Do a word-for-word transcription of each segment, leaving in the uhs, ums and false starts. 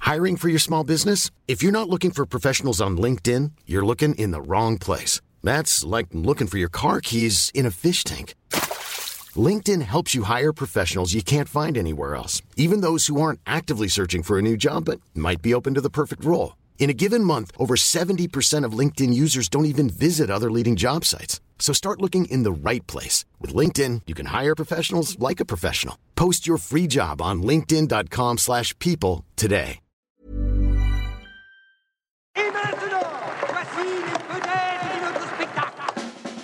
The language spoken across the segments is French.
Hiring for your small business? If you're not looking for professionals on LinkedIn, you're looking in the wrong place. That's like looking for your car keys in a fish tank. LinkedIn helps you hire professionals you can't find anywhere else, even those who aren't actively searching for a new job but might be open to the perfect role. In a given month, over seventy percent of LinkedIn users don't even visit other leading job sites. So start looking in the right place. With LinkedIn, you can hire professionals like a professional. Post your free job on linkedin.com slash people today. Et maintenant, voici les vedettes de notre spectacle.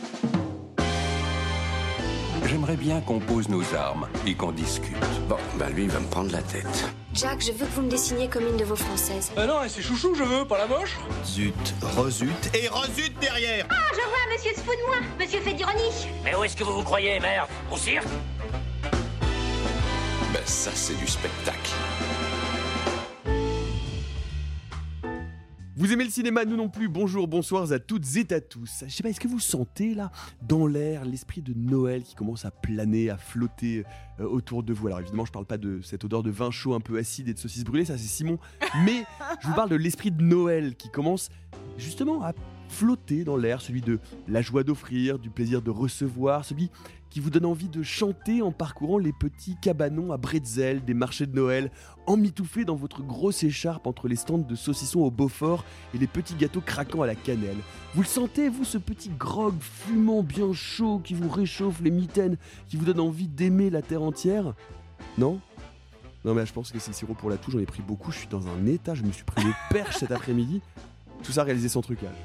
J'aimerais bien qu'on pose nos armes et qu'on discute. Bon, bah lui, il va me prendre la tête. Jack, je veux que vous me dessiniez comme une de vos françaises. Bah non, c'est chouchou, je veux, pas la moche. Zut, rezut et rezut derrière. Ah, je vois, monsieur se fout de moi. Monsieur fait d'ironie. Mais où est-ce que vous vous croyez, merde? Au cirque? Ben ça, c'est du spectacle. Vous aimez le cinéma, nous non plus. Bonjour, bonsoir à toutes et à tous. Je sais pas, est-ce que vous sentez là, dans l'air, l'esprit de Noël qui commence à planer, à flotter euh, autour de vous? Alors évidemment, je parle pas de cette odeur de vin chaud un peu acide et de saucisses brûlées, ça c'est Simon. Mais je vous parle de l'esprit de Noël qui commence justement à flotter dans l'air, celui de la joie d'offrir, du plaisir de recevoir, celui qui vous donne envie de chanter en parcourant les petits cabanons à bretzel des marchés de Noël, emmitouflés dans votre grosse écharpe entre les stands de saucissons au Beaufort et les petits gâteaux craquants à la cannelle. Vous le sentez, vous, ce petit grog fumant bien chaud qui vous réchauffe les mitaines, qui vous donne envie d'aimer la terre entière? Non ? Non mais je pense que c'est le sirop pour la toux, j'en ai pris beaucoup, je suis dans un état, je me suis pris des perches cet après-midi. Tout ça réalisé sans trucage.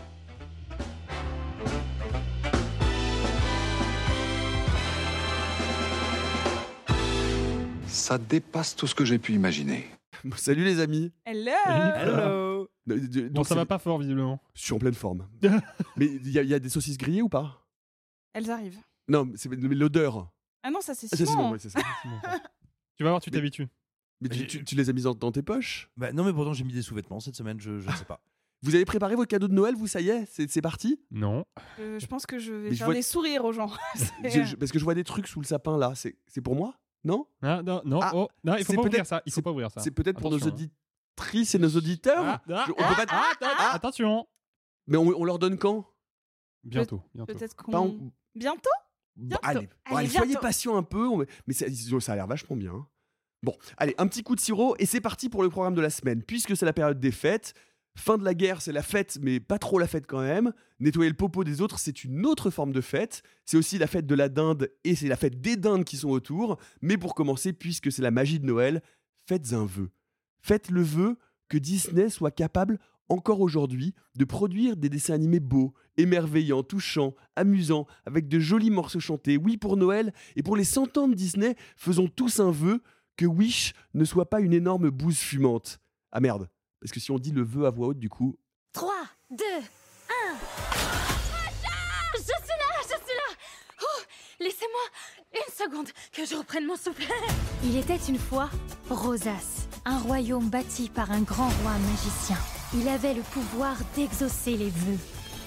Ça dépasse tout ce que j'ai pu imaginer. Salut les amis. Hello. Hello. Donc bon, ça va pas fort visiblement. Je suis en pleine forme. Mais il y, y a des saucisses grillées ou pas? Elles arrivent. Non, c'est mais l'odeur. Ah non, ça c'est ah, Simon. Ça, Simon, ouais, c'est ça. Simon. Tu vas voir, tu mais, t'habitues. Mais tu, tu, tu les as mises dans, dans tes poches? Bah non, mais pourtant j'ai mis des sous-vêtements cette semaine, je, je ne sais pas. Vous avez préparé vos cadeaux de Noël, vous, ça y est, c'est, c'est parti? Non. Euh, je pense que je vais mais faire vois... des sourires aux gens. je, je, parce que je vois des trucs sous le sapin là, c'est, c'est pour moi? Non? Ah, non, non, ah, oh, non, il faut pas ouvrir ça. Il faut pas ouvrir ça. C'est peut-être Attention, pour nos auditrices et nos auditeurs. Ah, ah, je, on ah, peut pas... ah, ah, ah, attention. Mais on, on leur donne quand? Bientôt. bientôt. Peut-être qu'on. En... Bientôt. Bah, allez, allez, bon, allez bientôt. Soyez patient un peu. On... Mais ça, ça a l'air vachement bien. Hein. Bon, allez, un petit coup de sirop et c'est parti pour le programme de la semaine. Puisque c'est la période des fêtes. Fin de la guerre, c'est la fête, mais pas trop la fête quand même. Nettoyer le popo des autres, c'est une autre forme de fête. C'est aussi la fête de la dinde et c'est la fête des dindes qui sont autour. Mais pour commencer, puisque c'est la magie de Noël, faites un vœu. Faites le vœu que Disney soit capable, encore aujourd'hui, de produire des dessins animés beaux, émerveillants, touchants, amusants, avec de jolis morceaux chantés. Oui, pour Noël et pour les cent ans de Disney, faisons tous un vœu que Wish ne soit pas une énorme bouse fumante. Ah merde. Parce que si on dit le vœu à voix haute, du coup... trois, deux, un... Je suis là, je suis là. Oh, laissez-moi une seconde que je reprenne mon souffle. Il était une fois Rosas, un royaume bâti par un grand roi magicien. Il avait le pouvoir d'exaucer les vœux.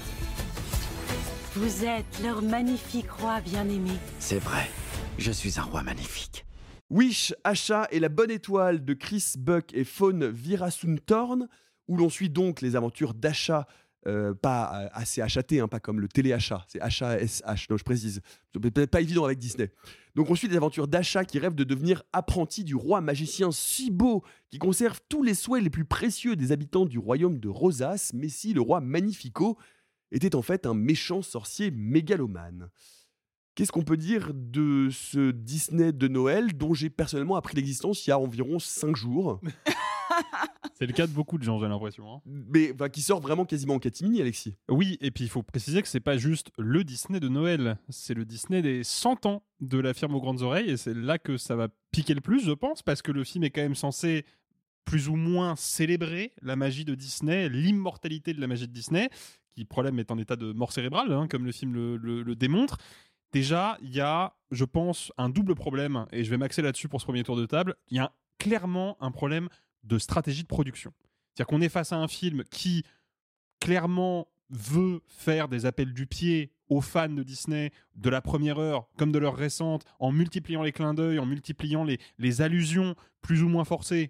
Vous êtes leur magnifique roi bien-aimé. C'est vrai, je suis un roi magnifique. Wish, Asha et la bonne étoile de Chris Buck et Fawn Virasuntorn, où l'on suit donc les aventures d'Asha, euh, pas assez achaté, hein, pas comme le téléachat, c'est Asha S H, non je précise, c'est peut-être pas évident avec Disney. Donc on suit les aventures d'Asha qui rêve de devenir apprenti du roi magicien si beau, qui conserve tous les souhaits les plus précieux des habitants du royaume de Rosas, mais si le roi Magnifico était en fait un méchant sorcier mégalomane. Qu'est-ce qu'on peut dire de ce Disney de Noël dont j'ai personnellement appris l'existence il y a environ cinq jours? C'est le cas de beaucoup de gens, j'ai l'impression. Hein. Mais enfin, qui sort vraiment quasiment en catimini, Alexis. Oui, et puis il faut préciser que c'est pas juste le Disney de Noël, c'est le Disney des cent ans de la firme aux grandes oreilles, et c'est là que ça va piquer le plus, je pense, parce que le film est quand même censé plus ou moins célébrer la magie de Disney, l'immortalité de la magie de Disney, qui, problème, est en état de mort cérébrale, hein, comme le film le, le, le démontre. Déjà, il y a, je pense, un double problème, et je vais m'axer là-dessus pour ce premier tour de table. Il y a clairement un problème de stratégie de production. C'est-à-dire qu'on est face à un film qui, clairement, veut faire des appels du pied aux fans de Disney de la première heure, comme de l'heure récente, en multipliant les clins d'œil, en multipliant les, les allusions plus ou moins forcées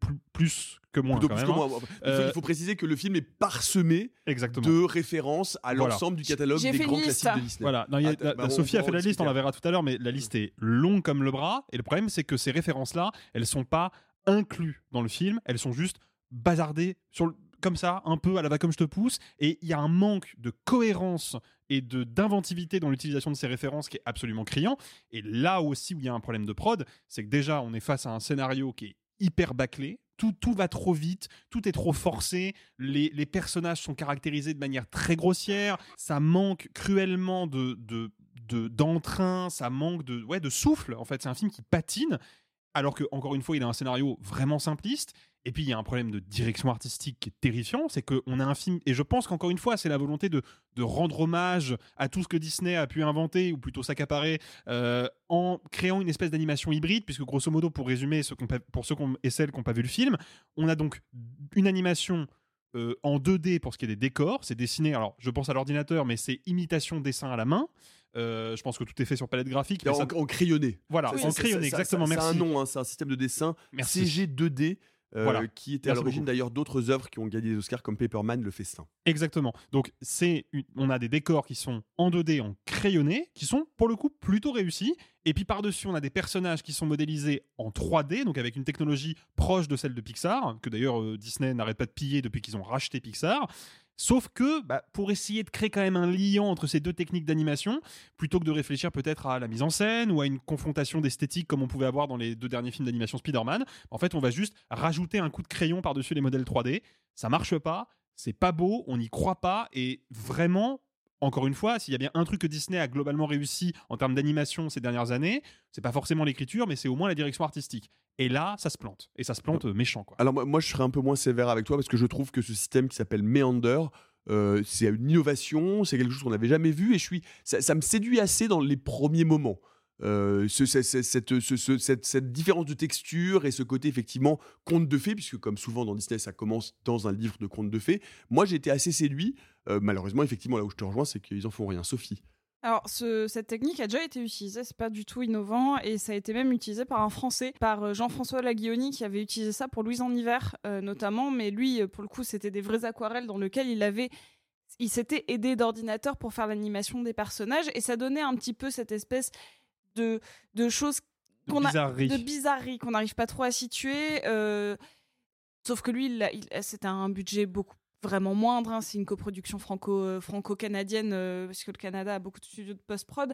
plus, plus que moins. Plutôt quand plus même, que hein. moins. Il, faut, Euh, il faut préciser que le film est parsemé Exactement. de références à Voilà. l'ensemble du catalogue J'ai des fait grands une liste. classiques de Disney. Voilà, non, il y a- Ah, la- bah, la on Sophie a va fait en la liste, on la discuter. verra tout à l'heure, mais la liste est longue comme le bras. Et le problème, c'est que ces références-là, elles sont pas incluses dans le film, elles sont juste bazardées sur le- comme ça, un peu à la va comme je te pousse. Et il y a un manque de cohérence et de d'inventivité dans l'utilisation de ces références qui est absolument criant. Et là aussi où il y a un problème de prod, c'est que déjà, on est face à un scénario qui est hyper bâclé. Tout, tout va trop vite, tout est trop forcé, les, les personnages sont caractérisés de manière très grossière, ça manque cruellement de, de, de- d'entrain, ça manque de, ouais, de souffle. En fait, c'est un film qui patine, alors que, encore une fois, il a un scénario vraiment simpliste. Et puis, il y a un problème de direction artistique qui est terrifiant, c'est qu'on a un film, et je pense qu'encore une fois, c'est la volonté de, de rendre hommage à tout ce que Disney a pu inventer, ou plutôt s'accaparer, euh, en créant une espèce d'animation hybride, puisque grosso modo, pour résumer, ceux qu'on, pour ceux qu'on, et celles qui n'ont pas vu le film, on a donc une animation euh, en deux D pour ce qui est des décors, c'est dessiné, alors je pense à l'ordinateur, mais c'est imitation dessin à la main. Euh, je pense que tout est fait sur palette graphique. Mais En, ça... en crayonné. Voilà, Ça, en ça, crayonné, ça, exactement, ça, merci. C'est un nom, hein, c'est un système de dessin Merci. C G deux D. Euh, Voilà. Qui était à Merci l'origine beaucoup. d'ailleurs d'autres œuvres qui ont gagné des Oscars comme Paperman, Le Festin. Exactement. Donc, c'est une- on a des décors qui sont en deux D, en crayonné, qui sont pour le coup plutôt réussis. Et puis par-dessus, on a des personnages qui sont modélisés en trois D, donc avec une technologie proche de celle de Pixar, que d'ailleurs euh, Disney n'arrête pas de piller depuis qu'ils ont racheté Pixar. Sauf que, bah, pour essayer de créer quand même un lien entre ces deux techniques d'animation, plutôt que de réfléchir peut-être à la mise en scène ou à une confrontation d'esthétique comme on pouvait avoir dans les deux derniers films d'animation Spider-Man, en fait, on va juste rajouter un coup de crayon par-dessus les modèles trois D. Ça marche pas, c'est pas beau, on n'y croit pas, et vraiment, encore une fois, s'il y a bien un truc que Disney a globalement réussi en termes d'animation ces dernières années, c'est pas forcément l'écriture, mais c'est au moins la direction artistique. Et là, ça se plante. Et ça se plante euh, méchant, quoi. Alors moi, moi, je serais un peu moins sévère avec toi parce que je trouve que ce système qui s'appelle Meander, euh, c'est une innovation, c'est quelque chose qu'on n'avait jamais vu et je suis, ça, ça me séduit assez dans les premiers moments. Euh, ce- ce- ce- cette, ce- ce- cette, cette différence de texture et ce côté effectivement conte de fées, puisque comme souvent dans Disney ça commence dans un livre de conte de fées, moi j'ai été assez séduit. Euh, malheureusement effectivement là où je te rejoins c'est qu'ils en font rien. Sophie. Alors, ce- cette technique a déjà été utilisée, c'est pas du tout innovant, et ça a été même utilisé par un Français, par euh, Jean-François Laguioni, qui avait utilisé ça pour Louise en hiver, euh, notamment, mais lui, euh, pour le coup, c'était des vraies aquarelles dans lesquelles il avait... Il s'était aidé d'ordinateur pour faire l'animation des personnages, et ça donnait un petit peu cette espèce de, de choses qu'on De a... bizarrerie. De bizarrerie, qu'on n'arrive pas trop à situer, euh, sauf que lui, il a- il- c'était un budget beaucoup vraiment moindre, hein. C'est une coproduction franco, euh, franco-canadienne, euh, parce que le Canada a beaucoup de studios de post-prod.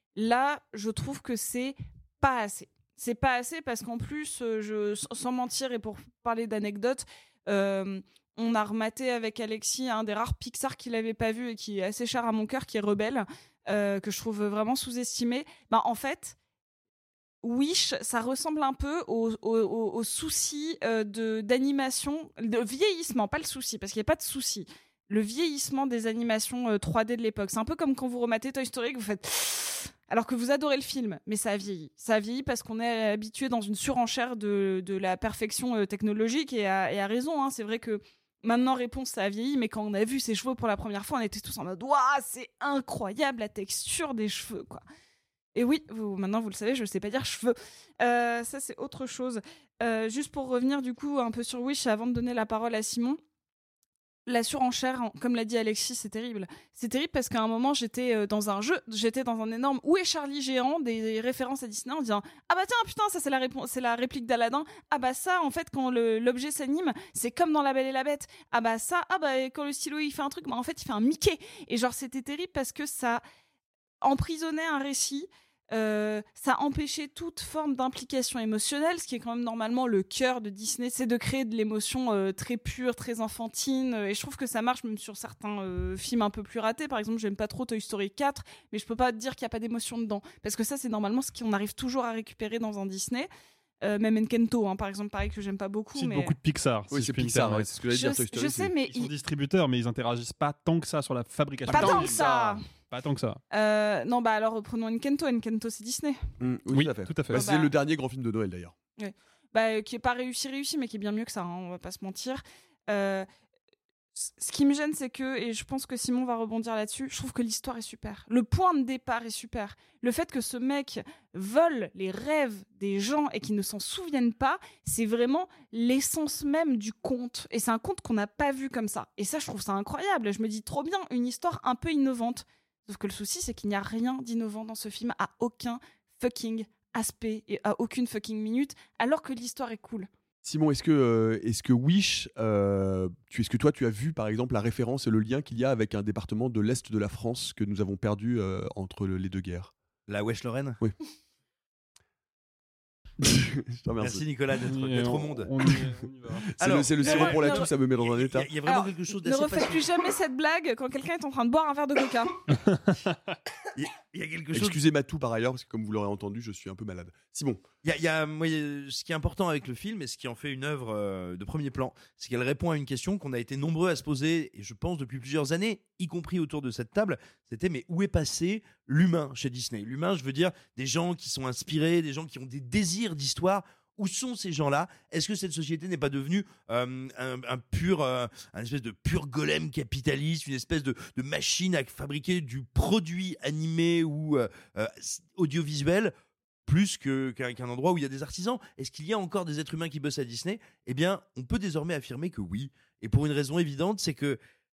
Là, je trouve que c'est pas assez. C'est pas assez parce qu'en plus, euh, je, sans mentir et pour parler d'anecdotes, euh, on a rematé avec Alexis un des rares Pixar qu'il avait pas vu et qui est assez cher à mon cœur, qui est Rebelle, euh, que je trouve vraiment sous-estimé. Bah, en fait, Wish, ça ressemble un peu au, au, au, au souci euh, de, d'animation, de vieillissement, pas le souci, parce qu'il n'y a pas de souci. Le vieillissement des animations euh, trois D de l'époque. C'est un peu comme quand vous rematez Toy Story, que vous faites... Alors que vous adorez le film, mais ça a vieilli. Ça a vieilli parce qu'on est habitué dans une surenchère de, de la perfection euh, technologique, et à, et à raison, hein. C'est vrai que maintenant, réponse, ça a vieilli, mais quand on a vu ses cheveux pour la première fois, on était tous en mode « Waouh, c'est incroyable la texture des cheveux, quoi !» Et oui, vous, maintenant vous le savez, je ne sais pas dire cheveux. Euh, ça, c'est autre chose. Euh, juste pour revenir du coup un peu sur Wish, avant de donner la parole à Simon, la surenchère, comme l'a dit Alexis, c'est terrible. C'est terrible parce qu'à un moment, j'étais euh, dans un jeu, j'étais dans un énorme « Où est Charlie géant ?» des références à Disney en disant « Ah bah tiens, putain, ça c'est la, réponse, c'est la réplique d'Aladin. Ah bah ça, en fait, quand le, l'objet s'anime, c'est comme dans La Belle et la Bête. Ah bah ça, ah bah quand le stylo il fait un truc, bah en fait il fait un Mickey. » Et genre, c'était terrible parce que ça emprisonnait un récit, euh, ça empêchait toute forme d'implication émotionnelle, ce qui est quand même normalement le cœur de Disney, c'est de créer de l'émotion euh, très pure, très enfantine, euh, et je trouve que ça marche même sur certains euh, films un peu plus ratés. Par exemple, j'aime pas trop Toy Story quatre, mais je peux pas te dire qu'il y a pas d'émotion dedans, parce que ça c'est normalement ce qu'on arrive toujours à récupérer dans un Disney. Euh, même Encanto, hein, par exemple, pareil, que j'aime pas beaucoup. C'est mais... beaucoup de Pixar. Oui, si c'est je puis me Pixar, permettre. ouais, c'est ce que j'allais dire. Je- Toy Story, je sais, c'est- mais Ils sont il- distributeurs, mais ils interagissent pas tant que ça sur la fabrication. Pas du tant film. que ça. Pas tant que ça. Euh, non, bah alors prenons Encanto. Encanto, c'est Disney. Mm, oui, Oui, tout à fait. tout à fait. Bah, Ah c'est bah. le dernier grand film de Noël d'ailleurs. Ouais. Bah, euh, qui est pas réussi réussi, mais qui est bien mieux que ça, hein, on va pas se mentir. Euh, Ce qui me gêne, c'est que, et je pense que Simon va rebondir là-dessus, je trouve que l'histoire est super. Le point de départ est super. Le fait que ce mec vole les rêves des gens et qu'ils ne s'en souviennent pas, c'est vraiment l'essence même du conte. Et c'est un conte qu'on n'a pas vu comme ça. Et ça, je trouve ça incroyable. Je me dis trop bien, une histoire un peu innovante. Sauf que le souci, c'est qu'il n'y a rien d'innovant dans ce film à aucun fucking aspect et à aucune fucking minute, alors que l'histoire est cool. Simon, est-ce que, euh, est-ce que Wish, euh, tu, est-ce que toi tu as vu par exemple la référence et le lien qu'il y a avec un département de l'Est de la France que nous avons perdu euh, entre le- les deux guerres? La Wesh-Lorraine. Oui. Je te remercie. Merci Nicolas d'être, On y est, d'être au on- monde. on y est, on y va. C'est Alors, le, c'est le sirop euh, pour la non, toux, ça me met dans un Il y, état. a- il y a vraiment Alors, quelque chose Ne d'assez refaites passionnant. plus jamais cette blague quand quelqu'un est en train de boire un verre de coca. Il y a- il y a quelque chose. Excusez ma toux par ailleurs, parce que comme vous l'aurez entendu, je suis un peu malade. Simon. Il y a, il y a- moi, il y a- ce qui est important avec le film et ce qui en fait une œuvre euh, de premier plan, c'est qu'elle répond à une question qu'on a été nombreux à se poser, et je pense depuis plusieurs années, y compris autour de cette table. C'était mais où est passé l'humain chez Disney? L'humain, je veux dire, des gens qui sont inspirés, des gens qui ont des désirs d'histoire. Où sont ces gens-là? Est-ce que cette société n'est pas devenue euh, un, un pur, euh, un espèce de pur golem capitaliste, une espèce de, de machine à fabriquer du produit animé ou euh, euh, audiovisuel plus que, qu'un, qu'un endroit où il y a des artisans? Est-ce qu'il y a encore des êtres humains qui bossent à Disney? Eh bien, on peut désormais affirmer que oui. Et pour une raison évidente, c'est que,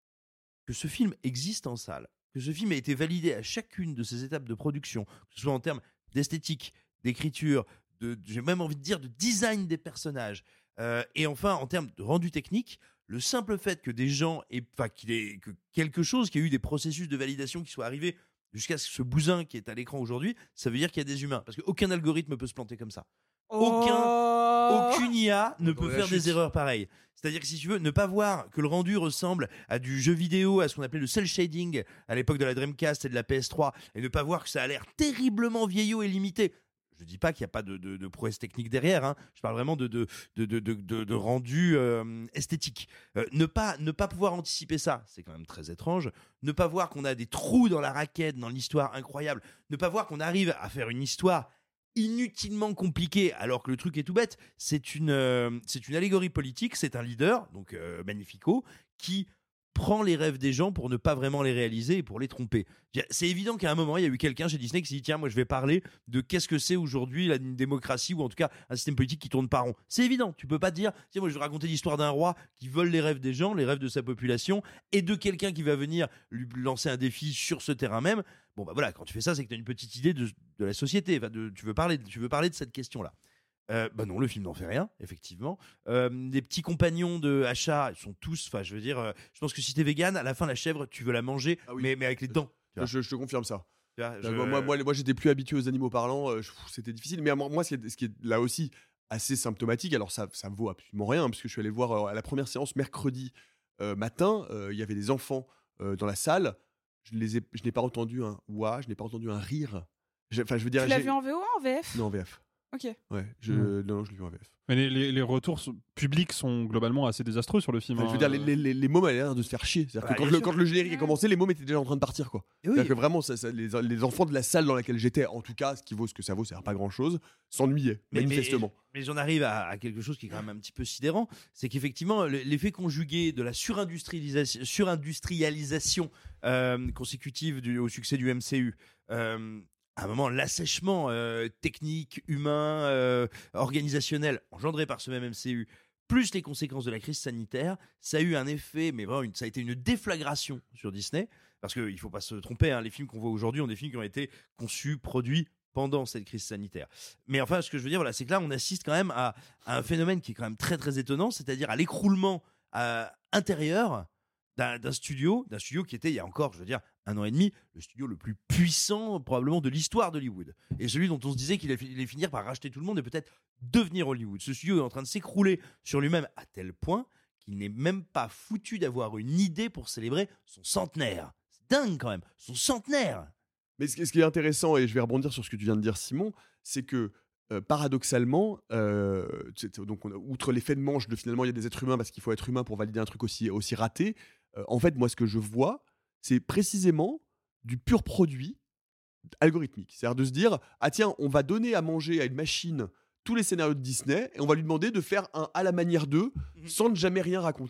que ce film existe en salle, que ce film a été validé à chacune de ses étapes de production, que ce soit en termes d'esthétique, d'écriture, de, j'ai même envie de dire de design des personnages, euh, et enfin en termes de rendu technique, le simple fait que des gens, aient- enfin qu'il ait que quelque chose, qu'il y ait eu des processus de validation qui soient arrivés jusqu'à ce bousin qui est à l'écran aujourd'hui, ça veut dire qu'il y a des humains, parce qu'aucun algorithme peut se planter comme ça. Aucun, Oh. aucune I A ne Dans peut la faire chute. des erreurs pareilles. C'est-à-dire que si tu veux ne pas voir que le rendu ressemble à du jeu vidéo, à ce qu'on appelait le cel shading à l'époque de la Dreamcast et de la P S trois, et ne pas voir que ça a l'air terriblement vieillot et limité. Je dis pas qu'il n'y a pas de, de, de prouesse technique derrière, hein. Je parle vraiment de, de, de, de, de, de- de rendu euh, esthétique. Euh, ne, pas, ne pas pouvoir anticiper ça, c'est quand même très étrange. Ne pas voir qu'on a des trous dans la raquette, dans l'histoire incroyable. Ne pas voir qu'on arrive à faire une histoire inutilement compliquée alors que le truc est tout bête. C'est une, euh, c'est une allégorie politique, c'est un leader, donc euh, Magnifico, qui prend les rêves des gens pour ne pas vraiment les réaliser et pour les tromper. C'est évident qu'à un moment, il y a eu quelqu'un chez Disney qui s'est dit tiens, moi je vais parler de qu'est-ce que c'est aujourd'hui la une démocratie ou en tout cas un système politique qui tourne pas rond. C'est évident, tu peux pas te dire tiens, moi je vais raconter l'histoire d'un roi qui vole les rêves des gens, les rêves de sa population et de quelqu'un qui va venir lui lancer un défi sur ce terrain même. Bon bah voilà, quand tu fais ça, c'est que tu as une petite idée de, de la société, enfin, de, tu veux parler, tu veux parler de cette question-là. Euh, bah non, le film n'en fait rien, effectivement. Euh, les petits compagnons de Achat, ils sont tous, enfin, je veux dire, euh, je pense que si t'es vegan, à la fin, la chèvre, tu veux la manger, Ah oui. mais, mais avec les dents. tu vois. Je, je te confirme ça. Tu vois, je- Euh, Moi, moi, moi, j'étais plus habitué aux animaux parlants, euh, je- c'était difficile. Mais moi, moi, ce qui est, ce qui est là aussi assez symptomatique, alors ça, ça me vaut absolument rien, puisque je suis allé voir euh, à la première séance mercredi euh, matin, euh, il y avait des enfants euh, dans la salle. Je les ai, je n'ai pas entendu un ouah, je n'ai pas entendu un rire. Je- Enfin, je veux dire, Tu l'as j'ai- vu en V O ou en V F? non, en V F. Ok. Ouais, je, Mm. non, je l'ai vu en V F. Mais les, les- les retours s- publics sont globalement assez désastreux sur le film. Enfin, je veux hein. dire, les, les, les, les mômes avaient l'air de se faire chier. C'est-à-dire Bah, que quand bien le, sûr. quand le générique a commencé, les mômes étaient déjà en train de partir, quoi. Et oui. C'est-à-dire que vraiment, ça, ça- les, les enfants de la salle dans laquelle j'étais, en tout cas, ce qui vaut ce que ça vaut, c'est pas grand-chose, s'ennuyaient, Mais- mais- manifestement. Mais j'en arrive à, à quelque chose qui est quand même un petit peu sidérant, c'est qu'effectivement, le- l'effet conjugué de la surindustrialisation, surindustrialisation euh, consécutive du- au succès du M C U, euh, à un moment, l'assèchement euh, technique, humain, euh, organisationnel engendré par ce même M C U, plus les conséquences de la crise sanitaire, ça a eu un effet, mais vraiment, une- ça a été une déflagration sur Disney, parce qu'il ne faut pas se tromper, hein, les films qu'on voit aujourd'hui ont des films qui ont été conçus, produits pendant cette crise sanitaire. Mais enfin, ce que je veux dire, voilà, c'est que là, on assiste quand même à, à un phénomène qui est quand même très très étonnant, c'est-à-dire à l'écroulement euh, intérieur d'un d'un studio, d'un studio qui était il y a encore, je veux dire, un an et demi, le studio le plus puissant probablement de l'histoire d'Hollywood. Et celui dont on se disait qu'il allait allait finir par racheter tout le monde et peut-être devenir Hollywood. Ce studio est en train de s'écrouler sur lui-même à tel point qu'il n'est même pas foutu d'avoir une idée pour célébrer son centenaire. C'est dingue quand même, son centenaire. Mais ce, qui- ce qui est intéressant, et je vais rebondir sur ce que tu viens de dire, Simon, c'est que euh, paradoxalement, euh, c'est- donc on a- outre l'effet de manche de finalement il y a des êtres humains parce qu'il faut être humain pour valider un truc aussi, aussi raté, euh, en fait, moi, ce que je vois, c'est précisément du pur produit algorithmique. C'est-à-dire de se dire, ah tiens, on va donner à manger à une machine tous les scénarios de Disney et on va lui demander de faire un à la manière d'eux sans ne jamais rien raconter.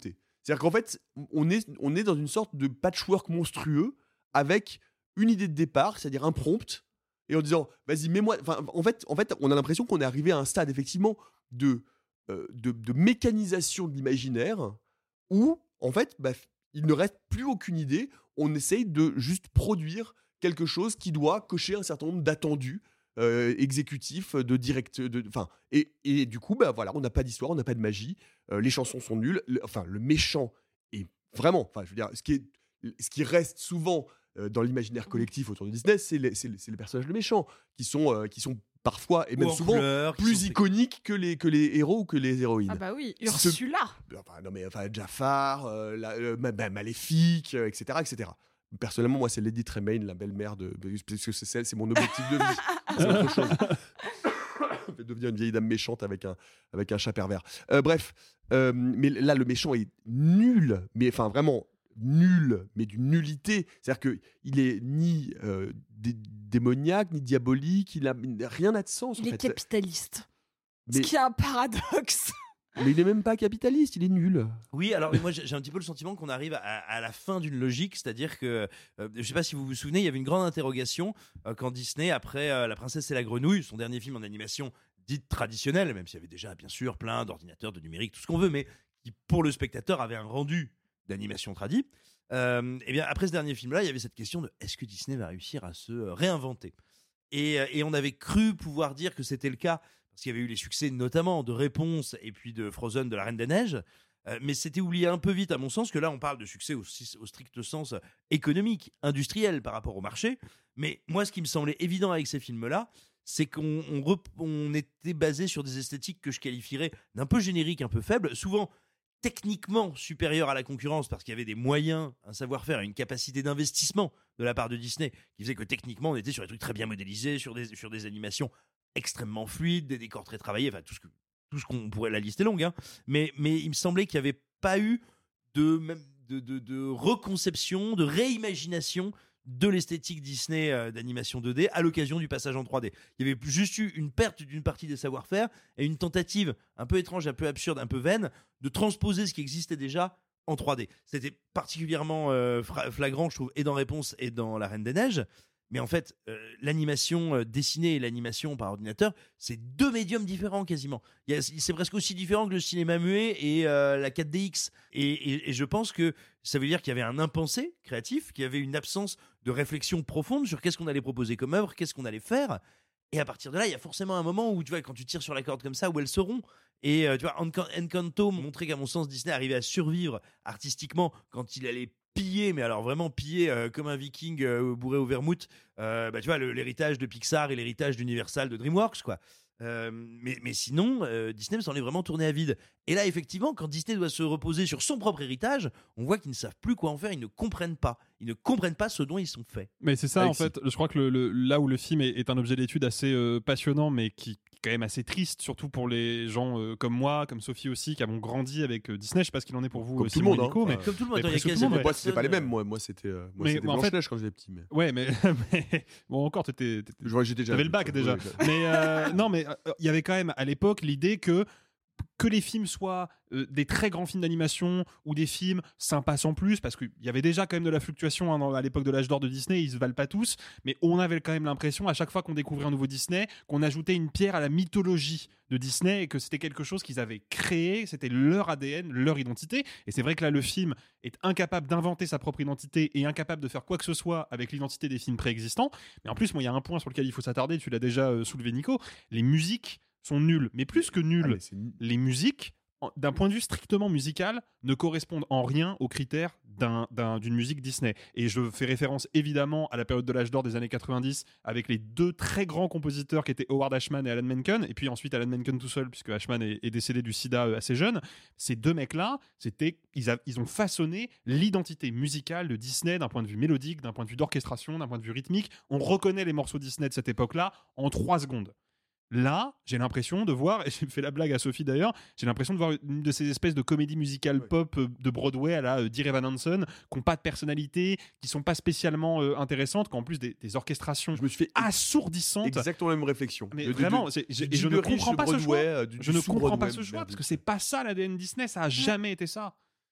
C'est-à-dire qu'en fait, on est, on est dans une sorte de patchwork monstrueux avec une idée de départ, c'est-à-dire un prompt, et en disant, vas-y, mets-moi... Enfin, en fait, en fait, on a l'impression qu'on est arrivé à un stade, effectivement, de, euh, de, de mécanisation de l'imaginaire où, en fait, bah, il ne reste plus aucune idée. On essaye de juste produire quelque chose qui doit cocher un certain nombre d'attendus euh, exécutifs, de direct... De, enfin, et, et du coup, bah, voilà, on n'a pas d'histoire, on n'a pas de magie, euh, les chansons sont nulles, le, enfin, le méchant est vraiment... Enfin, je veux dire, ce qui, est, ce qui reste souvent... dans l'imaginaire collectif autour de Disney, c'est les, c'est les, c'est les personnages de méchants qui sont, euh, qui sont parfois et même souvent couleur, plus iconiques que les, que les héros ou que les héroïnes. Ah bah oui, Ursula. Ce... Enfin, non mais enfin, Jafar, euh, la, euh, Maléfique, euh, et cetera, et cetera. Personnellement, moi, c'est Lady Tremaine, la belle-mère de... Parce que c'est celle, c'est mon objectif de vie. C'est autre chose. Je vais devenir une vieille dame méchante avec un, avec un chat pervers. Euh, bref, euh, mais là, le méchant est nul, mais enfin vraiment... nul, mais d'une nullité. C'est-à-dire qu'il est ni euh, dé- démoniaque, ni diabolique, il a rien n'a de sens. Il en est fait. capitaliste. Mais... Ce qui est un paradoxe. Mais il est même pas capitaliste, il est nul. Oui, alors mais moi j'ai un petit peu le sentiment qu'on arrive à, à la fin d'une logique, c'est-à-dire que, euh, je sais pas si vous vous souvenez, il y avait une grande interrogation euh, quand Disney, après euh, La Princesse et la Grenouille, son dernier film en animation dite traditionnelle, même s'il y avait déjà bien sûr plein d'ordinateurs, de numérique, tout ce qu'on veut, mais qui pour le spectateur avait un rendu d'animation tradie, euh, et bien après ce dernier film-là, il y avait cette question de est-ce que Disney va réussir à se réinventer, et, et on avait cru pouvoir dire que c'était le cas, parce qu'il y avait eu les succès notamment de Réponse et puis de Frozen, de la Reine des Neiges, euh, mais c'était oublié un peu vite à mon sens, que là on parle de succès au, au strict sens économique, industriel par rapport au marché, mais moi ce qui me semblait évident avec ces films-là, c'est qu'on on rep- on était basé sur des esthétiques que je qualifierais d'un peu génériques, un peu faibles, souvent techniquement supérieur à la concurrence parce qu'il y avait des moyens, un savoir-faire et une capacité d'investissement de la part de Disney qui faisait que techniquement on était sur des trucs très bien modélisés, sur des, sur des animations extrêmement fluides, des décors très travaillés, enfin tout ce, que, tout ce qu'on pourrait, la liste est longue, hein. mais, mais il me semblait qu'il n'y avait pas eu de, même de, de, de reconception, de réimagination de l'esthétique Disney euh, d'animation deux D à l'occasion du passage en trois D. Il y avait juste eu une perte d'une partie des savoir-faire et une tentative un peu étrange, un peu absurde, un peu vaine de transposer ce qui existait déjà en trois D. C'était particulièrement euh, flagrant, je trouve, et dans Réponse et dans La Reine des Neiges. Mais en fait, euh, l'animation euh, dessinée et l'animation par ordinateur, c'est deux médiums différents quasiment. Il y a, c'est presque aussi différent que le cinéma muet et euh, la quatre D X. Et, et, et je pense que ça veut dire qu'il y avait un impensé créatif, qu'il y avait une absence de réflexion profonde sur qu'est-ce qu'on allait proposer comme œuvre, qu'est-ce qu'on allait faire. Et à partir de là, il y a forcément un moment où, tu vois, quand tu tires sur la corde comme ça, où elles seront. Et euh, tu vois, Encanto montrait qu'à mon sens, Disney arrivait à survivre artistiquement quand il allait piller, mais alors vraiment piller euh, comme un viking euh, bourré au vermouth, euh, bah, tu vois, le, l'héritage de Pixar et l'héritage d'Universal, de DreamWorks, quoi. Euh, mais, mais sinon, euh, Disney s'en est vraiment tourné à vide. Et là, effectivement, quand Disney doit se reposer sur son propre héritage, on voit qu'ils ne savent plus quoi en faire, ils ne comprennent pas. Ils ne comprennent pas ce dont ils sont faits. Mais c'est ça, Alexis. en fait. Je crois que le, le, là où le film est, est un objet d'étude assez euh, passionnant, mais qui quand même assez triste, surtout pour les gens euh, comme moi, comme Sophie aussi, qui avons grandi avec euh, Disney. Je sais pas ce qu'il en est pour vous, comme euh, tout le Simon monde, et Nico, hein. mais Enfin, comme tout le monde, mais il y a presque quasiment tout le monde. Moi, c'était pas les mêmes. Moi, moi c'était, euh, moi, Mais, c'était mais en fait- Blanche-Neige quand j'étais petit. Mais... Ouais, mais, mais bon, encore, t'étais, t'étais- Je vois, j'étais déjà t'avais le bac adulte, déjà. ouais, ouais. Mais euh, non, mais euh, il y avait quand même à l'époque l'idée que que les films soient euh, des très grands films d'animation ou des films sympas sans plus, parce qu'il y avait déjà quand même de la fluctuation hein, dans- à l'époque de l'âge d'or de Disney, ils se valent pas tous, mais on avait quand même l'impression à chaque fois qu'on découvrait un nouveau Disney qu'on ajoutait une pierre à la mythologie de Disney et que c'était quelque chose qu'ils avaient créé, c'était leur A D N, leur identité. Et c'est vrai que là le film est incapable d'inventer sa propre identité et incapable de faire quoi que ce soit avec l'identité des films préexistants. Mais en plus, moi il y a un point sur lequel il faut s'attarder, tu l'as déjà euh, soulevé Nico, les musiques sont nulles, mais plus que nulles, Ah, mais c'est- les musiques, en- d'un point de vue strictement musical, ne correspondent en rien aux critères d'un, d'un- d'une musique Disney. Et je fais référence évidemment à la période de l'âge d'or des années quatre-vingt-dix, avec les deux très grands compositeurs qui étaient Howard Ashman et Alan Menken, et puis ensuite Alan Menken tout seul, puisque Ashman est, est décédé du sida euh, assez jeune. Ces deux mecs-là, c'était, ils, a- ils ont façonné l'identité musicale de Disney d'un point de vue mélodique, d'un point de vue d'orchestration, d'un point de vue rythmique. On reconnaît les morceaux Disney de cette époque-là en trois secondes. Là, j'ai l'impression de voir, et j'ai fait la blague à Sophie d'ailleurs, j'ai l'impression de voir une de ces espèces de comédies musicales Ouais. pop euh, de Broadway à la euh, Dear Evan Hansen, qui n'ont pas de personnalité, qui sont pas spécialement euh, intéressantes, qui ont en plus des, des orchestrations Je me suis fait assourdissantes. exactement la même réflection. Mais De- de- vraiment, de- c'est- j'ai- du et je ne gibberish comprends pas ce choix. Broadway, euh, du- Je du ne comprends pas sous-Broadway, ce choix, merde. parce que c'est pas ça l'A D N Disney, ça a jamais été ça.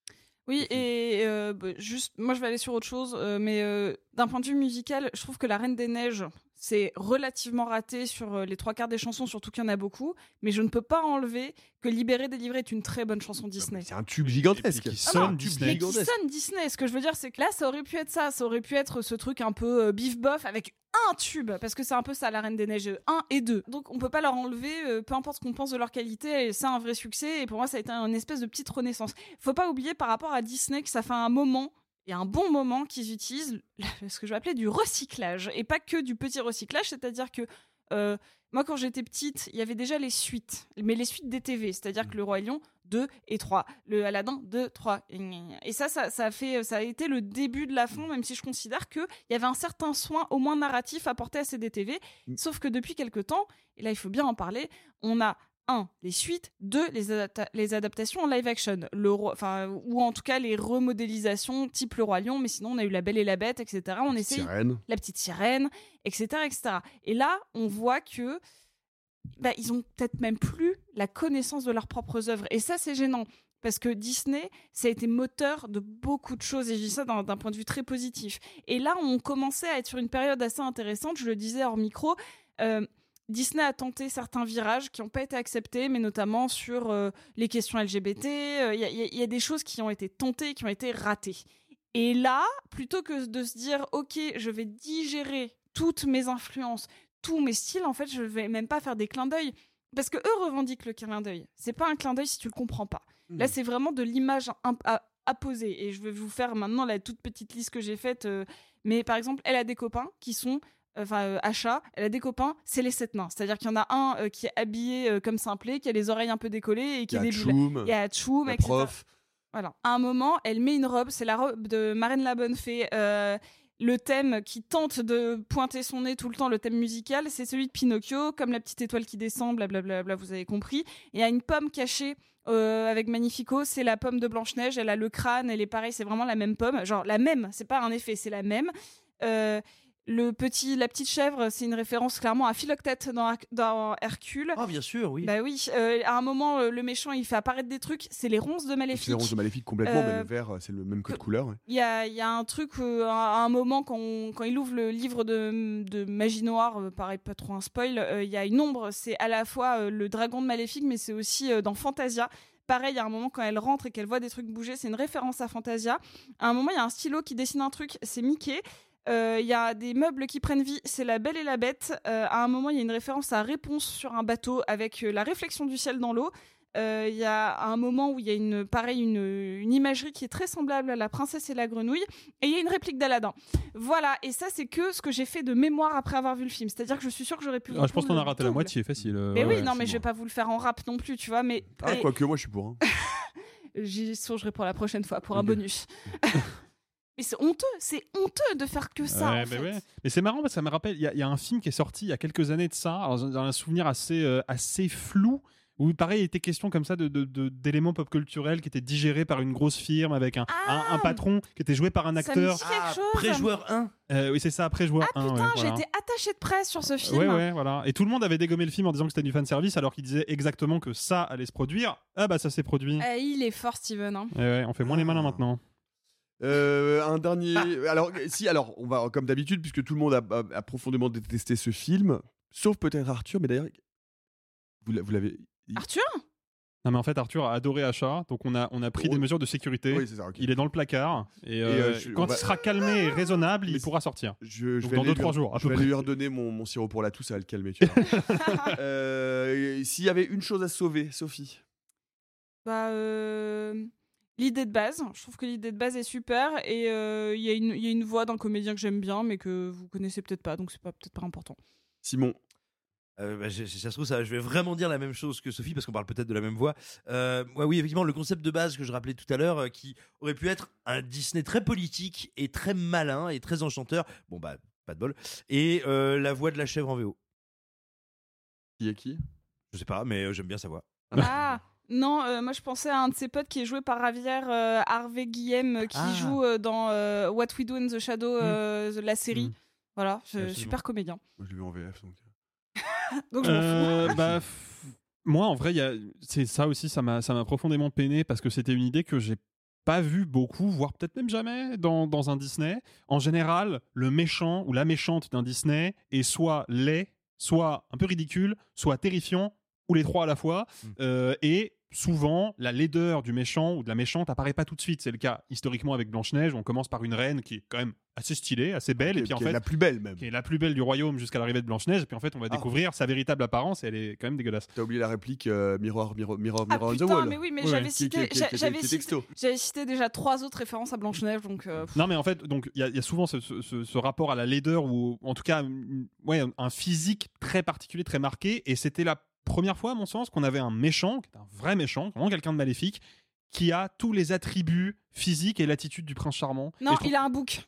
Oui, et euh, bah, juste, moi je vais aller sur autre chose, euh, mais euh, d'un point de vue musical, je trouve que La Reine des Neiges, c'est relativement raté sur euh, les trois quarts des chansons, surtout qu'il y en a beaucoup, mais je ne peux pas enlever que Libéré, délivré est une très bonne chanson Disney. C'est un tube gigantesque. Qui Ah sonne non, Disney. mais qui sonne Disney. Ce que je veux dire, c'est que là, ça aurait pu être ça. Ça aurait pu être ce truc un peu euh, bif-bof avec un tube, parce que c'est un peu ça, La Reine des Neiges, un et deux. Donc on peut pas leur enlever, euh, peu importe ce qu'on pense de leur qualité, et c'est un vrai succès. Et pour moi, ça a été une espèce de petite renaissance. Faut pas oublier par rapport à Disney que ça fait un moment. Et un bon moment qu'ils utilisent ce que je vais appeler du recyclage. Et pas que du petit recyclage, c'est-à-dire que euh, moi, quand j'étais petite, il y avait déjà les suites, mais les suites des T V, c'est-à-dire que le Roi Lion, deux et trois, le Aladdin, deux, trois. Et ça, ça, ça, a fait, ça a été le début de la fin, même si je considère qu'il y avait un certain soin, au moins narratif, apporté à ces D T V. Sauf que depuis quelque temps, et là, il faut bien en parler, on a un, les suites, deux, les, adapta- les adaptations en live action, le roi, enfin, ou en tout cas les remodélisations type Le Roi Lion, mais sinon on a eu La Belle et la Bête, et cetera. On essaye La Petite Sirène, et cetera, et cetera. Et là, on voit que bah, ils ont peut-être même plus la connaissance de leurs propres œuvres. Et ça, c'est gênant. Parce que Disney, ça a été moteur de beaucoup de choses, et je dis ça d'un, d'un point de vue très positif. Et là, on commençait à être sur une période assez intéressante, je le disais hors micro, euh, Disney a tenté certains virages qui n'ont pas été acceptés, mais notamment sur euh, les questions L G B T. Il euh, y, y, y a des choses qui ont été tentées, qui ont été ratées. Et là, plutôt que de se dire « Ok, je vais digérer toutes mes influences, tous mes styles, en fait, je ne vais même pas faire des clins d'œil. » Parce qu'eux revendiquent le clin d'œil. C'est pas un clin d'œil si tu le comprends pas. Mmh. Là, c'est vraiment de l'image imp- à, à poser. Et je vais vous faire maintenant la toute petite liste que j'ai faite. Euh, mais par exemple, elle a des copains qui sont... Enfin, euh, Asha, elle a des copains, c'est les sept nains. C'est-à-dire qu'il y en a un euh, qui est habillé euh, comme Simplet, qui a les oreilles un peu décollées et qui est débile. Il y a Tchoum, la et cetera. prof. Voilà. À un moment, elle met une robe, c'est la robe de Marraine la Bonne Fée. Euh, le thème qui tente de pointer son nez tout le temps, le thème musical, c'est celui de Pinocchio, comme la petite étoile qui descend, blablabla, bla, bla, vous avez compris. Il y a une pomme cachée euh, avec Magnifico, c'est la pomme de Blanche-Neige, elle a le crâne, elle est pareille, c'est vraiment la même pomme. Genre la même, c'est pas un effet, c'est la même. Euh, Le petit, la petite chèvre, c'est une référence clairement à Philoctète dans, dans Hercule. Ah, oh, bien sûr, oui. Bah oui. Euh, à un moment, euh, le méchant, il fait apparaître des trucs. C'est les ronces de Maléfique. C'est les ronces de Maléfique complètement, euh, mais le vert, c'est le même code couleur. Il y a, y a un truc, euh, à un moment, quand, on, quand il ouvre le livre de, de Magie Noire, euh, pareil, pas trop un spoil, il euh, y a une ombre. C'est à la fois euh, le dragon de Maléfique, mais c'est aussi euh, dans Fantasia. Pareil, à un moment, quand elle rentre et qu'elle voit des trucs bouger, c'est une référence à Fantasia. À un moment, il y a un stylo qui dessine un truc, c'est Mickey. Il euh, y a des meubles qui prennent vie, c'est La Belle et la Bête. Euh, à un moment, il y a une référence à Réponse sur un bateau avec euh, la réflexion du ciel dans l'eau. Il euh, y a un moment où il y a une, pareil, une, une imagerie qui est très semblable à La Princesse et la Grenouille. Et il y a une réplique d'Aladin. Voilà, et ça, c'est que ce que j'ai fait de mémoire après avoir vu le film. C'est-à-dire que je suis sûre que j'aurais pu... Ah, je pense qu'on a raté la moitié, facile. Euh, mais ouais, oui, non, mais bon. je vais pas vous le faire en rap non plus, tu vois. Mais, ah, mais... quoique, moi, je suis pour. Hein. J'y songerai pour la prochaine fois, pour okay. un bonus. Mais c'est honteux, c'est honteux de faire que ça. Ouais, en fait. ouais. Mais c'est marrant parce que ça me rappelle, il y, y a un film qui est sorti il y a quelques années de ça, alors j'ai un souvenir assez, euh, assez flou, où pareil, il était question comme ça de, de, de, d'éléments pop culturels qui étaient digérés par une grosse firme avec un, ah, un, un patron qui était joué par un acteur. Ça me dit quelque ah, chose. Pré-joueur un euh, Oui, c'est ça, Pré-joueur ah, un. Ah putain, ouais, j'ai voilà. été attaché de presse sur ce film. Ouais, ouais, voilà. Et tout le monde avait dégommé le film en disant que c'était du fanservice alors qu'il disait exactement que ça allait se produire. Ah bah ça s'est produit. Euh, il est fort, Steven. Hein. Ouais, ouais, on fait moins les malins maintenant. Euh, un dernier. Ah. Alors, si, alors, on va comme d'habitude, puisque tout le monde a, a, a profondément détesté ce film, sauf peut-être Arthur, mais d'ailleurs, vous, vous l'avez. Arthur ? Non, mais en fait, Arthur a adoré Asha, donc on a, on a pris oh. des mesures de sécurité. Oui, c'est ça, okay. Il est dans le placard, et, et euh, euh, je, quand va... il sera calmé et raisonnable, mais il pourra sortir. Je, je donc vais dans deux lui, trois jours. À je peu vais près. lui redonner mon, mon sirop pour la toux, ça va le calmer. Tu vois. euh, s'il y avait une chose à sauver, Sophie. Bah. Euh... L'idée de base, je trouve que l'idée de base est super et il euh, y, y a une voix d'un comédien que j'aime bien mais que vous connaissez peut-être pas, donc c'est pas, peut-être pas important. Simon. Euh, bah, si ça se trouve, ça, je vais vraiment dire la même chose que Sophie parce qu'on parle peut-être de la même voix. Euh, ouais, oui, effectivement, le concept de base que je rappelais tout à l'heure, euh, qui aurait pu être un Disney très politique et très malin et très enchanteur. Bon bah, pas de bol. Et euh, la voix de la chèvre en V O. Qui est qui ? Je sais pas, mais euh, j'aime bien sa voix. Ah. Non, euh, moi je pensais à un de ses potes qui est joué par Javier euh, Harvey Guillem qui ah. joue euh, dans euh, What We Do in the Shadow, euh, mm. la série. Mm. Voilà, je, super comédien. Moi je l'ai vu en V F donc. donc je m'en euh, fous. Bah, f... Moi en vrai, y a... c'est ça aussi, ça m'a, ça m'a profondément peiné parce que c'était une idée que j'ai pas vu beaucoup, voire peut-être même jamais dans, dans un Disney. En général, le méchant ou la méchante d'un Disney est soit laid, soit un peu ridicule, soit terrifiant, ou les trois à la fois. Mmh. Euh, et souvent, la laideur du méchant ou de la méchante apparaît pas tout de suite. C'est le cas historiquement avec Blanche-Neige. On commence par une reine qui est quand même assez stylée, assez belle, qui, et puis en qui fait, est la plus belle même, qui est la plus belle du royaume jusqu'à l'arrivée de Blanche-Neige. Et puis en fait, on va ah. découvrir sa véritable apparence et elle est quand même dégueulasse. T'as oublié la réplique euh, Mirror, Mirror, Mirror, ah, Mirror putain, on the Wall. Mais oui, mais ouais. j'avais Qui- cité, qui- qui- qui- j'avais qui- cité, texto. j'avais cité déjà trois autres références à Blanche-Neige, donc. Euh... Non, mais en fait, donc il y, y a souvent ce, ce, ce rapport à la laideur ou en tout cas, ouais, un physique très particulier, très marqué. Et c'était la première fois, à mon sens, qu'on avait un méchant, qui est un vrai méchant, vraiment quelqu'un de maléfique, qui a tous les attributs physiques et l'attitude du prince charmant. Non, trouve... il a un bouc.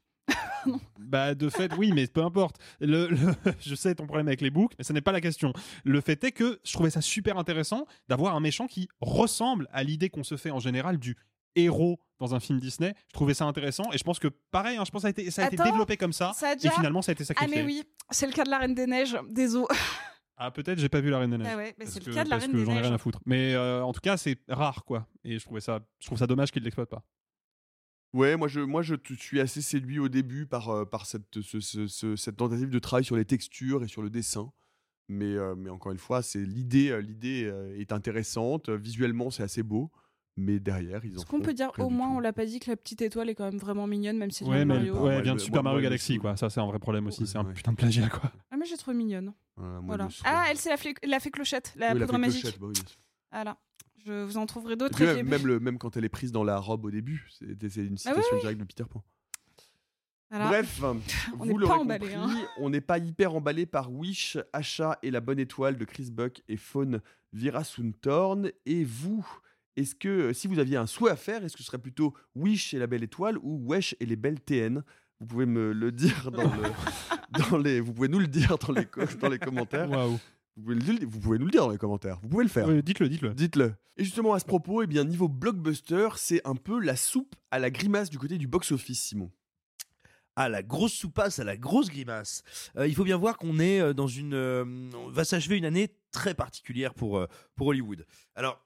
Bah de fait oui, mais peu importe. Le, le... je sais ton problème avec les boucs, mais ce n'est pas la question. Le fait est que je trouvais ça super intéressant d'avoir un méchant qui ressemble à l'idée qu'on se fait en général du héros dans un film Disney. Je trouvais ça intéressant et je pense que pareil, hein, je pense que ça a été, ça a Attends, été développé comme ça, ça a déjà... et finalement ça a été sacrifié. Ah mais oui, c'est le cas de la Reine des Neiges, des eaux. Ah peut-être j'ai pas vu la Reine des Neiges. Ah ouais, mais c'est que, le cas de la parce Reine que des j'en ai Neiges. rien à foutre. Mais euh, en tout cas c'est rare quoi. Et je trouvais ça, je trouve ça dommage qu'ils l'exploitent pas. Ouais, moi je, moi je te suis assez séduit au début par, euh, par cette, ce, ce, ce, cette tentative de travail sur les textures et sur le dessin. Mais, euh, mais encore une fois, c'est l'idée, euh, l'idée euh, est intéressante. Visuellement, c'est assez beau. Mais derrière, ils en Est-ce qu'on font peut dire rien au du moins, tout. on l'a pas dit que la petite étoile est quand même vraiment mignonne, même si elle Ouais, vient de mais elle, Mario. ouais, elle vient de Ouais, Super moi, Mario elle me Galaxy saoule. quoi. Ça c'est un vrai problème aussi. C'est un Ouais. putain de plagiat quoi. Ah mais j'ai trouvé mignonne. Voilà, moi, Voilà. le soir. Ah, elle c'est la, fée- la fée clochette, la Oui, la poudre fée magique. clochette, bah oui, bien sûr. Voilà. Je vous en trouverai Et d'autres. puis et même, j'ai- même, le, même quand elle est prise dans la robe au début, c'est, c'est une citation Ah oui, oui. directe de Peter Pan. Voilà. Bref, On vous n'est l'aurez pas emballé, compris, hein. on n'est pas hyper emballé par Wish, Achat et la bonne étoile de Chris Buck et Fawn Virasuntorn. Et vous, est-ce que si vous aviez un souhait à faire, est-ce que ce serait plutôt Wish et la belle étoile ou Wesh et les belles T N? Vous pouvez me le dire dans, le, dans les, vous pouvez nous le dire dans les, co- dans les commentaires. Waouh. Vous pouvez, le, vous pouvez nous le dire dans les commentaires. Vous pouvez le faire. Ouais, dites-le, dites-le. Dites-le. Et justement, à ce propos, eh bien, niveau blockbuster, c'est un peu la soupe à la grimace du côté du box-office, Simon. Ah, la grosse soupasse, à la grosse grimace. Euh, il faut bien voir qu'on est euh, dans une, euh, on va s'achever une année très particulière pour euh, pour Hollywood. Alors,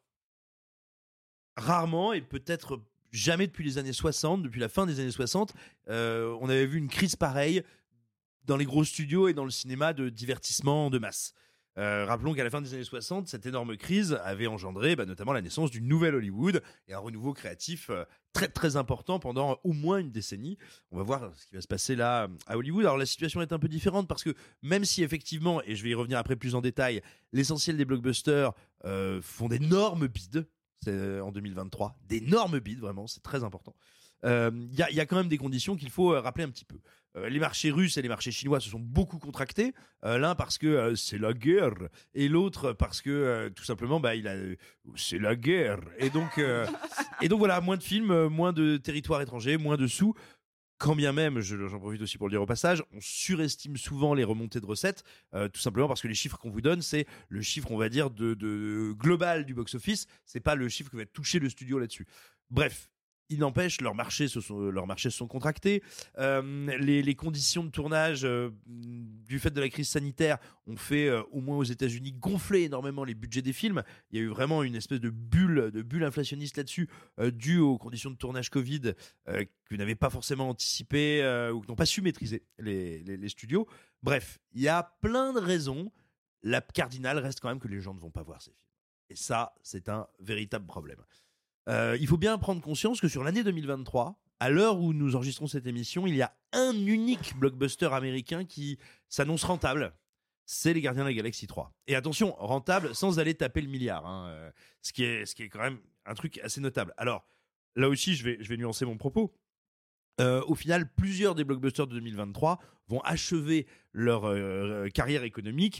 rarement et peut-être jamais depuis les années soixante, depuis la fin des années soixante, euh, on avait vu une crise pareille dans les gros studios et dans le cinéma de divertissement de masse. Euh, rappelons qu'à la fin des années soixante, cette énorme crise avait engendré bah, notamment la naissance d'une nouvelle Hollywood et un renouveau créatif euh, très très important pendant au moins une décennie. On va voir ce qui va se passer là à Hollywood. Alors la situation est un peu différente parce que même si effectivement, et je vais y revenir après plus en détail, l'essentiel des blockbusters euh, font d'énormes bids c'est, euh, en deux mille vingt-trois, d'énormes bids vraiment, c'est très important. Il euh, y, y a quand même des conditions qu'il faut euh, rappeler un petit peu. Euh, les marchés russes et les marchés chinois se sont beaucoup contractés. Euh, l'un parce que euh, c'est la guerre et l'autre parce que euh, tout simplement bah il a euh, c'est la guerre et donc euh, et donc voilà, moins de films, euh, moins de territoires étrangers, moins de sous. Quand bien même, je, j'en profite aussi pour le dire au passage, on surestime souvent les remontées de recettes, euh, tout simplement parce que les chiffres qu'on vous donne, c'est le chiffre, on va dire, de, de global du box-office. C'est pas le chiffre qui va toucher le studio là-dessus. Bref. Il n'empêche, leurs marchés se sont, leurs marchés se sont contractés. Euh, les, les conditions de tournage, euh, du fait de la crise sanitaire, ont fait, euh, au moins aux États-Unis, gonfler énormément les budgets des films. Il y a eu vraiment une espèce de bulle, de bulle inflationniste là-dessus, euh, due aux conditions de tournage Covid euh, que n'avaient pas forcément anticipé euh, ou que n'ont pas su maîtriser les, les, les studios. Bref, il y a plein de raisons. La cardinale reste quand même que les gens ne vont pas voir ces films. Et ça, c'est un véritable problème. Euh, il faut bien prendre conscience que sur l'année deux mille vingt-trois, à l'heure où nous enregistrons cette émission, il y a un unique blockbuster américain qui s'annonce rentable. C'est Les Gardiens de la Galaxie trois. Et attention, rentable sans aller taper le milliard, hein, euh, ce, qui est, ce qui est quand même un truc assez notable. Alors, là aussi, je vais, je vais nuancer mon propos. Euh, au final, plusieurs des blockbusters de deux mille vingt-trois vont achever leur euh, carrière économique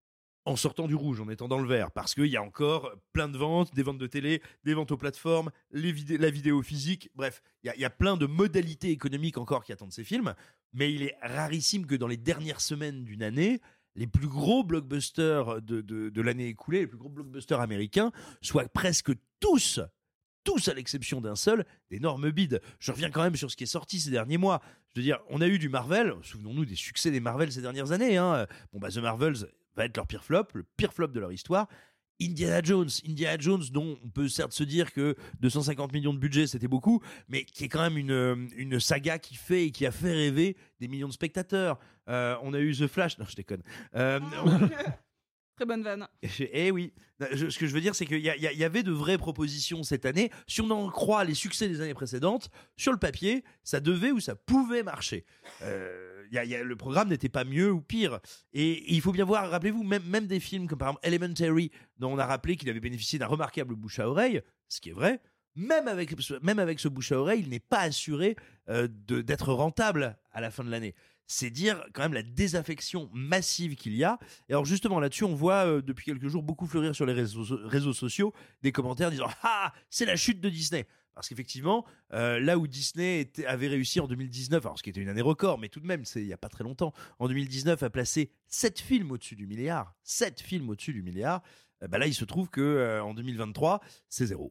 en sortant du rouge, en étant dans le vert, parce qu'il y a encore plein de ventes, des ventes de télé, des ventes aux plateformes, les vidé- la vidéo physique, bref, il y, y a plein de modalités économiques encore qui attendent ces films, mais il est rarissime que dans les dernières semaines d'une année, les plus gros blockbusters de, de, de l'année écoulée, les plus gros blockbusters américains, soient presque tous, tous à l'exception d'un seul, d'énormes bids. Je reviens quand même sur ce qui est sorti ces derniers mois. Je veux dire, on a eu du Marvel, souvenons-nous des succès des Marvel ces dernières années, hein. Bon bah The Marvels va être leur pire flop, le pire flop de leur histoire. Indiana Jones, Indiana Jones, dont on peut certes se dire que deux cent cinquante millions de budget, c'était beaucoup, mais qui est quand même une, une saga qui fait et qui a fait rêver des millions de spectateurs. Euh, on a eu The Flash, non, je déconne. Euh, on... Très bonne vanne. Eh oui, je, ce que je veux dire, c'est qu'il y, y, y avait de vraies propositions cette année. Si on en croit les succès des années précédentes, sur le papier, ça devait ou ça pouvait marcher. Euh, y a, y a, le programme n'était pas mieux ou pire. Et, et il faut bien voir, rappelez-vous, même, même des films comme par exemple Elementary, dont on a rappelé qu'il avait bénéficié d'un remarquable bouche à oreille, ce qui est vrai. Même avec, même avec ce bouche à oreille, il n'est pas assuré euh, de, d'être rentable à la fin de l'année. C'est dire quand même la désaffection massive qu'il y a. Et alors justement là-dessus, on voit euh, depuis quelques jours beaucoup fleurir sur les réseaux, réseaux sociaux des commentaires disant « Ah, c'est la chute de Disney !» Parce qu'effectivement, euh, là où Disney était, avait réussi en deux mille dix-neuf, alors ce qui était une année record, mais tout de même, c'est il n'y a pas très longtemps, en deux mille dix-neuf, à placer sept films au-dessus du milliard, sept films au-dessus du milliard, euh, bah là, il se trouve qu'en euh, deux mille vingt-trois, c'est zéro.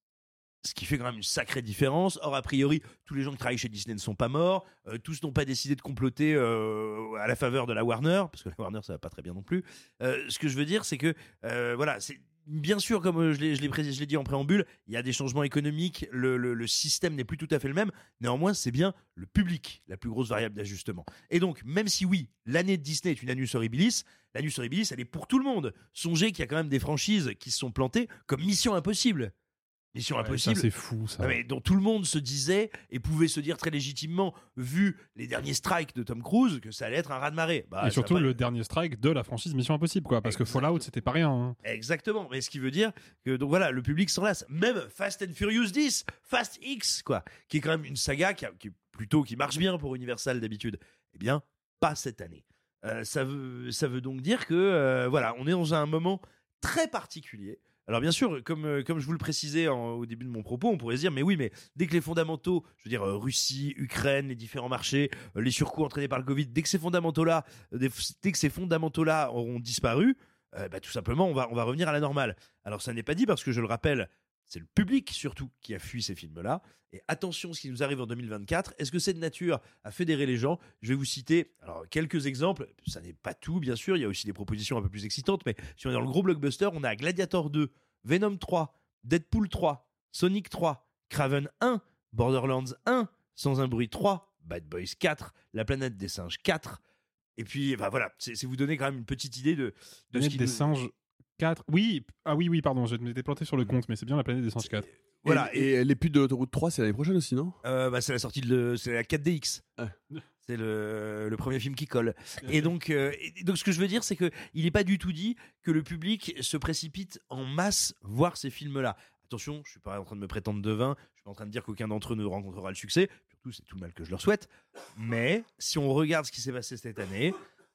Ce qui fait quand même une sacrée différence. Or, a priori, tous les gens qui travaillent chez Disney ne sont pas morts. Euh, tous n'ont pas décidé de comploter euh, à la faveur de la Warner, parce que la Warner, ça va pas très bien non plus. Euh, ce que je veux dire, c'est que, euh, voilà, c'est... Bien sûr, comme je l'ai, je, l'ai, je l'ai dit en préambule, il y a des changements économiques, le, le, le système n'est plus tout à fait le même. Néanmoins, c'est bien le public, la plus grosse variable d'ajustement. Et donc, même si oui, l'année de Disney est une annus horribilis, l'annus horribilis, elle est pour tout le monde. Songez qu'il y a quand même des franchises qui se sont plantées, comme Mission Impossible. Mission ouais, Impossible, ça, c'est fou, ça. Mais dont tout le monde se disait et pouvait se dire très légitimement, vu les derniers strikes de Tom Cruise, que ça allait être un raz-de-marée. Bah, et surtout pas... le dernier strike de la franchise Mission Impossible, quoi, parce Exactement. que Fallout, c'était pas rien. Hein. Exactement, mais ce qui veut dire que donc voilà, le public s'en lasse. Même Fast and Furious dix, Fast X, quoi, qui est quand même une saga qui, a, qui plutôt qui marche bien pour Universal d'habitude. Eh bien, pas cette année. Euh, ça veut, ça veut donc dire que euh, voilà, on est dans un moment très particulier. Alors bien sûr, comme, comme je vous le précisais en, au début de mon propos, on pourrait se dire, mais oui, mais dès que les fondamentaux, je veux dire euh, Russie, Ukraine, les différents marchés, euh, les surcoûts entraînés par le Covid, dès que ces fondamentaux-là, euh, dès que ces fondamentaux-là auront disparu, euh, bah, tout simplement, on va, on va revenir à la normale. Alors ça n'est pas dit parce que, je le rappelle, c'est le public surtout qui a fui ces films-là. Et attention, ce qui nous arrive en deux mille vingt-quatre, est-ce que c'est de nature à fédérer les gens ? Je vais vous citer alors, quelques exemples. Ça n'est pas tout, bien sûr. Il y a aussi des propositions un peu plus excitantes. Mais si on est dans le gros blockbuster, on a Gladiator deux, Venom trois, Deadpool trois, Sonic trois, Kraven un, Borderlands un, Sans un bruit trois, Bad Boys quatre, La planète des singes quatre. Et puis, bah voilà, c'est, c'est vous donner quand même une petite idée de, de ce qui des nous... singes quatre. Oui, ah oui, oui, pardon, je m'étais planté sur le compte, mais c'est bien La planète des singes quatre. Voilà. Et, et les putes de l'autoroute trois, c'est l'année prochaine aussi, non euh, bah, c'est la sortie de c'est la quatre D X. Ouais. C'est le, le premier film qui colle. Et donc, euh, et donc, ce que je veux dire, c'est que il n'est pas du tout dit que le public se précipite en masse voir ces films-là. Attention, je suis pas en train de me prétendre devin. Je suis pas en train de dire qu'aucun d'entre eux ne rencontrera le succès. Surtout, c'est tout le mal que je leur souhaite. Mais si on regarde ce qui s'est passé cette année,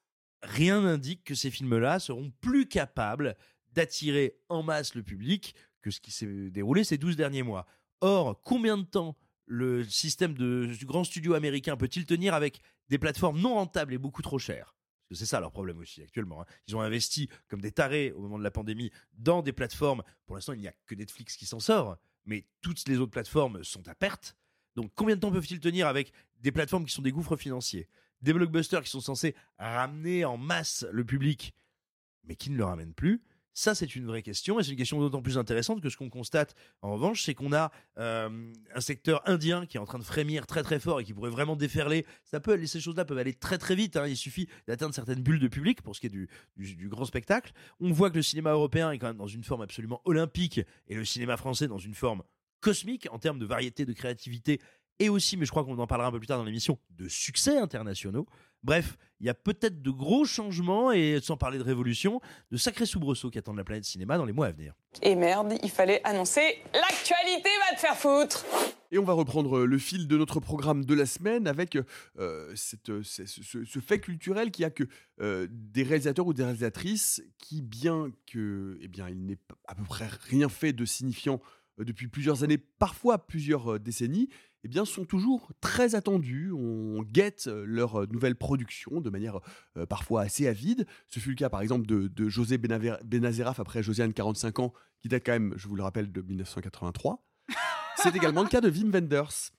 rien n'indique que ces films-là seront plus capables d'attirer en masse le public que ce qui s'est déroulé ces douze derniers mois. Or, combien de temps le système de, du grand studio américain peut-il tenir avec des plateformes non rentables et beaucoup trop chères ? Parce que c'est ça leur problème aussi actuellement. Hein. Ils ont investi comme des tarés au moment de la pandémie dans des plateformes. Pour l'instant, il n'y a que Netflix qui s'en sort, mais toutes les autres plateformes sont à perte. Donc, combien de temps peuvent-ils tenir avec des plateformes qui sont des gouffres financiers, des blockbusters qui sont censés ramener en masse le public, mais qui ne le ramènent plus ? Ça, c'est une vraie question, et c'est une question d'autant plus intéressante que ce qu'on constate, en revanche, c'est qu'on a euh, un secteur indien qui est en train de frémir très très fort et qui pourrait vraiment déferler. Ça peut, ces choses-là peuvent aller très très vite, hein. Il suffit d'atteindre certaines bulles de public pour ce qui est du, du, du grand spectacle. On voit que le cinéma européen est quand même dans une forme absolument olympique, et le cinéma français dans une forme cosmique en termes de variété, de créativité, et aussi, mais je crois qu'on en parlera un peu plus tard dans l'émission, de succès internationaux. Bref, il y a peut-être de gros changements et, sans parler de révolution, de sacrés soubresauts qui attendent la planète cinéma dans les mois à venir. Et merde, il fallait annoncer l'actualité va te faire foutre. Et on va reprendre le fil de notre programme de la semaine avec euh, cette, ce, ce, ce fait culturel qui a que euh, des réalisateurs ou des réalisatrices qui, bien que, eh bien, il n'ait à peu près rien fait de signifiant euh, depuis plusieurs années, parfois plusieurs euh, décennies, eh bien, sont toujours très attendus. On guette leur nouvelle production de manière euh, parfois assez avide. Ce fut le cas, par exemple, de, de José Benazeraf après Josiane, quarante-cinq ans, qui date quand même, je vous le rappelle, de dix-neuf cent quatre-vingt-trois. C'est également le cas de Wim Wenders.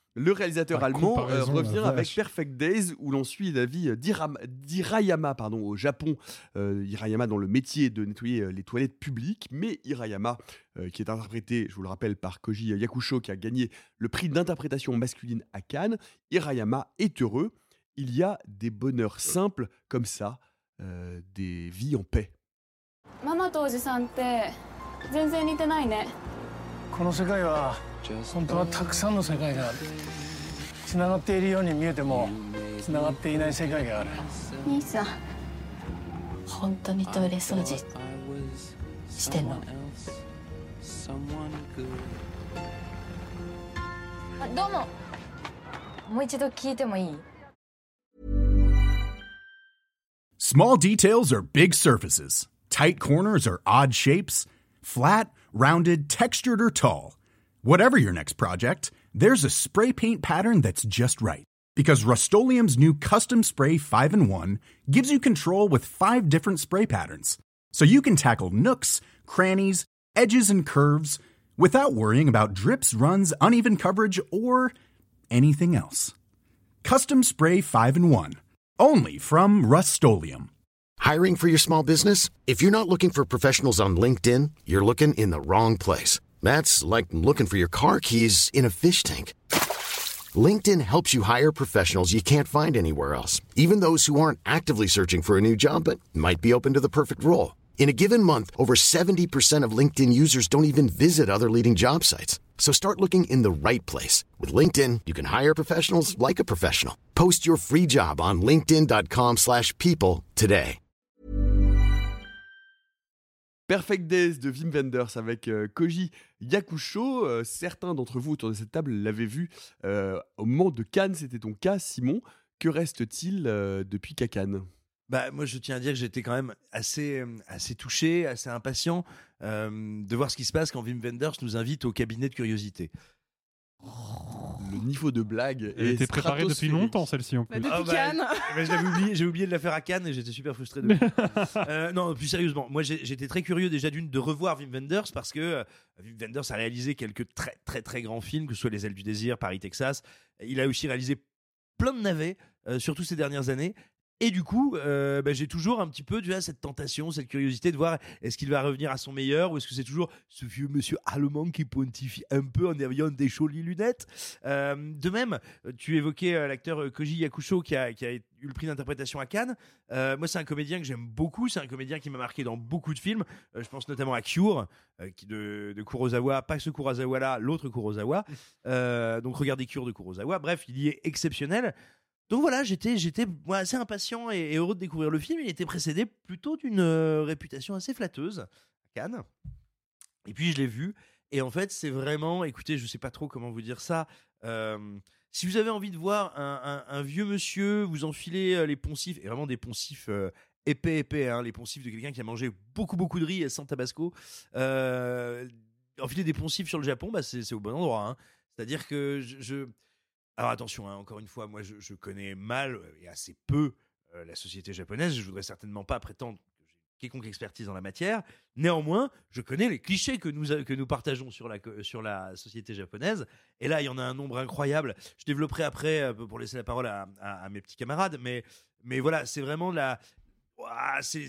Le réalisateur Ah, allemand euh, comparaison, revient la avec vache. Perfect Days, où l'on suit la vie d'Hiram- d'Hirayama pardon, au Japon. Euh, Hirayama dans le métier de nettoyer euh, les toilettes publiques, mais Hirayama, euh, qui est interprété, je vous le rappelle, par Koji Yakusho, qui a gagné le prix d'interprétation masculine à Cannes. Hirayama est heureux. Il y a des bonheurs simples comme ça, euh, des vies en paix. ママとおじさんって全然似てないね。 この世界は本当はたくさんの世界がある。つながっているように見えてもつながっていない世界がある。 兄さん、本当にトイレ掃除してんの？ あ、どうも。もう一度聞いてもいい？ Small details are big surfaces. Tight corners are odd shapes. Flat, rounded, textured, or tall. Whatever your next project, there's a spray paint pattern that's just right. Because Rust-Oleum's new Custom Spray five in one gives you control with five different spray patterns. So you can tackle nooks, crannies, edges, and curves without worrying about drips, runs, uneven coverage, or anything else. Custom Spray five in one. Only from Rust-Oleum. Hiring for your small business? If you're not looking for professionals on LinkedIn, you're looking in the wrong place. That's like looking for your car keys in a fish tank. LinkedIn helps you hire professionals you can't find anywhere else, even those who aren't actively searching for a new job but might be open to the perfect role. In a given month, over seventy percent of LinkedIn users don't even visit other leading job sites. So start looking in the right place. With LinkedIn, you can hire professionals like a professional. Post your free job on linkedin.com slash people today. Perfect Days de Wim Wenders avec euh, Koji Yakusho. Euh, certains d'entre vous autour de cette table l'avaient vu euh, au moment de Cannes. C'était ton cas, Simon. Que reste-t-il euh, depuis qu'à Cannes ? Bah, moi, je tiens à dire que j'étais quand même assez, assez touché, assez impatient euh, de voir ce qui se passe quand Wim Wenders nous invite au cabinet de curiosité. Le niveau de blague Elle était préparée depuis longtemps, celle-ci, en plus. Bah, depuis Ah bah, Cannes. bah, je l'avais oublié, j'ai oublié de la faire à Cannes et j'étais super frustré de euh, Non, plus sérieusement, moi j'ai- j'étais très curieux déjà d'une de revoir Wim Wenders parce que euh, Wim Wenders a réalisé quelques très très très grands films, que ce soit Les Ailes du Désir, Paris, Texas. Il a aussi réalisé plein de navets, euh, surtout ces dernières années. Et du coup, euh, bah, j'ai toujours un petit peu tu vois, cette tentation, cette curiosité de voir est-ce qu'il va revenir à son meilleur ou est-ce que c'est toujours ce vieux monsieur allemand qui pontifie un peu en ayant des jolies lunettes. Euh, de même, tu évoquais euh, l'acteur Koji Yakusho qui a, qui a eu le prix d'interprétation à Cannes. Euh, moi, c'est un comédien que j'aime beaucoup. C'est un comédien qui m'a marqué dans beaucoup de films. Euh, je pense notamment à Cure euh, qui de, de Kurosawa, pas ce Kurosawa-là, l'autre Kurosawa. Euh, donc, regardez Cure de Kurosawa. Bref, il y est exceptionnel. Donc voilà, j'étais, j'étais moi, assez impatient et, et heureux de découvrir le film. Il était précédé plutôt d'une euh, réputation assez flatteuse à Cannes. Et puis je l'ai vu. Et en fait, c'est vraiment, écoutez, je sais pas trop comment vous dire ça. Euh, si vous avez envie de voir un, un, un vieux monsieur vous enfiler euh, les poncifs, et vraiment des poncifs euh, épais, épais, hein, les poncifs de quelqu'un qui a mangé beaucoup, beaucoup de riz sans tabasco, euh, enfiler des poncifs sur le Japon, bah, c'est, c'est au bon endroit. Hein. C'est-à-dire que je... je... Alors attention, hein, encore une fois, moi je, je connais mal et assez peu euh, la société japonaise. Je voudrais certainement pas prétendre que j'ai quelconque expertise en la matière. Néanmoins, je connais les clichés que nous, que nous partageons sur la, sur la société japonaise. Et là, il y en a un nombre incroyable. Je développerai après euh, pour laisser la parole à, à, à mes petits camarades. Mais, mais voilà, c'est vraiment de la... Ouah, c'est...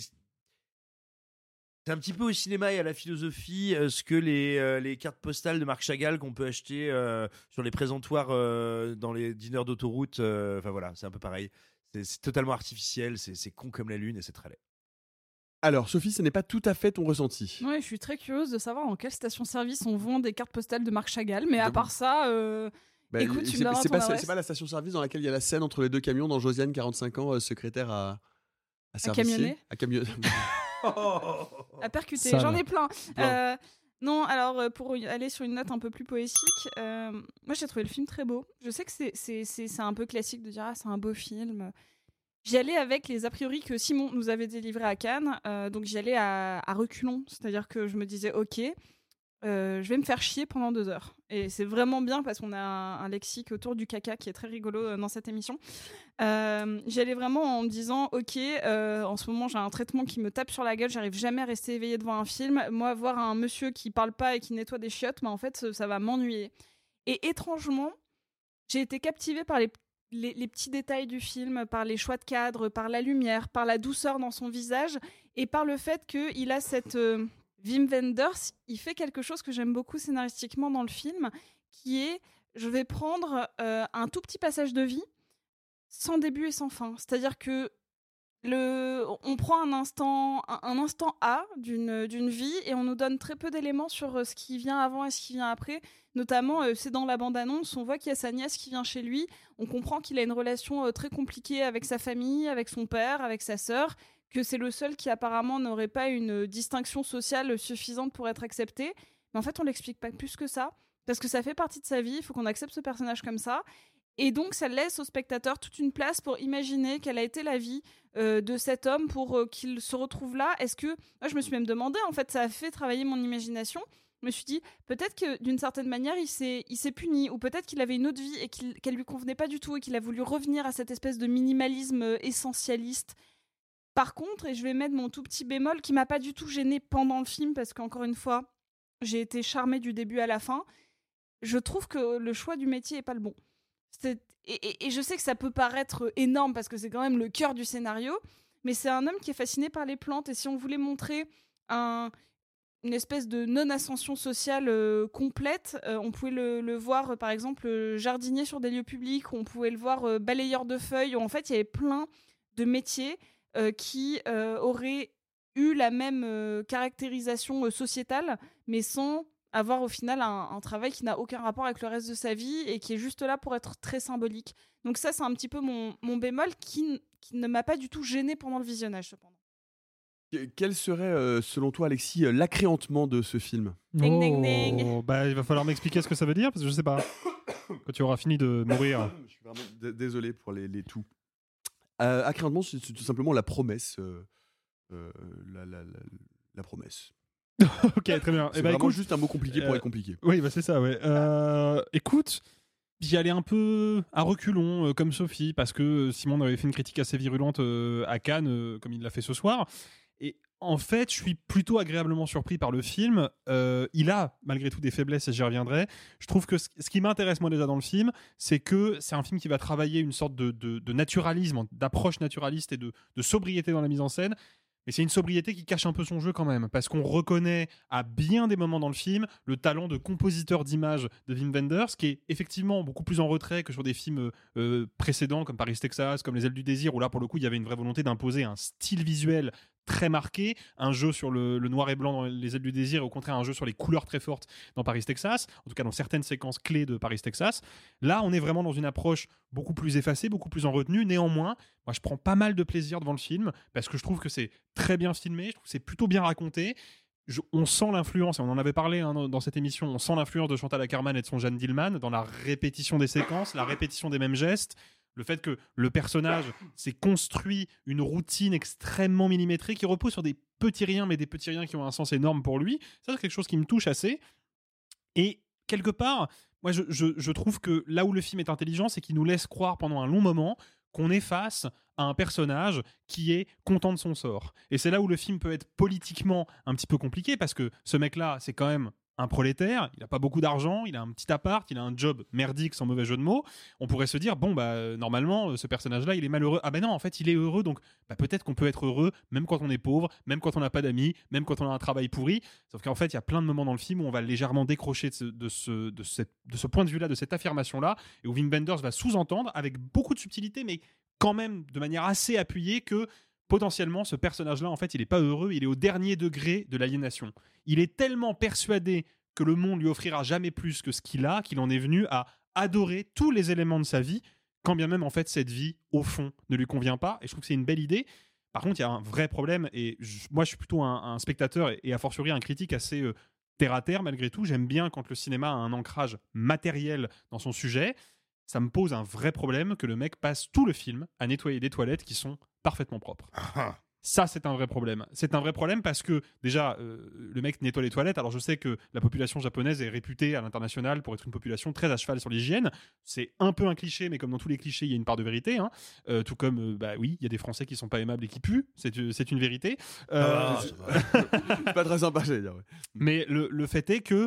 C'est un petit peu au cinéma et à la philosophie euh, ce que les, euh, les cartes postales de Marc Chagall qu'on peut acheter euh, sur les présentoirs euh, dans les dîners d'autoroute. Enfin euh, voilà, c'est un peu pareil. C'est, c'est totalement artificiel, c'est, c'est con comme la lune et c'est très laid. Alors, Sophie, ce n'est pas tout à fait ton ressenti. Ouais, je suis très curieuse de savoir dans quelle station-service on vend des cartes postales de Marc Chagall. Mais à part ça, euh, Bah, écoute, tu c'est, me donneras c'est, ton pas, adresse. c'est pas la station-service dans laquelle il y a la scène entre les deux camions dans Josiane, quarante-cinq ans, euh, secrétaire à, à servicier. camionner À camion. à percuter. Sale. J'en ai plein. Plein. Euh, non, alors euh, pour y aller sur une note un peu plus poétique, euh, moi j'ai trouvé le film très beau. Je sais que c'est, c'est, c'est, c'est un peu classique de dire ah, c'est un beau film. J'y allais avec les a priori que Simon nous avait délivrés à Cannes, euh, donc j'y allais à, à reculons, c'est-à-dire que je me disais ok, euh, je vais me faire chier pendant deux heures. Et c'est vraiment bien parce qu'on a un, un lexique autour du caca qui est très rigolo euh, dans cette émission. Euh, j'y allais vraiment en me disant ok, euh, en ce moment j'ai un traitement qui me tape sur la gueule, j'arrive jamais à rester éveillée devant un film. Moi, voir un monsieur qui parle pas et qui nettoie des chiottes, bah, en fait ça va m'ennuyer. Et étrangement, j'ai été captivée par les, les, les petits détails du film, par les choix de cadre, par la lumière, par la douceur dans son visage et par le fait qu'il a cette... Euh, Wim Wenders, il fait quelque chose que j'aime beaucoup scénaristiquement dans le film, qui est, je vais prendre euh, un tout petit passage de vie sans début et sans fin. C'est-à-dire que Le, on prend un instant, un, un instant A d'une, d'une vie et on nous donne très peu d'éléments sur euh, ce qui vient avant et ce qui vient après. Notamment, euh, c'est dans la bande-annonce, on voit qu'il y a sa nièce qui vient chez lui. On comprend qu'il a une relation euh, très compliquée avec sa famille, avec son père, avec sa sœur, que c'est le seul qui apparemment n'aurait pas une distinction sociale suffisante pour être accepté. Mais en fait, on l'explique pas plus que ça, parce que ça fait partie de sa vie, il faut qu'on accepte ce personnage comme ça. Et donc, ça laisse au spectateur toute une place pour imaginer quelle a été la vie euh, de cet homme pour euh, qu'il se retrouve là. Est-ce que... Moi, je me suis même demandé, en fait, ça a fait travailler mon imagination. Je me suis dit, peut-être que d'une certaine manière, il s'est, il s'est puni, ou peut-être qu'il avait une autre vie et qu'il, qu'elle lui convenait pas du tout et qu'il a voulu revenir à cette espèce de minimalisme euh, essentialiste. Par contre, et je vais mettre mon tout petit bémol qui m'a pas du tout gênée pendant le film, parce qu'encore une fois, j'ai été charmée du début à la fin, je trouve que le choix du métier est pas le bon. C'est... Et, et, et je sais que ça peut paraître énorme parce que c'est quand même le cœur du scénario, mais c'est un homme qui est fasciné par les plantes et si on voulait montrer un, une espèce de non-ascension sociale euh, complète, euh, on pouvait le, le voir euh, par exemple euh, jardinier sur des lieux publics, on pouvait le voir euh, balayeur de feuilles, où en fait il y avait plein de métiers euh, qui euh, auraient eu la même euh, caractérisation euh, sociétale, mais sans avoir au final un, un travail qui n'a aucun rapport avec le reste de sa vie et qui est juste là pour être très symbolique. Donc ça, c'est un petit peu mon, mon bémol qui, qui ne m'a pas du tout gêné pendant le visionnage, cependant. Quel serait, euh, selon toi, Alexis, euh, l'accréantement de ce film ? Ding, ding, ding. Oh, bah, il va falloir m'expliquer ce que ça veut dire, parce que je sais pas. Quand tu auras fini de mourir. Je suis vraiment d- désolé pour les, les tout. Euh, accréantement, c'est, c'est tout simplement la promesse. Euh, euh, la, la, la, la promesse. Ok, très bien. C'est eh ben, vraiment écoute, juste un mot compliqué pour euh, être compliqué. Oui, bah c'est ça, ouais. Euh, écoute, j'y allais un peu à reculons, euh, comme Sophie, parce que Simon avait fait une critique assez virulente euh, à Cannes, euh, comme il l'a fait ce soir. Et en fait, je suis plutôt agréablement surpris par le film. Euh, il a, malgré tout, des faiblesses, et j'y reviendrai. Je trouve que ce, ce qui m'intéresse, moi, déjà, dans le film, c'est que c'est un film qui va travailler une sorte de, de, de naturalisme, d'approche naturaliste et de, de sobriété dans la mise en scène. Mais c'est une sobriété qui cache un peu son jeu quand même, parce qu'on reconnaît à bien des moments dans le film le talent de compositeur d'images de Wim Wenders, qui est effectivement beaucoup plus en retrait que sur des films euh, précédents, comme Paris, Texas, comme Les Ailes du Désir, où là, pour le coup, il y avait une vraie volonté d'imposer un style visuel très marqué, un jeu sur le, le noir et blanc dans Les Ailes du Désir, et au contraire un jeu sur les couleurs très fortes dans Paris, Texas, en tout cas dans certaines séquences clés de Paris, Texas. Là, on est vraiment dans une approche beaucoup plus effacée, beaucoup plus en retenue. Néanmoins, moi, je prends pas mal de plaisir devant le film, parce que je trouve que c'est très bien filmé, je trouve que c'est plutôt bien raconté. Je, on sent l'influence, et on en avait parlé hein, dans, dans cette émission, on sent l'influence de Chantal Akerman et de son Jeanne Dillman dans la répétition des séquences, la répétition des mêmes gestes. Le fait que le personnage s'est construit une routine extrêmement millimétrée qui repose sur des petits riens, mais des petits riens qui ont un sens énorme pour lui. Ça, c'est quelque chose qui me touche assez. Et quelque part, moi, je, je, je trouve que là où le film est intelligent, c'est qu'il nous laisse croire pendant un long moment qu'on est face à un personnage qui est content de son sort. Et c'est là où le film peut être politiquement un petit peu compliqué, parce que ce mec-là, c'est quand même un prolétaire, il n'a pas beaucoup d'argent, il a un petit appart, il a un job merdique sans mauvais jeu de mots. On pourrait se dire, bon, bah, euh, normalement, ce personnage-là, il est malheureux. Ah ben non, en fait, il est heureux, donc bah, peut-être qu'on peut être heureux même quand on est pauvre, même quand on n'a pas d'amis, même quand on a un travail pourri. Sauf qu'en fait, il y a plein de moments dans le film où on va légèrement décrocher de ce, de ce, de cette, de ce point de vue-là, de cette affirmation-là, et où Wim Wenders va sous-entendre, avec beaucoup de subtilité, mais quand même de manière assez appuyée, que potentiellement, ce personnage-là, en fait, il n'est pas heureux, il est au dernier degré de l'aliénation. Il est tellement persuadé que le monde lui offrira jamais plus que ce qu'il a, qu'il en est venu à adorer tous les éléments de sa vie, quand bien même, en fait, cette vie, au fond, ne lui convient pas. Et je trouve que c'est une belle idée. Par contre, il y a un vrai problème, et je, moi, je suis plutôt un, un spectateur, et, et a fortiori un critique assez euh, terre-à-terre, malgré tout. J'aime bien quand le cinéma a un ancrage matériel dans son sujet. Ça me pose un vrai problème que le mec passe tout le film à nettoyer des toilettes qui sont parfaitement propres. Ça, c'est un vrai problème. C'est un vrai problème parce que, déjà, euh, le mec nettoie les toilettes. Alors, je sais que la population japonaise est réputée à l'international pour être une population très à cheval sur l'hygiène. C'est un peu un cliché, mais comme dans tous les clichés, il y a une part de vérité. Hein. Euh, tout comme, euh, bah oui, il y a des Français qui sont pas aimables et qui puent. C'est, c'est une vérité. Euh, ah, c'est pas très sympa, j'allais dire. Ouais. Mais le, le fait est que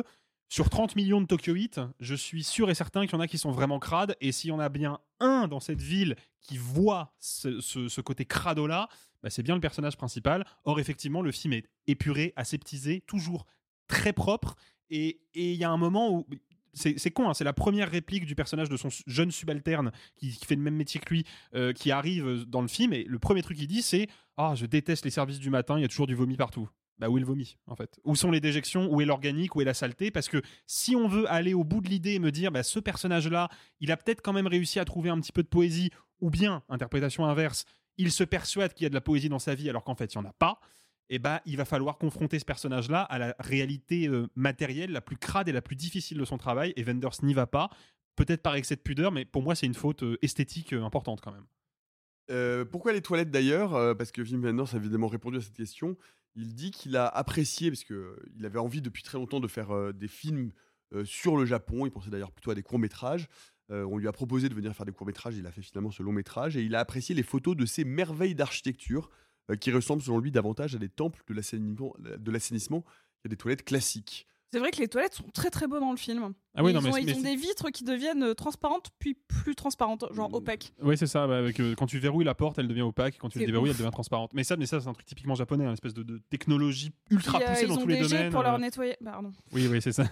Sur trente millions de Tokyo huit, je suis sûr et certain qu'il y en a qui sont vraiment crades. Et s'il y en a bien un dans cette ville qui voit ce, ce, ce côté crado-là, bah c'est bien le personnage principal. Or, effectivement, le film est épuré, aseptisé, toujours très propre. Et il y a un moment où... C'est, c'est con, hein, c'est la première réplique du personnage de son jeune subalterne qui, qui fait le même métier que lui, euh, qui arrive dans le film. Et le premier truc qu'il dit, c'est « Ah, oh, je déteste les services du matin, il y a toujours du vomi partout. » Bah, où est le vomi, en fait? Où sont les déjections? Où est l'organique? Où est la saleté? Parce que si on veut aller au bout de l'idée et me dire, bah, ce personnage-là, il a peut-être quand même réussi à trouver un petit peu de poésie, ou bien, interprétation inverse, il se persuade qu'il y a de la poésie dans sa vie alors qu'en fait, il n'y en a pas, et bah, il va falloir confronter ce personnage-là à la réalité euh, matérielle la plus crade et la plus difficile de son travail, et Wenders n'y va pas, peut-être par excès de pudeur, mais pour moi, c'est une faute euh, esthétique euh, importante quand même. Euh, pourquoi les toilettes d'ailleurs euh, Parce que Wim Wenders a évidemment répondu à cette question. Il dit qu'il a apprécié, parce qu'il avait envie depuis très longtemps de faire euh, des films euh, sur le Japon. Il pensait d'ailleurs plutôt à des courts-métrages. Euh, on lui a proposé de venir faire des courts-métrages. Il a fait finalement ce long-métrage. Et il a apprécié les photos de ces merveilles d'architecture euh, qui ressemblent selon lui davantage à des temples de l'assainissement, de l'assainissement qu'à des toilettes classiques. C'est vrai que les toilettes sont très très beaux dans le film. Ah oui, ils non, ont, mais ils mais ont des vitres qui deviennent transparentes puis plus transparentes, genre opaques. Oui, c'est ça. Bah, avec, euh, quand tu verrouilles la porte, elle devient opaque. Quand tu C'est la déverrouilles, ouf. elle devient transparente. Mais ça, mais ça c'est un truc typiquement japonais, une espèce de, de technologie ultra Puis, euh, poussée dans ils ont tous les des jets domaines. pour leur euh. nettoyer. Pardon. Oui, oui, c'est ça.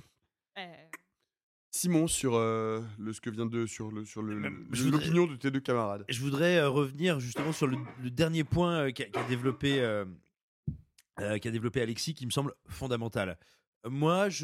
Simon, sur euh, le, ce que vient de sur le sur le, Je le- voudrais- l'opinion de tes deux camarades. Je voudrais euh, revenir justement sur le, le dernier point euh, qu'a, qu'a développé euh, euh, qu'a développé Alexis, qui me semble fondamental. Moi, je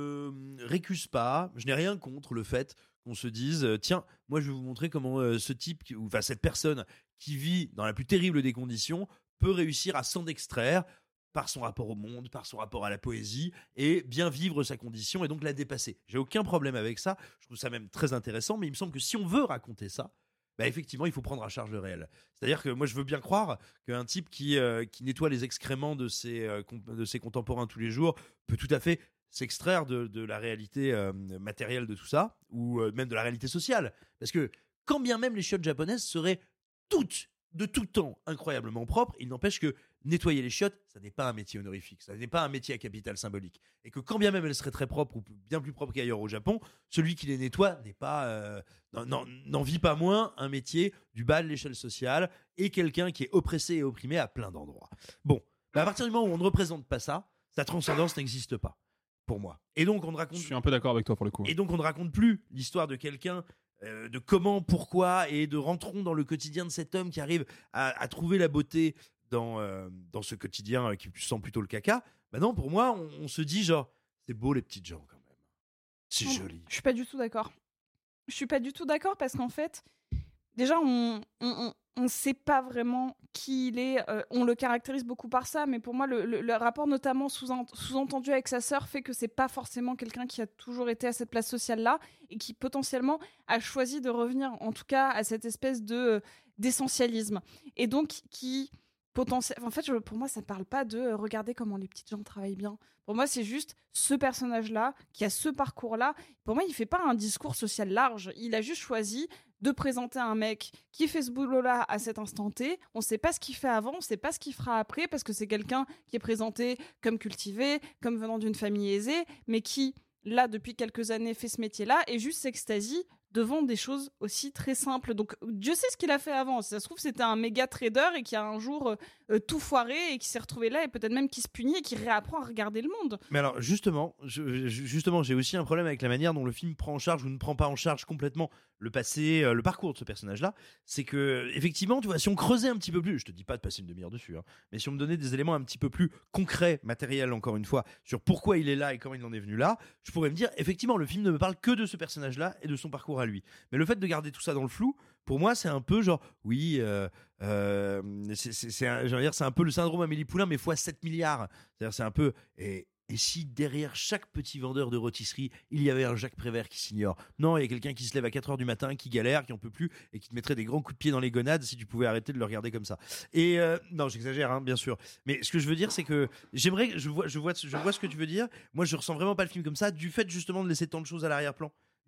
ne récuse pas, je n'ai rien contre le fait qu'on se dise euh, tiens, moi je vais vous montrer comment euh, ce type, qui- ou enfin cette personne qui vit dans la plus terrible des conditions peut réussir à s'en extraire par son rapport au monde, par son rapport à la poésie, et bien vivre sa condition et donc la dépasser. J'ai aucun problème avec ça, je trouve ça même très intéressant, mais il me semble que si on veut raconter ça, bah effectivement, il faut prendre en charge le réel. C'est-à-dire que moi, je veux bien croire qu'un type qui, euh, qui nettoie les excréments de ses, euh, comp- de ses contemporains tous les jours peut tout à fait s'extraire de, de la réalité euh, matérielle de tout ça, ou euh, même de la réalité sociale. Parce que quand bien même les chiottes japonaises seraient toutes, de tout temps, incroyablement propres, il n'empêche que nettoyer les chiottes, ça n'est pas un métier honorifique, ça n'est pas un métier à capital symbolique. Et que quand bien même elles seraient très propres, ou bien plus propres qu'ailleurs au Japon, celui qui les nettoie n'est pas, euh, n'en- n'en n'en vit pas moins un métier du bas de l'échelle sociale, et quelqu'un qui est oppressé et opprimé à plein d'endroits. Bon, bah à partir du moment où on ne représente pas ça, sa transcendance n'existe pas, pour moi. Et donc on ne raconte... Je suis un peu d'accord avec toi pour le coup. Et donc on ne raconte plus l'histoire de quelqu'un, euh, de comment, pourquoi, et de rentrons dans le quotidien de cet homme qui arrive à, à trouver la beauté dans, euh, dans ce quotidien qui sent plutôt le caca. Bah non, pour moi, on, on se dit genre, c'est beau les petites gens quand même. C'est Non, joli. Je suis pas du tout d'accord. Je suis pas du tout d'accord parce qu'en fait, déjà, on on, on, on sait pas vraiment qui il est. Euh, on le caractérise beaucoup par ça, mais pour moi, le, le, le rapport notamment sous-ent- sous-entendu avec sa sœur fait que c'est pas forcément quelqu'un qui a toujours été à cette place sociale-là et qui potentiellement a choisi de revenir, en tout cas, à cette espèce de euh, d'essentialisme. Et donc, qui potentiellement... En fait, je- pour moi, ça ne parle pas de euh, regarder comment les petites gens travaillent bien. Pour moi, c'est juste ce personnage-là, qui a ce parcours-là. Pour moi, il fait pas un discours social large. Il a juste choisi de présenter un mec qui fait ce boulot-là à cet instant T. On ne sait pas ce qu'il fait avant, on ne sait pas ce qu'il fera après, parce que c'est quelqu'un qui est présenté comme cultivé, comme venant d'une famille aisée, mais qui, là, depuis quelques années, fait ce métier-là et juste s'extasie devant des choses aussi très simples. Donc, Dieu sait ce qu'il a fait avant. Si ça se trouve, c'était un méga trader et qui a un jour euh, euh, tout foiré et qui s'est retrouvé là et peut-être même qui se punit et qui réapprend à regarder le monde. Mais alors, justement, je- je- justement, j'ai aussi un problème avec la manière dont le film prend en charge ou ne prend pas en charge complètement le passé, euh, le parcours de ce personnage-là. C'est que, effectivement, tu vois, si on creusait un petit peu plus, je te dis pas de passer une demi-heure dessus, hein, mais si on me donnait des éléments un petit peu plus concrets, matériels, encore une fois, sur pourquoi il est là et comment il en est venu là, je pourrais me dire, effectivement, le film ne me parle que de ce personnage-là et de son parcours à lui. Mais le fait de garder tout ça dans le flou, pour moi, c'est un peu genre, oui, euh, euh, c'est, c'est, c'est un, j'allais dire, c'est un peu le syndrome Amélie Poulain, mais fois sept milliards. C'est-à-dire, c'est un peu, et, et si derrière chaque petit vendeur de rôtisserie, il y avait un Jacques Prévert qui s'ignore? Non, il y a quelqu'un qui se lève à quatre heures du matin, qui galère, qui en peut plus, et qui te mettrait des grands coups de pied dans les gonades si tu pouvais arrêter de le regarder comme ça. Et euh, non, j'exagère, hein, bien sûr. Mais ce que je veux dire, c'est que j'aimerais, je vois, je vois, je vois ce que tu veux dire. Moi, je ressens vraiment pas le film comme ça, du fait justement de laisser tant de choses à l'arrière-plan.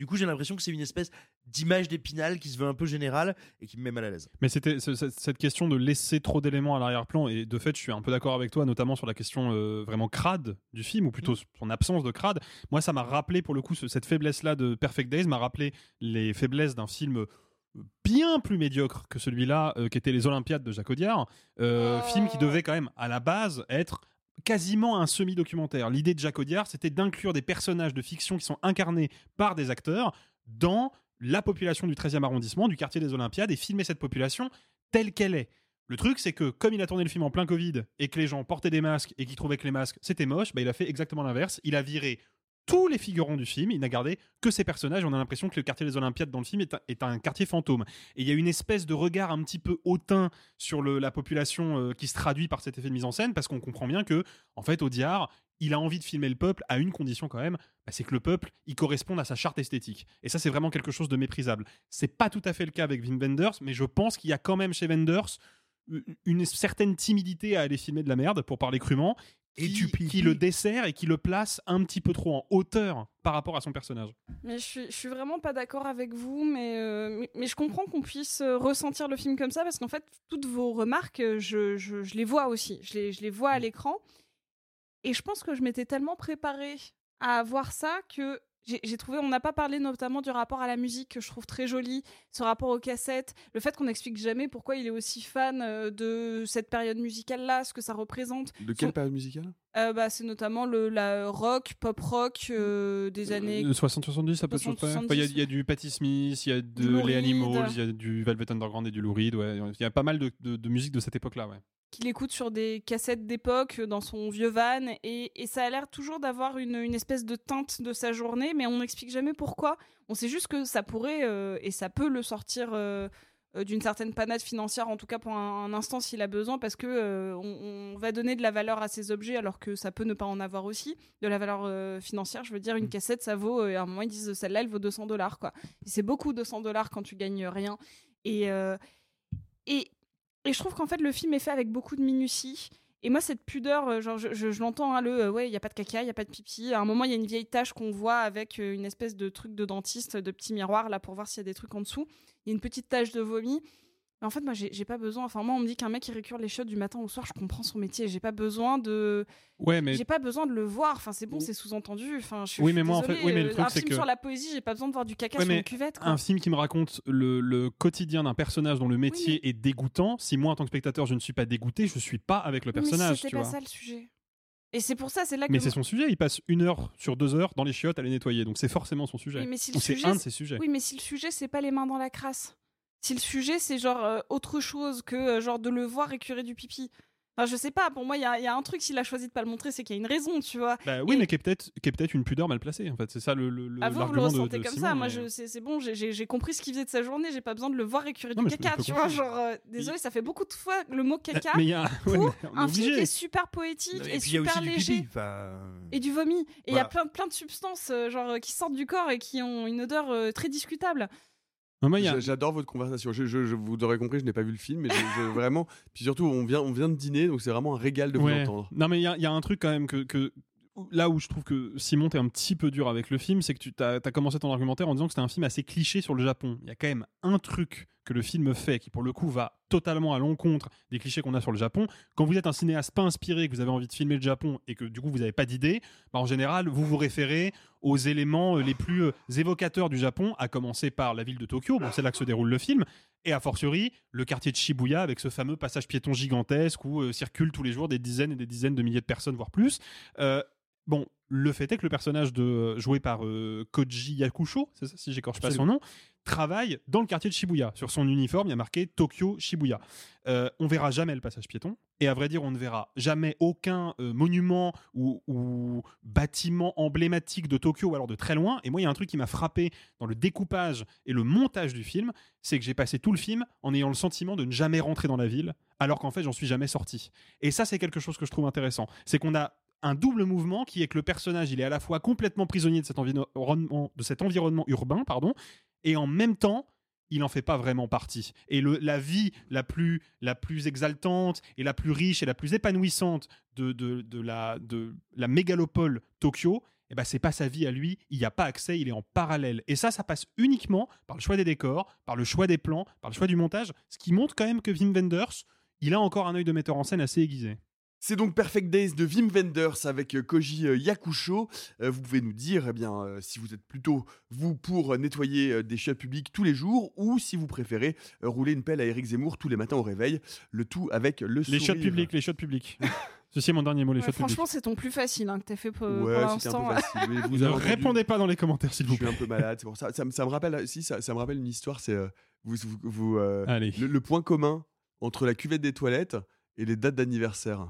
Du coup, j'ai l'impression que c'est une espèce d'image d'Épinal qui se veut un peu générale et qui me met mal à l'aise. Mais c'était c- c- cette question de laisser trop d'éléments à l'arrière-plan, et de fait, je suis un peu d'accord avec toi, notamment sur la question euh, vraiment crade du film, ou plutôt son absence de crade. Moi, ça m'a rappelé, pour le coup, ce- cette faiblesse-là de Perfect Days m'a rappelé les faiblesses d'un film bien plus médiocre que celui-là, euh, qui était Les Olympiades de Jacques Audiard, euh, oh. film qui devait quand même, à la base, être quasiment un semi-documentaire. L'idée de Jacques Audiard, c'était d'inclure des personnages de fiction qui sont incarnés par des acteurs dans la population du treizième arrondissement, du quartier des Olympiades, et filmer cette population telle qu'elle est. Le truc, c'est que comme il a tourné le film en plein Covid, et que les gens portaient des masques, et qu'ils trouvaient que les masques, c'était moche, bah, il a fait exactement l'inverse. Il a viré tous les figurants du film, il n'a gardé que ces personnages. On a l'impression que le quartier des Olympiades dans le film est un, est un quartier fantôme. Et il y a une espèce de regard un petit peu hautain sur le, la population euh, qui se traduit par cet effet de mise en scène, parce qu'on comprend bien que, en fait, Audiard, il a envie de filmer le peuple à une condition quand même, bah, c'est que le peuple, il corresponde à sa charte esthétique. Et ça, c'est vraiment quelque chose de méprisable. C'est pas tout à fait le cas avec Wim Wenders, mais je pense qu'il y a quand même chez Wenders une certaine timidité à aller filmer de la merde, pour parler crûment, Qui, et tu qui le dessert et qui le place un petit peu trop en hauteur par rapport à son personnage. Mais je suis, je suis vraiment pas d'accord avec vous, mais, euh, mais, mais je comprends qu'on puisse ressentir le film comme ça, parce qu'en fait, toutes vos remarques, je, je, je les vois aussi. Je les, je les vois à l'écran. Et je pense que je m'étais tellement préparée à voir ça que j'ai, j'ai trouvé, on n'a pas parlé notamment du rapport à la musique que je trouve très joli, ce rapport aux cassettes, le fait qu'on n'explique jamais pourquoi il est aussi fan euh, de cette période musicale-là, ce que ça représente. De quelle Son... période musicale euh, bah, c'est notamment le la rock, pop rock euh, des années euh, soixante soixante-dix, ça peut être chose. Il y, y a du Patti Smith, il y a de les Animals, il y a du Velvet Underground et du Lou Reed. Ouais. Il y a pas mal de, de, de musique de cette époque-là. Ouais. Qu'il écoute sur des cassettes d'époque dans son vieux van, et, et ça a l'air toujours d'avoir une, une espèce de teinte de sa journée, mais on n'explique jamais pourquoi. On sait juste que ça pourrait euh, et ça peut le sortir euh, euh, d'une certaine panade financière, en tout cas pour un, un instant s'il a besoin, parce que euh, on, on va donner de la valeur à ces objets alors que ça peut ne pas en avoir aussi, de la valeur euh, financière. Je veux dire, une cassette, ça vaut, euh, à un moment ils disent celle-là elle vaut deux cents dollars, quoi. Et c'est beaucoup deux cents dollars quand tu gagnes rien. Et euh, et Et je trouve qu'en fait, le film est fait avec beaucoup de minutie. Et moi, cette pudeur, genre, je, je, je l'entends, hein, le euh, ouais, il n'y a pas de caca, il n'y a pas de pipi. À un moment, il y a une vieille tache qu'on voit avec euh, une espèce de truc de dentiste, de petit miroir, là, pour voir s'il y a des trucs en dessous. Il y a une petite tache de vomi. Mais en fait, moi, j'ai, j'ai pas besoin. Enfin, moi, on me dit qu'un mec, il récure les chiottes du matin au soir, je comprends son métier. J'ai pas besoin de. Ouais, mais. J'ai pas besoin de le voir. Enfin, c'est bon, c'est sous-entendu. Enfin, je suis. Oui, mais moi, désolée. en fait. Oui, mais le truc, un c'est film que... sur la poésie, j'ai pas besoin de voir du caca ouais, sur une cuvette, quoi. Un film qui me raconte le, le quotidien d'un personnage dont le métier oui, mais... est dégoûtant. Si moi, en tant que spectateur, je ne suis pas dégoûté, je suis pas avec le personnage. Mais c'était tu pas vois. ça le sujet. Et c'est pour ça, c'est là que. Mais c'est son sujet. Il passe une heure sur deux heures dans les chiottes à les nettoyer. Donc c'est forcément son sujet. Oui, mais si Ou c'est sujet, un de ses sujets. Oui, mais si le sujet, c'est pas les mains dans la crasse. Si le sujet, c'est genre euh, autre chose que euh, genre de le voir écurer du pipi. Enfin, je sais pas, pour moi, il y, y a un truc, s'il a choisi de pas le montrer, c'est qu'il y a une raison, tu vois. Bah oui, et... mais qui est peut-être, qui est peut-être une pudeur mal placée, en fait. C'est ça le, le, ah, vous, l'argument vous le ressentez de, de comme Simon, ça. mais... Moi, je, c'est, c'est bon, j'ai, j'ai, j'ai compris ce qu'il faisait de sa journée, j'ai pas besoin de le voir écurer non, du caca, tu vois. Genre, euh, désolé, ça fait beaucoup de fois le mot caca mais y a... pour ouais, un film qui est super poétique et, et super léger. Pipi, enfin... Et du vomi. Et il voilà. y a plein, plein de substances euh, genre, qui sortent du corps et qui ont une odeur euh, très discutable. Moi, a... J'adore votre conversation. Je, je, je vous aurez compris, je n'ai pas vu le film, mais je, je, vraiment. Puis surtout, on vient, on vient de dîner, donc c'est vraiment un régal de ouais. vous entendre. Non, mais il y, y a un truc quand même que, que là où je trouve que Simon t'es un petit peu dur avec le film, c'est que tu as commencé ton argumentaire en disant que c'était un film assez cliché sur le Japon. Il y a quand même un truc que le film fait qui pour le coup va totalement à l'encontre des clichés qu'on a sur le Japon. Quand vous êtes un cinéaste pas inspiré, que vous avez envie de filmer le Japon et que du coup vous n'avez pas d'idée, bah en général vous vous référez aux éléments les plus évocateurs du Japon, à commencer par la ville de Tokyo, bon, c'est là que se déroule le film, et a fortiori le quartier de Shibuya avec ce fameux passage piéton gigantesque où euh, circulent tous les jours des dizaines et des dizaines de milliers de personnes, voire plus. Euh, bon, le fait est que le personnage de, joué par euh, Koji Yakusho, c'est ça, si j'écorche pas son nom, travaille dans le quartier de Shibuya. Sur son uniforme, il y a marqué Tokyo Shibuya. Euh, on verra jamais le passage piéton, et à vrai dire, on ne verra jamais aucun euh, monument ou, ou bâtiment emblématique de Tokyo, ou alors de très loin. Et moi, il y a un truc qui m'a frappé dans le découpage et le montage du film, c'est que j'ai passé tout le film en ayant le sentiment de ne jamais rentrer dans la ville, alors qu'en fait, j'en suis jamais sorti. Et ça, c'est quelque chose que je trouve intéressant. C'est qu'on a un double mouvement qui est que le personnage, il est à la fois complètement prisonnier de cet environnement, de cet environnement urbain, pardon, et en même temps, il en fait pas vraiment partie. Et le, la vie la plus, la plus exaltante et la plus riche et la plus épanouissante de, de, de, la, de la mégalopole Tokyo, eh ben, c'est pas sa vie à lui, il n'y a pas accès, il est en parallèle. Et ça, ça passe uniquement par le choix des décors, par le choix des plans, par le choix du montage, ce qui montre quand même que Wim Wenders, il a encore un œil de metteur en scène assez aiguisé. C'est donc Perfect Days de Wim Wenders avec Koji Yakusho. Euh, vous pouvez nous dire eh bien, euh, si vous êtes plutôt, vous, pour nettoyer euh, des chiottes publiques tous les jours ou si vous préférez euh, rouler une pelle à Éric Zemmour tous les matins au réveil. Le tout avec le sourire. Les chiottes publiques, les chiottes publiques. Ceci est mon dernier mot, les Ouais, chiottes publiques. franchement, c'est ton plus facile hein, que t'as fait pour, Ouais, pour c'était l'instant. un peu facile. Mais vous Ne avez entendu- répondez pas dans les commentaires, s'il vous Je suis plaît. un peu malade, c'est pour ça. Ça, me- ça me rappelle, si, ça, ça me rappelle une histoire. C'est euh, vous, vous, vous, euh, Allez. le, le point commun entre la cuvette des toilettes et les dates d'anniversaire.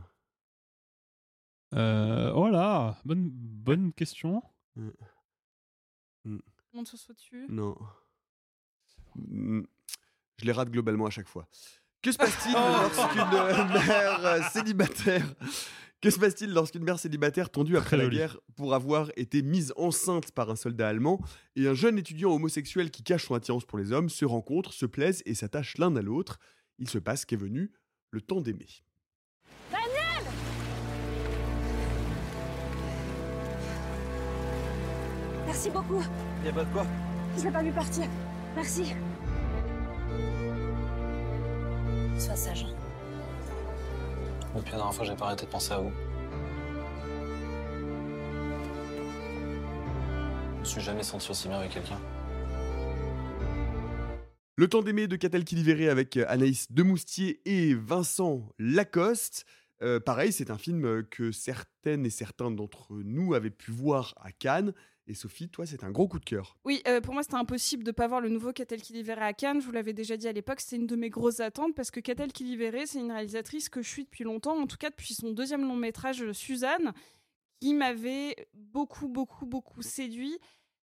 Euh, oh là, bonne, bonne question. Mm. Mm. On se saute dessus. Non. Mm. Je les rate globalement à chaque fois. Que se passe-t-il lorsqu'une euh, mère euh, célibataire Que se passe-t-il lorsqu'une mère célibataire tendue après Très la joli. guerre pour avoir été mise enceinte par un soldat allemand et un jeune étudiant homosexuel qui cache son attirance pour les hommes se rencontrent, se plaisent et s'attachent l'un à l'autre? Il se passe qu'est venu le temps d'aimer. Daniel! Merci beaucoup. Y'a pas de quoi. Je l'ai pas vu partir. Merci. Sois sage. Depuis la dernière fois, j'ai pas arrêté de penser à vous. Je me suis jamais senti aussi bien avec quelqu'un. Le temps d'aimer de Catel qui libéré avec Anaïs Demoustier et Vincent Lacoste. Euh, pareil, c'est un film que certaines et certains d'entre nous avaient pu voir à Cannes. Et Sophie, toi, c'est un gros coup de cœur. Oui, euh, pour moi, c'était impossible de ne pas voir le nouveau Catel qui libéré à Cannes. Je vous l'avais déjà dit à l'époque, c'était une de mes grosses attentes parce que Catel qui libéré, c'est une réalisatrice que je suis depuis longtemps, en tout cas depuis son deuxième long métrage, Suzanne, qui m'avait beaucoup, beaucoup, beaucoup séduit.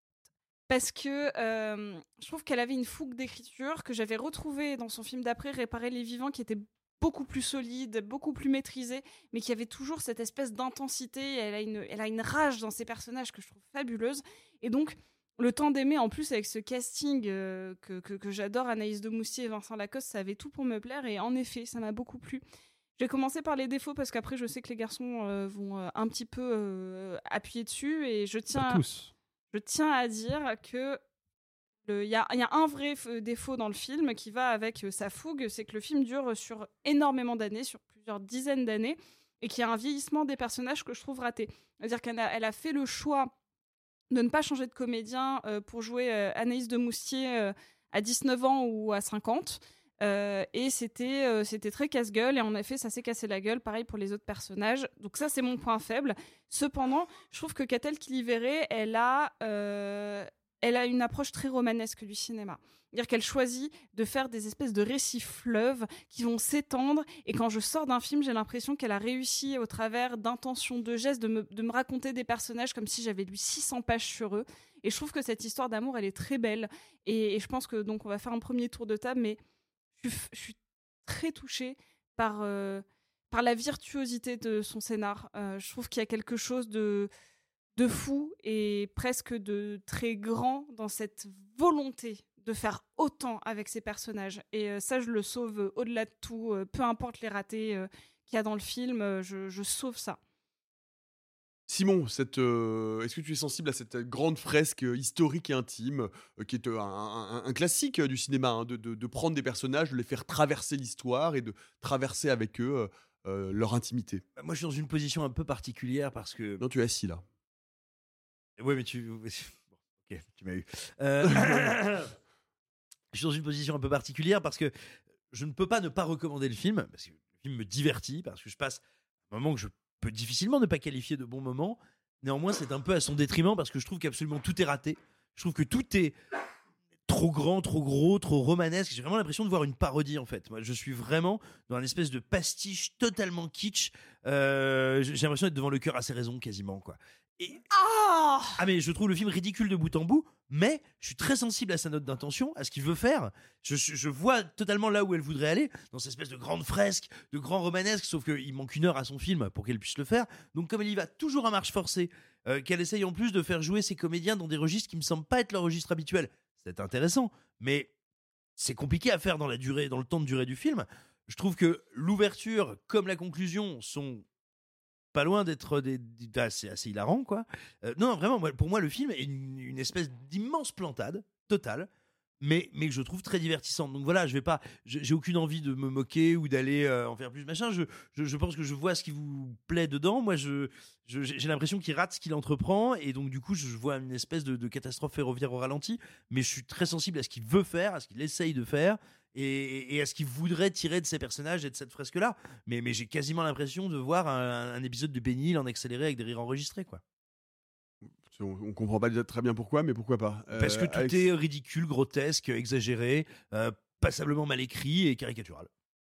Parce que euh, je trouve qu'elle avait une fougue d'écriture que j'avais retrouvée dans son film d'après, Réparer les vivants, qui était beaucoup plus solide, beaucoup plus maîtrisé, mais qui avait toujours cette espèce d'intensité. Elle a une, elle a une rage dans ses personnages que je trouve fabuleuse. Et donc, le temps d'aimer, en plus, avec ce casting euh, que, que, que j'adore, Anaïs Demoustier et Vincent Lacoste, ça avait tout pour me plaire. Et en effet, ça m'a beaucoup plu. Je vais commencer par les défauts, parce qu'après, je sais que les garçons euh, vont euh, un petit peu euh, appuyer dessus. Et je tiens... Pas tous. Je tiens à dire que il y, y a un vrai f- défaut dans le film qui va avec euh, sa fougue, c'est que le film dure sur énormément d'années, sur plusieurs dizaines d'années, et qu'il y a un vieillissement des personnages que je trouve raté. C'est-à-dire qu'elle a, elle a fait le choix de ne pas changer de comédien euh, pour jouer euh, Anaïs Demoustier euh, à dix-neuf ans ou à cinquante. Euh, et c'était, euh, c'était très casse-gueule, et en effet ça s'est cassé la gueule, pareil pour les autres personnages, donc ça c'est mon point faible. Cependant, je trouve que Catel qui libéré, elle a, euh, elle a une approche très romanesque du cinéma. C'est-à-dire qu'elle choisit de faire des espèces de récits fleuves qui vont s'étendre, et quand je sors d'un film, j'ai l'impression qu'elle a réussi au travers d'intentions, de gestes, de me, de me raconter des personnages comme si j'avais lu six cents pages sur eux. Et je trouve que cette histoire d'amour, elle est très belle, et, et je pense que donc on va faire un premier tour de table, mais Je suis, je suis très touchée par, euh, par la virtuosité de son scénar. Euh, je trouve qu'il y a quelque chose de, de fou et presque de très grand dans cette volonté de faire autant avec ses personnages. Et euh, ça, je le sauve au-delà de tout. Euh, peu importe les ratés euh, qu'il y a dans le film, euh, je, je sauve ça. Simon, cette, euh, est-ce que tu es sensible à cette grande fresque euh, historique et intime, euh, qui est euh, un, un- un classique euh, du cinéma, hein, de, de- de prendre des personnages, de les faire traverser l'histoire et de traverser avec eux euh, euh, leur intimité? Moi, je suis dans une position un peu particulière parce que. Non, tu es assis là. Ouais, mais tu. Bon, ok, tu m'as eu. Euh, Je suis dans une position un peu particulière parce que je ne peux pas ne pas recommander le film, parce que le film me divertit, parce que je passe un moment que je peux difficilement ne pas qualifier de bon moment. Néanmoins, c'est un peu à son détriment parce que je trouve qu'absolument tout est raté. Je trouve que tout est trop grand, trop gros, trop romanesque. J'ai vraiment l'impression de voir une parodie en fait. Moi, je suis vraiment dans un espèce de pastiche totalement kitsch. Euh, j'ai l'impression d'être devant le cœur à ses raisons quasiment quoi. Et... Ah ah mais je trouve le film ridicule de bout en bout, mais je suis très sensible à sa note d'intention, à ce qu'il veut faire. Je, je, je vois totalement là où elle voudrait aller, dans cette espèce de grande fresque, de grand romanesque, sauf qu'il manque une heure à son film pour qu'elle puisse le faire. Donc comme elle y va toujours à marche forcée, euh, qu'elle essaye en plus de faire jouer ses comédiens dans des registres qui me semblent pas être leur registre habituel, c'est intéressant, mais c'est compliqué à faire dans la durée, dans le temps de durée du film. Je trouve que l'ouverture comme la conclusion sont pas loin d'être des, des, bah, c'est assez hilarant, quoi. Euh, non, non, vraiment, moi, pour moi, le film est une, une espèce d'immense plantade totale. Mais, mais que je trouve très divertissante. Donc voilà, je vais pas, j'ai aucune envie de me moquer ou d'aller euh, en faire plus machin. Je, je, je pense que je vois ce qui vous plaît dedans. Moi, je, je j'ai l'impression qu'il rate ce qu'il entreprend et donc du coup, je vois une espèce de, de catastrophe ferroviaire au ralenti. Mais je suis très sensible à ce qu'il veut faire, à ce qu'il essaye de faire et, et à ce qu'il voudrait tirer de ses personnages et de cette fresque-là. Mais, mais j'ai quasiment l'impression de voir un, un épisode de Benny Hill en accéléré avec des rires enregistrés, quoi. On, on comprend pas déjà très bien pourquoi, mais pourquoi pas. Euh, Parce que tout Alex... est ridicule, grotesque, exagéré, euh, passablement mal écrit et caricatural.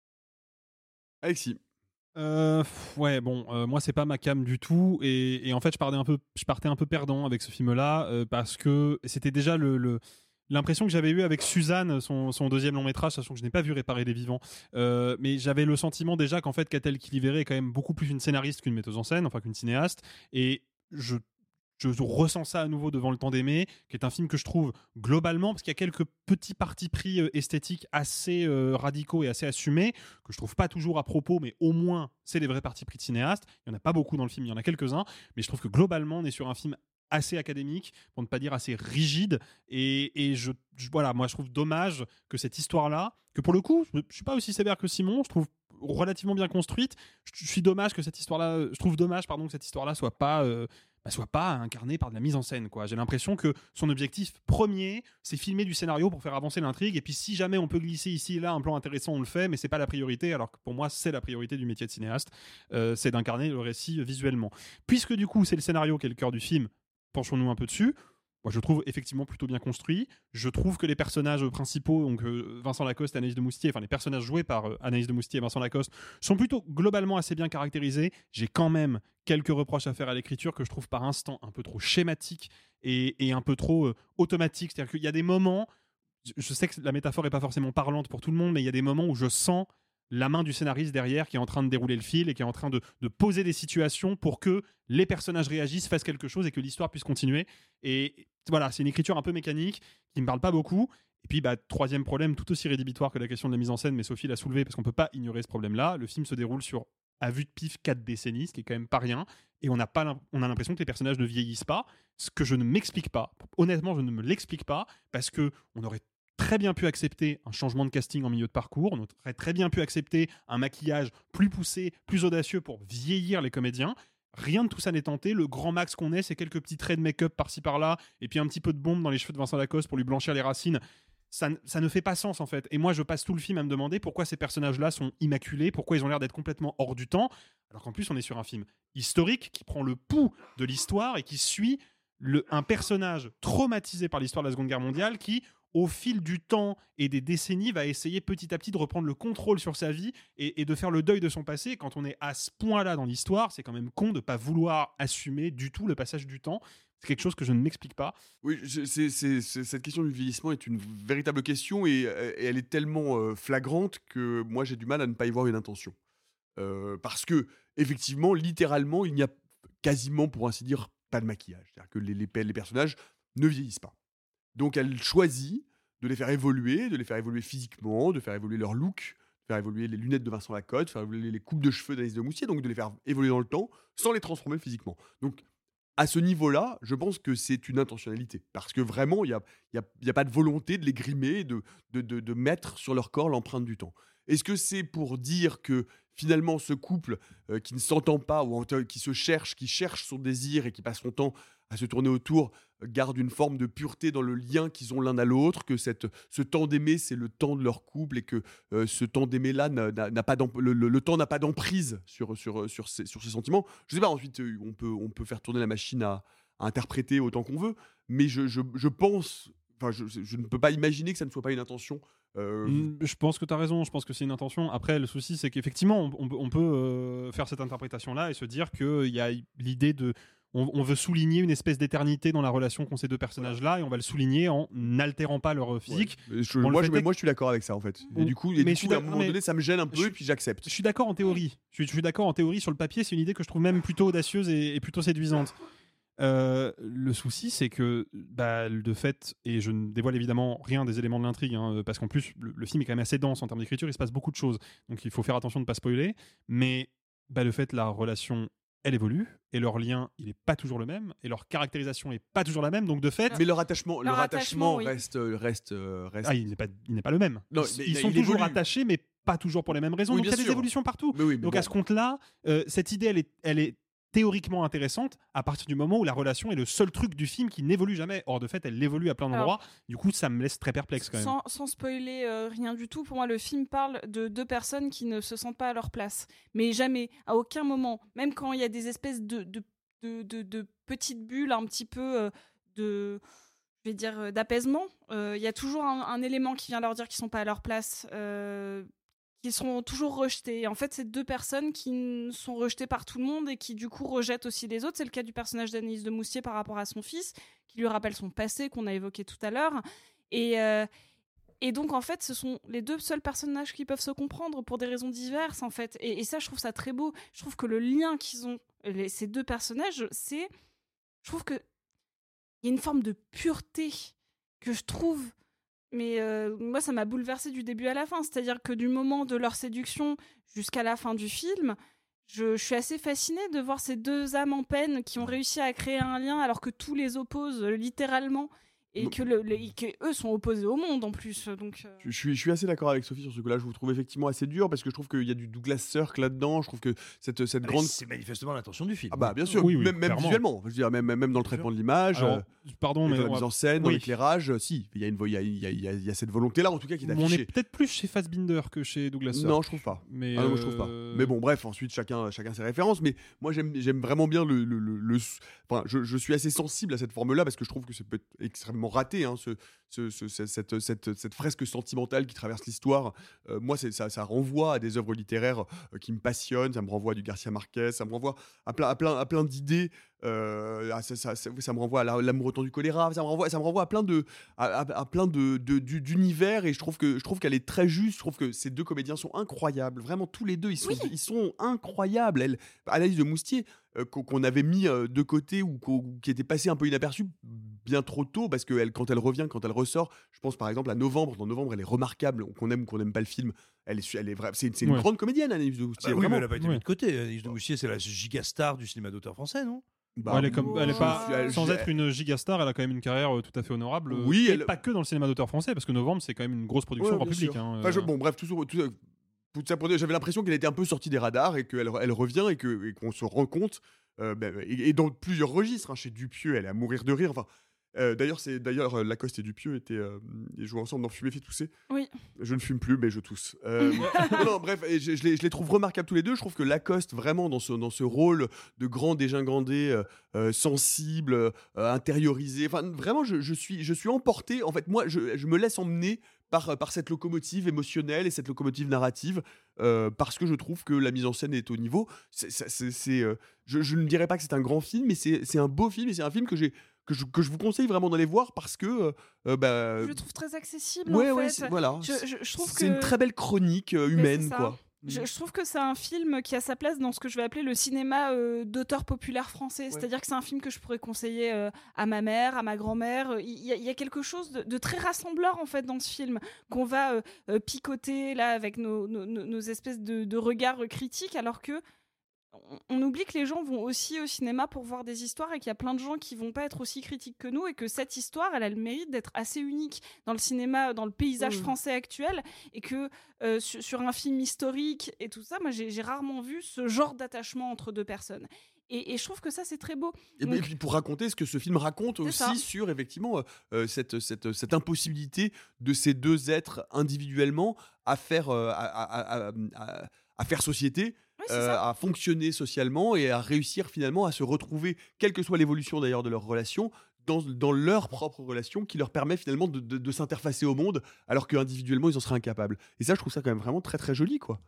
Alexis. Euh, ouais, bon, euh, moi c'est pas ma cam du tout, et, et en fait je partais un peu, je partais un peu perdant avec ce film-là euh, parce que c'était déjà le, le l'impression que j'avais eue avec Suzanne, son, son deuxième long métrage, sachant que je n'ai pas vu Réparer les vivants, euh, mais j'avais le sentiment déjà qu'en fait Catel Kilivere est quand même beaucoup plus une scénariste qu'une metteuse en scène, enfin qu'une cinéaste, et je Je ressens ça à nouveau devant Le Temps d'aimer, qui est un film que je trouve globalement, parce qu'il y a quelques petits partis pris euh, esthétiques assez euh, radicaux et assez assumés, que je trouve pas toujours à propos, mais au moins c'est les vrais partis pris de cinéaste. Il y en a pas beaucoup dans le film, il y en a quelques-uns, mais je trouve que globalement on est sur un film assez académique, pour ne pas dire assez rigide, et, et je, je, voilà, moi je trouve dommage que cette histoire-là, que pour le coup, je, je suis pas aussi sévère que Simon, je trouve relativement bien construite, je, je suis dommage que cette histoire-là, je trouve dommage pardon que cette histoire-là soit pas euh, Bah, soit pas incarné par de la mise en scène, quoi. J'ai l'impression que son objectif premier, c'est filmer du scénario pour faire avancer l'intrigue, et puis si jamais on peut glisser ici et là un plan intéressant, on le fait, mais c'est pas la priorité, alors que pour moi c'est la priorité du métier de cinéaste, euh, c'est d'incarner le récit visuellement. Puisque du coup c'est le scénario qui est le cœur du film, penchons-nous un peu dessus. Moi, je trouve effectivement plutôt bien construit. Je trouve que les personnages principaux, donc euh, Vincent Lacoste et Anaïs de Moustier, enfin les personnages joués par euh, Anaïs de Moustier et Vincent Lacoste, sont plutôt globalement assez bien caractérisés. J'ai quand même quelques reproches à faire à l'écriture que je trouve par instant un peu trop schématique et, et un peu trop euh, automatique. C'est-à-dire qu'il y a des moments, je sais que la métaphore est pas forcément parlante pour tout le monde, mais il y a des moments où je sens la main du scénariste derrière qui est en train de dérouler le fil et qui est en train de, de poser des situations pour que les personnages réagissent, fassent quelque chose et que l'histoire puisse continuer. Et voilà, c'est une écriture un peu mécanique qui me parle pas beaucoup. Et puis, bah, troisième problème, tout aussi rédhibitoire que la question de la mise en scène, mais Sophie l'a soulevé parce qu'on peut pas ignorer ce problème-là. Le film se déroule sur, à vue de pif, quatre décennies, ce qui est quand même pas rien. Et on a, pas on a l'impression que les personnages ne vieillissent pas, ce que je ne m'explique pas. Honnêtement, je ne me l'explique pas parce que on aurait très bien pu accepter un changement de casting en milieu de parcours, on aurait très bien pu accepter un maquillage plus poussé, plus audacieux pour vieillir les comédiens. Rien de tout ça n'est tenté. Le grand max qu'on ait, c'est quelques petits traits de make-up par-ci par-là, et puis un petit peu de bombe dans les cheveux de Vincent Lacoste pour lui blanchir les racines. Ça, ça ne fait pas sens en fait. Et moi, je passe tout le film à me demander pourquoi ces personnages-là sont immaculés, pourquoi ils ont l'air d'être complètement hors du temps, alors qu'en plus, on est sur un film historique qui prend le pouls de l'histoire et qui suit le, un personnage traumatisé par l'histoire de la Seconde Guerre mondiale qui, au fil du temps et des décennies, va essayer petit à petit de reprendre le contrôle sur sa vie et, et de faire le deuil de son passé. Quand on est à ce point-là dans l'histoire, c'est quand même con de ne pas vouloir assumer du tout le passage du temps. C'est quelque chose que je ne m'explique pas. Oui, je, c'est, c'est, c'est, cette question du vieillissement est une véritable question et, et elle est tellement euh, flagrante que moi j'ai du mal à ne pas y voir une intention. Euh, parce que, effectivement, littéralement, il n'y a quasiment, pour ainsi dire, pas de maquillage. C'est-à-dire que les, les, les personnages ne vieillissent pas. Donc elle choisit de les faire évoluer, de les faire évoluer physiquement, de faire évoluer leur look, de faire évoluer les lunettes de Vincent Lacoste, de faire évoluer les coupes de cheveux d'Anaïs de Moustier, donc de les faire évoluer dans le temps sans les transformer physiquement. Donc à ce niveau-là, je pense que c'est une intentionnalité. Parce que vraiment, il n'y a, y a, y a pas de volonté de les grimer, de, de, de, de mettre sur leur corps l'empreinte du temps. Est-ce que c'est pour dire que finalement ce couple euh, qui ne s'entend pas, ou qui se cherche, qui cherche son désir et qui passe son temps à se tourner autour, euh, garde une forme de pureté dans le lien qu'ils ont l'un à l'autre, que cette, ce temps d'aimer, c'est le temps de leur couple et que euh, ce temps d'aimer-là, n'a, n'a pas le, le, le temps n'a pas d'emprise sur, sur, sur, ces, sur ces sentiments. Je ne sais pas, ensuite, on peut, on peut faire tourner la machine à, à interpréter autant qu'on veut, mais je, je, je pense... Enfin, je, je ne peux pas imaginer que ça ne soit pas une intention. Euh... Mmh, je pense que tu as raison, je pense que c'est une intention. Après, le souci, c'est qu'effectivement, on, on, on peut euh, faire cette interprétation-là et se dire qu'il y a l'idée de... On, on veut souligner une espèce d'éternité dans la relation qu'ont ces deux personnages-là, et on va le souligner en n'altérant pas leur physique. Ouais. Je, moi, je, mais moi, je suis d'accord avec ça, en fait. Et du coup, et du coup à un moment donné, ça me gêne un peu, je, et puis j'accepte. Je suis d'accord en théorie. Je suis, je suis d'accord en théorie. Sur le papier, c'est une idée que je trouve même plutôt audacieuse et, et plutôt séduisante. Euh, le souci, c'est que bah, de fait, et je ne dévoile évidemment rien des éléments de l'intrigue, hein, parce qu'en plus le, le film est quand même assez dense en termes d'écriture, il se passe beaucoup de choses, donc il faut faire attention de ne pas spoiler, mais bah, de fait la relation elle évolue et leur lien il est pas toujours le même et leur caractérisation est pas toujours la même, donc de fait mais leur attachement leur, leur attachement, attachement oui. reste reste reste ah il n'est pas il n'est pas le même. Non, ils, ils sont il toujours évolue. attachés mais pas toujours pour les mêmes raisons, oui, donc il y a sûr. des évolutions partout. Mais oui, mais donc bon. à ce compte-là, euh, cette idée elle est elle est théoriquement intéressante à partir du moment où la relation est le seul truc du film qui n'évolue jamais. Or de fait elle évolue à plein d'endroits. Alors, du coup ça me laisse très perplexe quand même. Sans, sans spoiler euh, rien du tout, pour moi le film parle de deux personnes qui ne se sentent pas à leur place, mais jamais, à aucun moment, même quand il y a des espèces de, de, de, de, de petites bulles un petit peu euh, de, je vais dire, euh, d'apaisement, il euh, y a toujours un, un élément qui vient leur dire qu'ils sont pas à leur place, euh, qui sont toujours rejetés. En fait, c'est deux personnes qui sont rejetées par tout le monde et qui, du coup, rejettent aussi les autres. C'est le cas du personnage d'Anaïs de Moustier par rapport à son fils, qui lui rappelle son passé, qu'on a évoqué tout à l'heure. Et, euh, et donc, en fait, ce sont les deux seuls personnages qui peuvent se comprendre pour des raisons diverses, en fait. Et, et ça, je trouve ça très beau. Je trouve que le lien qu'ils ont, les, ces deux personnages, c'est... Je trouve qu'il y a une forme de pureté que je trouve... Mais euh, moi, ça m'a bouleversée du début à la fin. C'est-à-dire que du moment de leur séduction jusqu'à la fin du film, je, je suis assez fascinée de voir ces deux âmes en peine qui ont réussi à créer un lien alors que tout les oppose euh, littéralement. Et que, le, le, que eux sont opposés au monde en plus. Donc, euh... je, je, suis, je suis assez d'accord avec Sophie sur ce coup-là. Je vous trouve effectivement assez dur parce que je trouve qu'il y a du Douglas Sirk là-dedans. Je trouve que cette, cette grande. C'est manifestement l'intention du film. Ah bah bien sûr, oui, oui, même, même visuellement. Je veux dire, même, même dans le traitement de l'image, Alors, euh, pardon, mais dans la on mise va... en scène, dans oui. l'éclairage. Si, il y a une, il y a, il y a, il y a, il y a cette volonté-là en tout cas qui est affichée. On est peut-être plus chez Fassbinder que chez Douglas Sirk. Non, je trouve pas. Mais ah, non, euh... je trouve pas. Mais bon, bref, ensuite chacun, chacun ses références. Mais moi, j'aime, j'aime vraiment bien le, le, le, le... Enfin, je, je suis assez sensible à cette forme-là parce que je trouve que c'est peut être extrêmement raté, hein, ce. Ce, ce, cette, cette, cette fresque sentimentale qui traverse l'histoire, euh, moi c'est, ça, ça renvoie à des œuvres littéraires euh, qui me passionnent, ça me renvoie à du Garcia Marquez, ça me renvoie à plein, à plein, à plein d'idées, euh, à, ça, ça, ça, ça me renvoie à la, l'amour autant du choléra, ça me renvoie, ça me renvoie à plein, de, à, à, à plein de, de, de, d'univers et je trouve, que, je trouve qu'elle est très juste, je trouve que ces deux comédiens sont incroyables, vraiment tous les deux, ils sont, oui. ils sont incroyables. Elle, Anaïs de Moustier, euh, qu'on avait mis euh, de côté ou qui était passé un peu inaperçu bien trop tôt parce que elle, quand elle revient, quand elle ressort, je pense par exemple à Novembre. Dans Novembre, elle est remarquable, qu'on aime ou qu'on n'aime pas le film. Elle est, elle est vraie. C'est, c'est une ouais. grande comédienne, Anaïs de Moustier. Ah bah oui, mais elle n'a pas été mise ouais. de côté. Anaïs de Moustier, c'est la gigastar du cinéma d'auteur français, non? Bah, ouais, elle est comme, elle est pas, elle, sans elle, être une gigastar, elle a quand même une carrière euh, tout à fait honorable. Oui, et elle... pas que dans le cinéma d'auteur français, parce que Novembre, c'est quand même une grosse production ouais, grand public. Hein, enfin, je, bon, bref, tout, tout, tout, tout ça pour dire, j'avais l'impression qu'elle était un peu sortie des radars et qu'elle elle revient et, que, et qu'on se rend compte, euh, bah, et, et dans plusieurs registres, hein, chez Dupieux, elle est à mourir de rire. Enfin, Euh, d'ailleurs, c'est, d'ailleurs euh, Lacoste et Dupieux étaient, euh, ils jouaient ensemble dans Fumer fait tousser. Oui. Je ne fume plus, mais je tousse. Euh, non, non, bref, et je, je, les, je les trouve remarquables tous les deux. Je trouve que Lacoste, vraiment, dans ce, dans ce rôle de grand dégingandé, euh, euh, sensible, euh, intériorisé, enfin, vraiment, je, je, suis, je suis emporté. En fait, moi, je, je me laisse emmener par, par cette locomotive émotionnelle et cette locomotive narrative, euh, parce que je trouve que la mise en scène est au niveau. C'est, c'est, c'est, euh, je, je ne dirais pas que c'est un grand film, mais c'est, c'est un beau film et c'est un film que j'ai Que je, que je vous conseille vraiment d'aller voir parce que euh, bah, je le trouve très accessible ouais, en ouais, fait. c'est, voilà. je, je, je trouve c'est que... une très belle chronique euh, humaine quoi. Je, je trouve que c'est un film qui a sa place dans ce que je vais appeler le cinéma euh, d'auteur populaire français. Ouais. C'est-à-dire que c'est un film que je pourrais conseiller euh, à ma mère, à ma grand-mère. Il y, il y a quelque chose de, de très rassembleur en fait dans ce film qu'on va euh, euh, picoter là avec nos, nos, nos espèces de, de regards critiques, alors que on oublie que les gens vont aussi au cinéma pour voir des histoires et qu'il y a plein de gens qui vont pas être aussi critiques que nous et que cette histoire, elle a le mérite d'être assez unique dans le cinéma, dans le paysage mmh. français actuel et que euh, sur, sur un film historique et tout ça, moi j'ai, j'ai rarement vu ce genre d'attachement entre deux personnes. Et, et je trouve que ça, c'est très beau. Et, Donc, et puis pour raconter ce que ce film raconte aussi ça. sur, effectivement, euh, cette, cette, cette impossibilité de ces deux êtres individuellement à faire, euh, à, à, à, à, à faire société, oui, euh, à fonctionner socialement et à réussir finalement à se retrouver, quelle que soit l'évolution d'ailleurs de leur relation, dans, dans leur propre relation qui leur permet finalement de, de, de s'interfacer au monde alors qu'individuellement ils en seraient incapables. Et ça, je trouve ça quand même vraiment très très joli, quoi.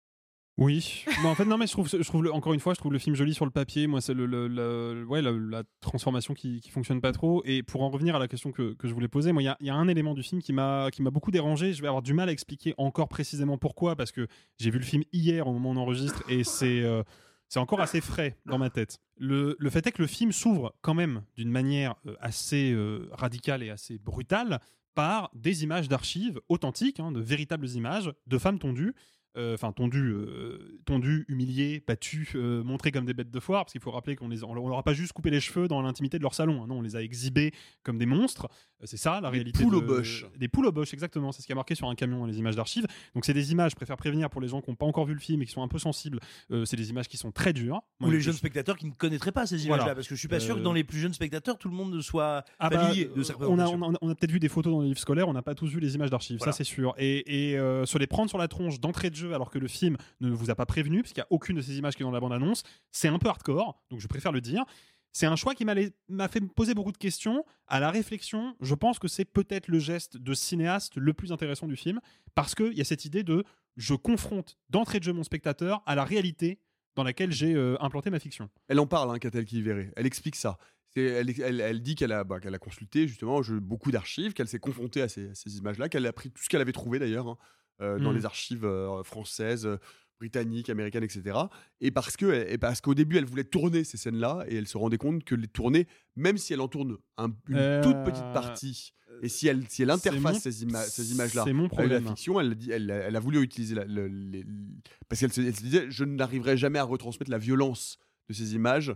Oui, bon, en fait non mais je trouve, je trouve le, encore une fois je trouve le film joli sur le papier. Moi c'est le, le, le ouais la, la transformation qui, qui fonctionne pas trop. Et pour en revenir à la question que, que je voulais poser, moi il y a, y a un élément du film qui m'a qui m'a beaucoup dérangé. Je vais avoir du mal à expliquer encore précisément pourquoi, parce que j'ai vu le film hier au moment où on enregistre et c'est euh, c'est encore assez frais dans ma tête. Le, le fait est que le film s'ouvre quand même d'une manière euh, assez euh, radicale et assez brutale par des images d'archives authentiques, hein, de véritables images de femmes tondues. enfin euh, tondus, euh, tondus, humiliés, battus, euh, montrés comme des bêtes de foire, parce qu'il faut rappeler qu'on les, on leur a pas juste coupé les cheveux dans l'intimité de leur salon, hein, non, on les a exhibés comme des monstres. C'est ça la des réalité. Poules de, au bosch. Des poules au bosch, exactement. C'est ce qui a marqué sur un camion dans les images d'archives. Donc c'est des images, je préfère prévenir pour les gens qui n'ont pas encore vu le film et qui sont un peu sensibles. Euh, c'est des images qui sont très dures. Ou les jeunes spectateurs qui ne connaîtraient pas ces images-là, voilà. parce que je suis pas Euh... sûr que dans les plus jeunes spectateurs tout le monde soit ah familier bah, de cette on a, représentation. on a, on a peut-être vu des photos dans les livres scolaires, on n'a pas tous vu les images d'archives, voilà. Ça c'est sûr. Et, et euh, se les prendre sur la tronche d'entrée de jeu alors que le film ne vous a pas prévenu, parce qu'il n'y a aucune de ces images qui est dans la bande-annonce, c'est un peu hardcore, donc je préfère le dire. C'est un choix qui m'a, m'a fait me poser beaucoup de questions. À la réflexion, je pense que c'est peut-être le geste de cinéaste le plus intéressant du film, parce qu'il y a cette idée de je confronte d'entrée de jeu mon spectateur à la réalité dans laquelle j'ai euh, implanté ma fiction. Elle en parle, hein, Catel qui verrait. Elle explique ça. C'est, elle, elle, elle dit qu'elle a, bah, qu'elle a consulté justement je, beaucoup d'archives, qu'elle s'est confrontée à ces, à ces images-là, qu'elle a pris tout ce qu'elle avait trouvé d'ailleurs hein, euh, dans mmh. les archives euh, françaises, euh, britanniques, américaines, et cetera. Et parce, que, et parce qu'au début, elle voulait tourner ces scènes-là et elle se rendait compte que les tourner, même si elle en tourne un, une euh... toute petite partie, et si elle, si elle interface mon... ces, ima- ces images-là avec la fiction, elle, elle, elle a voulu utiliser la, le, les, parce qu'elle se, elle se disait je n'arriverai jamais à retransmettre la violence de ces images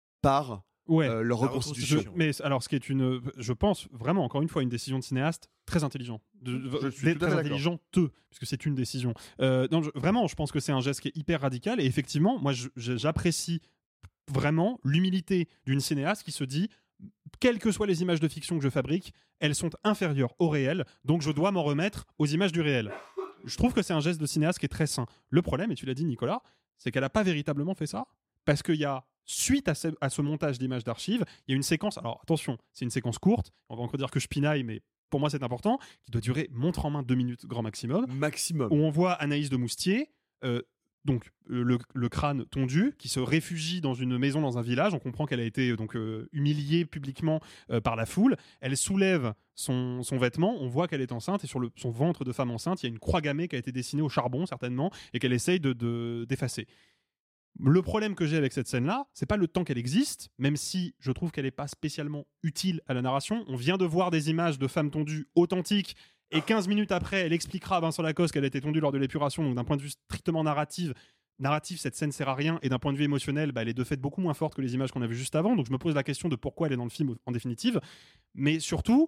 par ouais, euh, leur reconstitution. Je, mais alors, ce qui est une, je pense vraiment encore une fois une décision de cinéaste très intelligent, de, je suis très intelligenteux, puisque c'est une décision. Euh, non, je, vraiment, je pense que c'est un geste qui est hyper radical et effectivement, moi, je, j'apprécie vraiment l'humilité d'une cinéaste qui se dit quelles que soient les images de fiction que je fabrique, elles sont inférieures au réel, donc je dois m'en remettre aux images du réel. Je trouve que c'est un geste de cinéaste qui est très sain. Le problème, et tu l'as dit Nicolas, c'est qu'elle n'a pas véritablement fait ça, parce qu'il y a, suite à ce, à ce montage d'images d'archives, il y a une séquence, alors attention, c'est une séquence courte, on va encore dire que je pinaille, mais pour moi c'est important, qui doit durer montre en main deux minutes grand maximum, maximum. Où on voit Anaïs de Moustier, euh, donc le, le crâne tondu, qui se réfugie dans une maison dans un village. On comprend qu'elle a été donc euh, humiliée publiquement euh, par la foule. Elle soulève son, son vêtement, on voit qu'elle est enceinte et sur le, son ventre de femme enceinte, il y a une croix gammée qui a été dessinée au charbon certainement et qu'elle essaye de, de, d'effacer. Le problème que j'ai avec cette scène-là, c'est pas le temps qu'elle existe, même si je trouve qu'elle n'est pas spécialement utile à la narration. On vient de voir des images de femmes tondues authentiques. Et quinze minutes après, elle expliquera à Vincent Lacoste qu'elle a été tondue lors de l'épuration. Donc d'un point de vue strictement narratif, narratif cette scène sert à rien. Et d'un point de vue émotionnel, bah, elle est de fait beaucoup moins forte que les images qu'on a vues juste avant. Donc je me pose la question de pourquoi elle est dans le film en définitive. Mais surtout,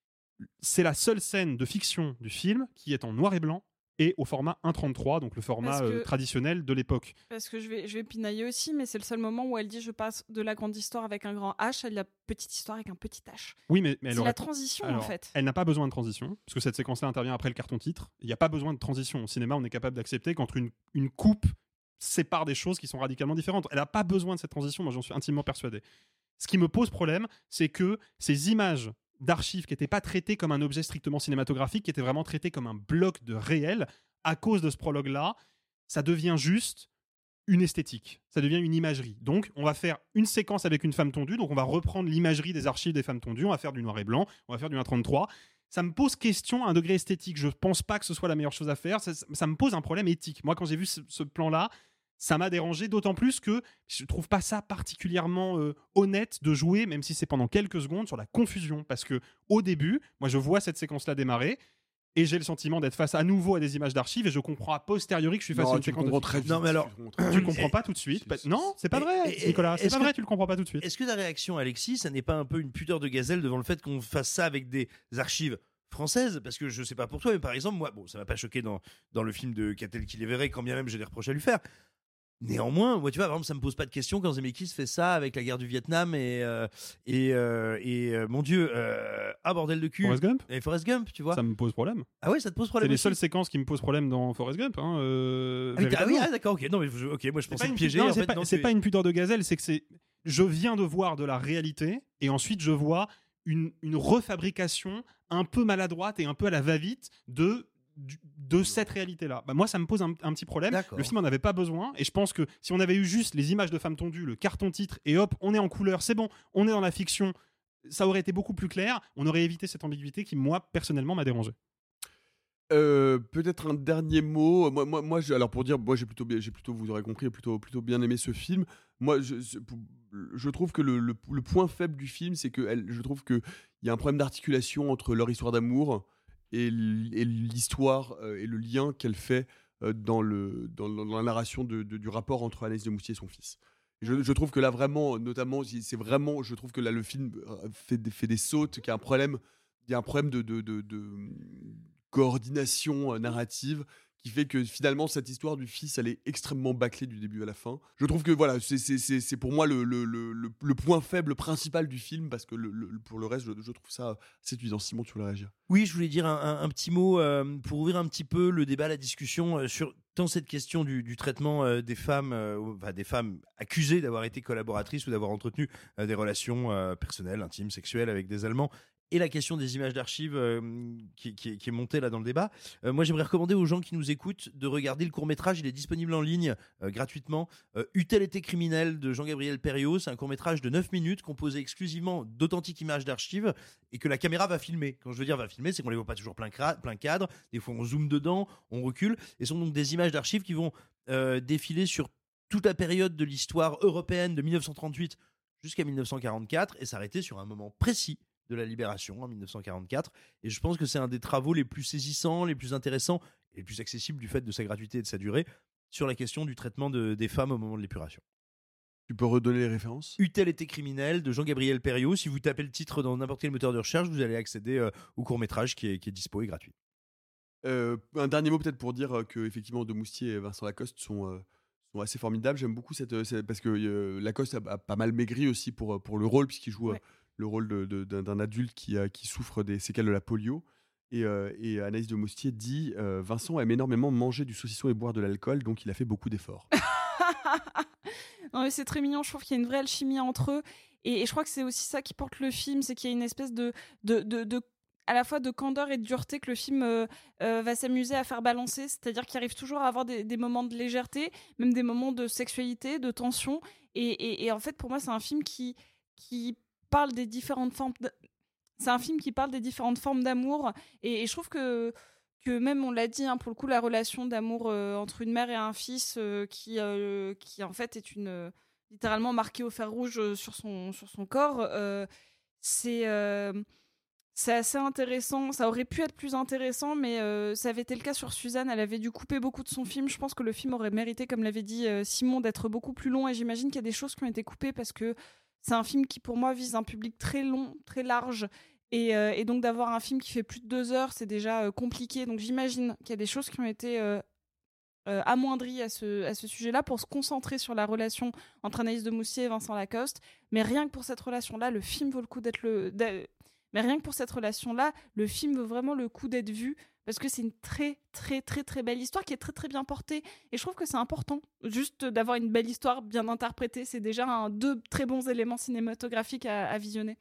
c'est la seule scène de fiction du film qui est en noir et blanc et au format un trente-trois, donc le format que, euh, traditionnel de l'époque. Parce que je vais, je vais pinailler aussi, mais c'est le seul moment où elle dit je passe de la grande histoire avec un grand H à la petite histoire avec un petit H. Oui, mais, mais elle c'est aurait... la transition Alors, en fait. Elle n'a pas besoin de transition, parce que cette séquence-là intervient après le carton-titre. Il n'y a pas besoin de transition. Au cinéma, on est capable d'accepter qu'entre une, une coupe sépare des choses qui sont radicalement différentes. Elle n'a pas besoin de cette transition, moi j'en suis intimement persuadé. Ce qui me pose problème, c'est que ces images d'archives qui n'étaient pas traitées comme un objet strictement cinématographique, qui étaient vraiment traitées comme un bloc de réel, à cause de ce prologue-là, ça devient juste une esthétique, ça devient une imagerie. Donc, on va faire une séquence avec une femme tondue, donc on va reprendre l'imagerie des archives des femmes tondues, on va faire du noir et blanc, on va faire du un trente-trois. Ça me pose question à un degré esthétique. Je pense pas que ce soit la meilleure chose à faire. Ça, ça me pose un problème éthique. Moi, quand j'ai vu ce, ce plan-là, ça m'a dérangé, d'autant plus que je trouve pas ça particulièrement euh, honnête de jouer, même si c'est pendant quelques secondes, sur la confusion. Parce que au début, moi, je vois cette séquence-là démarrer, et j'ai le sentiment d'être face à nouveau à des images d'archives et je comprends a posteriori que je suis face non, à une séquence de très vite, non mais alors tu le comprends pas tout de suite. C'est, c'est, non, c'est pas et, vrai, et, Nicolas. C'est pas que, vrai, tu le comprends pas tout de suite. Est-ce que ta réaction, Alexis, ça n'est pas un peu une pudeur de gazelle devant le fait qu'on fasse ça avec des archives françaises? Parce que je sais pas pour toi, mais par exemple, moi, bon, ça m'a pas choqué dans, dans le film de Catel qui les verrait, quand bien même j'ai des reproches à lui faire. Néanmoins, moi, tu vois, par exemple, ça me pose pas de question quand Zemeckis fait ça avec la guerre du Vietnam et euh, et euh, et euh, mon Dieu, euh, ah bordel de cul. Forrest Gump. Et Forrest Gump, tu vois. Ça me pose problème. Ah ouais, ça te pose problème. C'est les aussi. seules séquences qui me posent problème dans Forrest Gump. Hein, euh, ah, ah oui, ah, d'accord, ok. Non, mais je, ok, moi je c'est pensais te piéger. Non, en c'est fait, pas, non, c'est tu... pas une pudeur de gazelle, c'est que c'est. Je viens de voir de la réalité et ensuite je vois une une refabrication un peu maladroite et un peu à la va-vite de de cette réalité-là. Bah moi, ça me pose un, un petit problème. D'accord. Le film en avait pas besoin, et je pense que si on avait eu juste les images de femmes tondues, le carton-titre, et hop, on est en couleur, c'est bon, on est dans la fiction, ça aurait été beaucoup plus clair, on aurait évité cette ambiguïté qui, moi, personnellement, m'a dérangé. Euh, peut-être un dernier mot. Moi, moi, moi je, alors pour dire, moi j'ai plutôt, j'ai plutôt, vous aurez compris, plutôt, plutôt bien aimé ce film. Moi, je, je trouve que le, le, le point faible du film, c'est que elle, je trouve que il y a un problème d'articulation entre leur histoire d'amour et l'histoire euh, et le lien qu'elle fait euh, dans, le, dans, dans la narration de, de, du rapport entre Anaïs de Moustier et son fils. Je, je trouve que là, vraiment, notamment, c'est vraiment, je trouve que là, le film fait, fait des sautes, qu'il y a un problème, il y a un problème de, de, de, de coordination narrative qui fait que finalement, cette histoire du fils, elle est extrêmement bâclée du début à la fin. Je trouve que voilà, c'est, c'est, c'est, c'est pour moi le, le, le, le point faible principal du film, parce que le, le, pour le reste, je, je trouve ça séduisant. Simon, tu voulais réagir ? Oui, je voulais dire un, un, un petit mot euh, pour ouvrir un petit peu le débat, la discussion euh, sur tant cette question du, du traitement euh, des femmes, euh, enfin, des femmes accusées d'avoir été collaboratrices ou d'avoir entretenu euh, des relations euh, personnelles, intimes, sexuelles avec des Allemands. Et la question des images d'archives euh, qui, qui, qui est montée là dans le débat. Euh, moi, j'aimerais recommander aux gens qui nous écoutent de regarder le court-métrage. Il est disponible en ligne euh, gratuitement. Euh, Eut-elle été criminelle de Jean-Gabriel Perriot. C'est un court-métrage de neuf minutes composé exclusivement d'authentiques images d'archives et que la caméra va filmer. Quand je veux dire va filmer, c'est qu'on les voit pas toujours plein, cra- plein cadre. Des fois, on zoome dedans, on recule. Et ce sont donc des images d'archives qui vont euh, défiler sur toute la période de l'histoire européenne de dix-neuf cent trente-huit jusqu'à dix-neuf cent quarante-quatre et s'arrêter sur un moment précis de la libération en dix-neuf cent quarante-quatre, et je pense que c'est un des travaux les plus saisissants, les plus intéressants et les plus accessibles du fait de sa gratuité et de sa durée sur la question du traitement de, des femmes au moment de l'épuration. Tu peux redonner les références ? Eut-elle été criminelle de Jean-Gabriel Perriot. Si vous tapez le titre dans n'importe quel moteur de recherche, vous allez accéder euh, au court-métrage qui est, qui est dispo et gratuit. Euh, un dernier mot peut-être pour dire que effectivement De Moustier et Vincent Lacoste sont, euh, sont assez formidables. J'aime beaucoup cette, cette parce que euh, Lacoste a, a pas mal maigri aussi pour, pour le rôle, puisqu'il joue... Ouais. Euh, le rôle de, de, d'un, d'un adulte qui, euh, qui souffre des séquelles de la polio. Et, euh, et Anaïs de Moustier dit euh, « Vincent aime énormément manger du saucisson et boire de l'alcool, donc il a fait beaucoup d'efforts. » Non mais c'est très mignon, je trouve qu'il y a une vraie alchimie entre eux. Et, et je crois que c'est aussi ça qui porte le film, c'est qu'il y a une espèce de... de, de, de à la fois de candeur et de dureté que le film euh, euh, va s'amuser à faire balancer, c'est-à-dire qu'il arrive toujours à avoir des, des moments de légèreté, même des moments de sexualité, de tension. Et, et, et en fait, pour moi, c'est un film qui... qui parle des différentes formes de... c'est un film qui parle des différentes formes d'amour et, et je trouve que que même on l'a dit hein, pour le coup la relation d'amour euh, entre une mère et un fils euh, qui euh, qui en fait est une euh, littéralement marquée au fer rouge euh, sur son sur son corps euh, c'est euh, c'est assez intéressant. Ça aurait pu être plus intéressant, mais euh, ça avait été le cas sur Suzanne. Elle avait dû couper beaucoup de son film. Je pense que le film aurait mérité, comme l'avait dit euh, Simon, d'être beaucoup plus long, et j'imagine qu'il y a des choses qui ont été coupées parce que c'est un film qui, pour moi, vise un public très long, très large. Et, euh, et donc, d'avoir un film qui fait plus de deux heures, c'est déjà euh, compliqué. Donc, j'imagine qu'il y a des choses qui ont été euh, euh, amoindries à ce, à ce sujet-là pour se concentrer sur la relation entre Anaïs de Moustier et Vincent Lacoste. Mais rien que pour cette relation-là, le film vaut le coup d'être le... Mais rien que pour cette relation-là, le film vaut vraiment le coup d'être vu. Parce que c'est une très, très, très, très belle histoire qui est très, très bien portée. Et je trouve que c'est important, juste d'avoir une belle histoire bien interprétée. C'est déjà un, deux très bons éléments cinématographiques à, à visionner.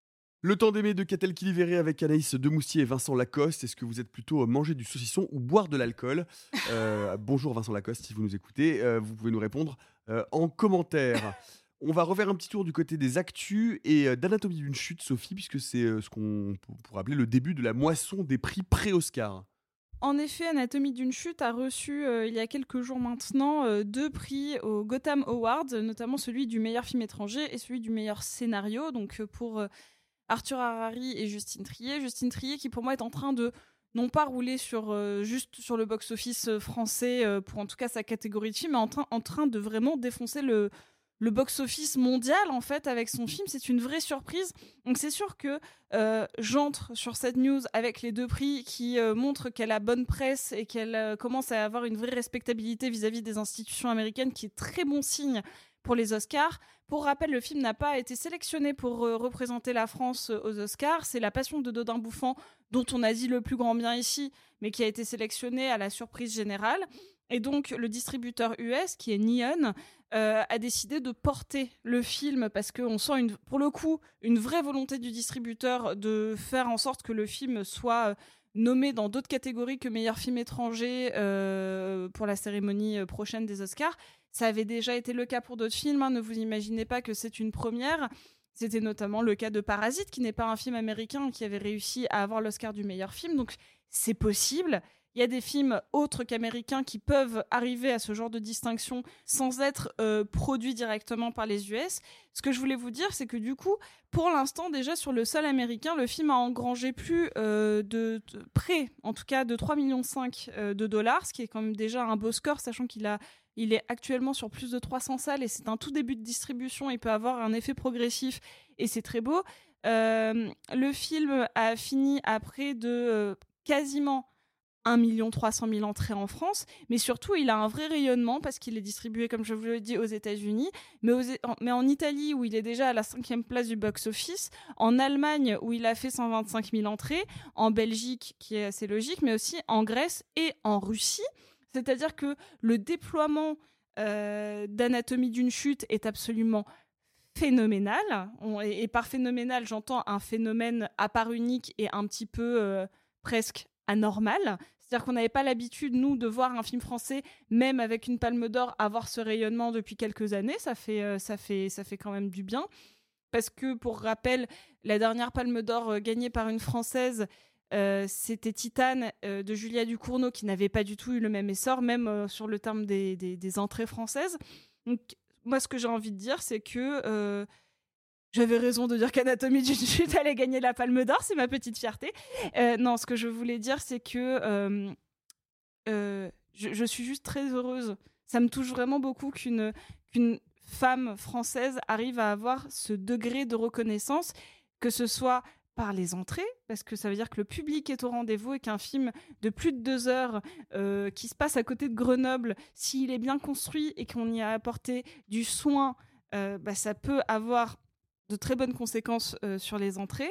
Le temps d'aimer de Catel qui libéré avec Anaïs de Moustier et Vincent Lacoste. Est-ce que vous êtes plutôt manger du saucisson ou boire de l'alcool ? euh, Bonjour Vincent Lacoste, si vous nous écoutez. Euh, vous pouvez nous répondre euh, en commentaire. On va refaire un petit tour du côté des actus et euh, d'Anatomie d'une chute, Sophie, puisque c'est euh, ce qu'on pourrait appeler le début de la moisson des prix pré-Oscar. En effet, Anatomie d'une chute a reçu, euh, il y a quelques jours maintenant, euh, deux prix aux Gotham Awards, notamment celui du meilleur film étranger et celui du meilleur scénario, donc euh, pour euh, Arthur Harari et Justine Triet. Justine Triet qui, pour moi, est en train de non pas rouler sur, euh, juste sur le box-office français, euh, pour en tout cas sa catégorie de film, mais en, tra- en train de vraiment défoncer le... le box-office mondial, en fait, avec son film. C'est une vraie surprise. Donc, c'est sûr que euh, j'entre sur cette news avec les deux prix qui euh, montrent qu'elle a bonne presse et qu'elle euh, commence à avoir une vraie respectabilité vis-à-vis des institutions américaines, qui est très bon signe pour les Oscars. Pour rappel, le film n'a pas été sélectionné pour euh, représenter la France euh, aux Oscars. C'est La Passion de Dodin Bouffant, dont on a dit le plus grand bien ici, mais qui a été sélectionné à la surprise générale. Et donc, le distributeur U S, qui est Neon, euh, a décidé de porter le film parce qu'on sent, une, pour le coup, une vraie volonté du distributeur de faire en sorte que le film soit nommé dans d'autres catégories que meilleur film étranger euh, pour la cérémonie prochaine des Oscars. Ça avait déjà été le cas pour d'autres films, hein, ne vous imaginez pas que c'est une première. C'était notamment le cas de Parasite, qui n'est pas un film américain, qui avait réussi à avoir l'Oscar du meilleur film. Donc, c'est possible. il y a des films autres qu'américains qui peuvent arriver à ce genre de distinction sans être euh, produits directement par les U S. Ce que je voulais vous dire, c'est que du coup, pour l'instant, déjà sur le sol américain, le film a engrangé plus euh, de, de près, en tout cas de trois virgule cinq millions euh, de dollars, ce qui est quand même déjà un beau score, sachant qu'il a, il est actuellement sur plus de trois cents salles et c'est un tout début de distribution. Il peut avoir un effet progressif et c'est très beau. Euh, le film a fini à près de euh, quasiment un million trois cent mille entrées en France, mais surtout il a un vrai rayonnement parce qu'il est distribué, comme je vous l'ai dit, aux États-Unis, mais, aux, mais en Italie où il est déjà à la cinquième place du box-office, en Allemagne où il a fait cent vingt-cinq mille entrées, en Belgique, qui est assez logique, mais aussi en Grèce et en Russie. C'est-à-dire que le déploiement euh, d'Anatomie d'une chute est absolument phénoménal. On, et, et par phénoménal, j'entends un phénomène à part unique et un petit peu euh, presque anormal. C'est-à-dire qu'on n'avait pas l'habitude, nous, de voir un film français, même avec une Palme d'Or, avoir ce rayonnement depuis quelques années. Ça fait, euh, ça fait, ça fait quand même du bien. Parce que, pour rappel, la dernière Palme d'Or euh, gagnée par une Française, euh, c'était Titane euh, de Julia Ducournau, qui n'avait pas du tout eu le même essor, même euh, sur le terme des, des, des entrées françaises. Donc, moi, ce que j'ai envie de dire, c'est que euh, j'avais raison de dire qu'Anatomie d'une chute allait gagner la Palme d'Or, c'est ma petite fierté. Euh, non, ce que je voulais dire, c'est que euh, euh, je, je suis juste très heureuse. Ça me touche vraiment beaucoup qu'une, qu'une femme française arrive à avoir ce degré de reconnaissance, que ce soit par les entrées, parce que ça veut dire que le public est au rendez-vous et qu'un film de plus de deux heures euh, qui se passe à côté de Grenoble, s'il est bien construit et qu'on y a apporté du soin, euh, bah, ça peut avoir de très bonnes conséquences euh, sur les entrées.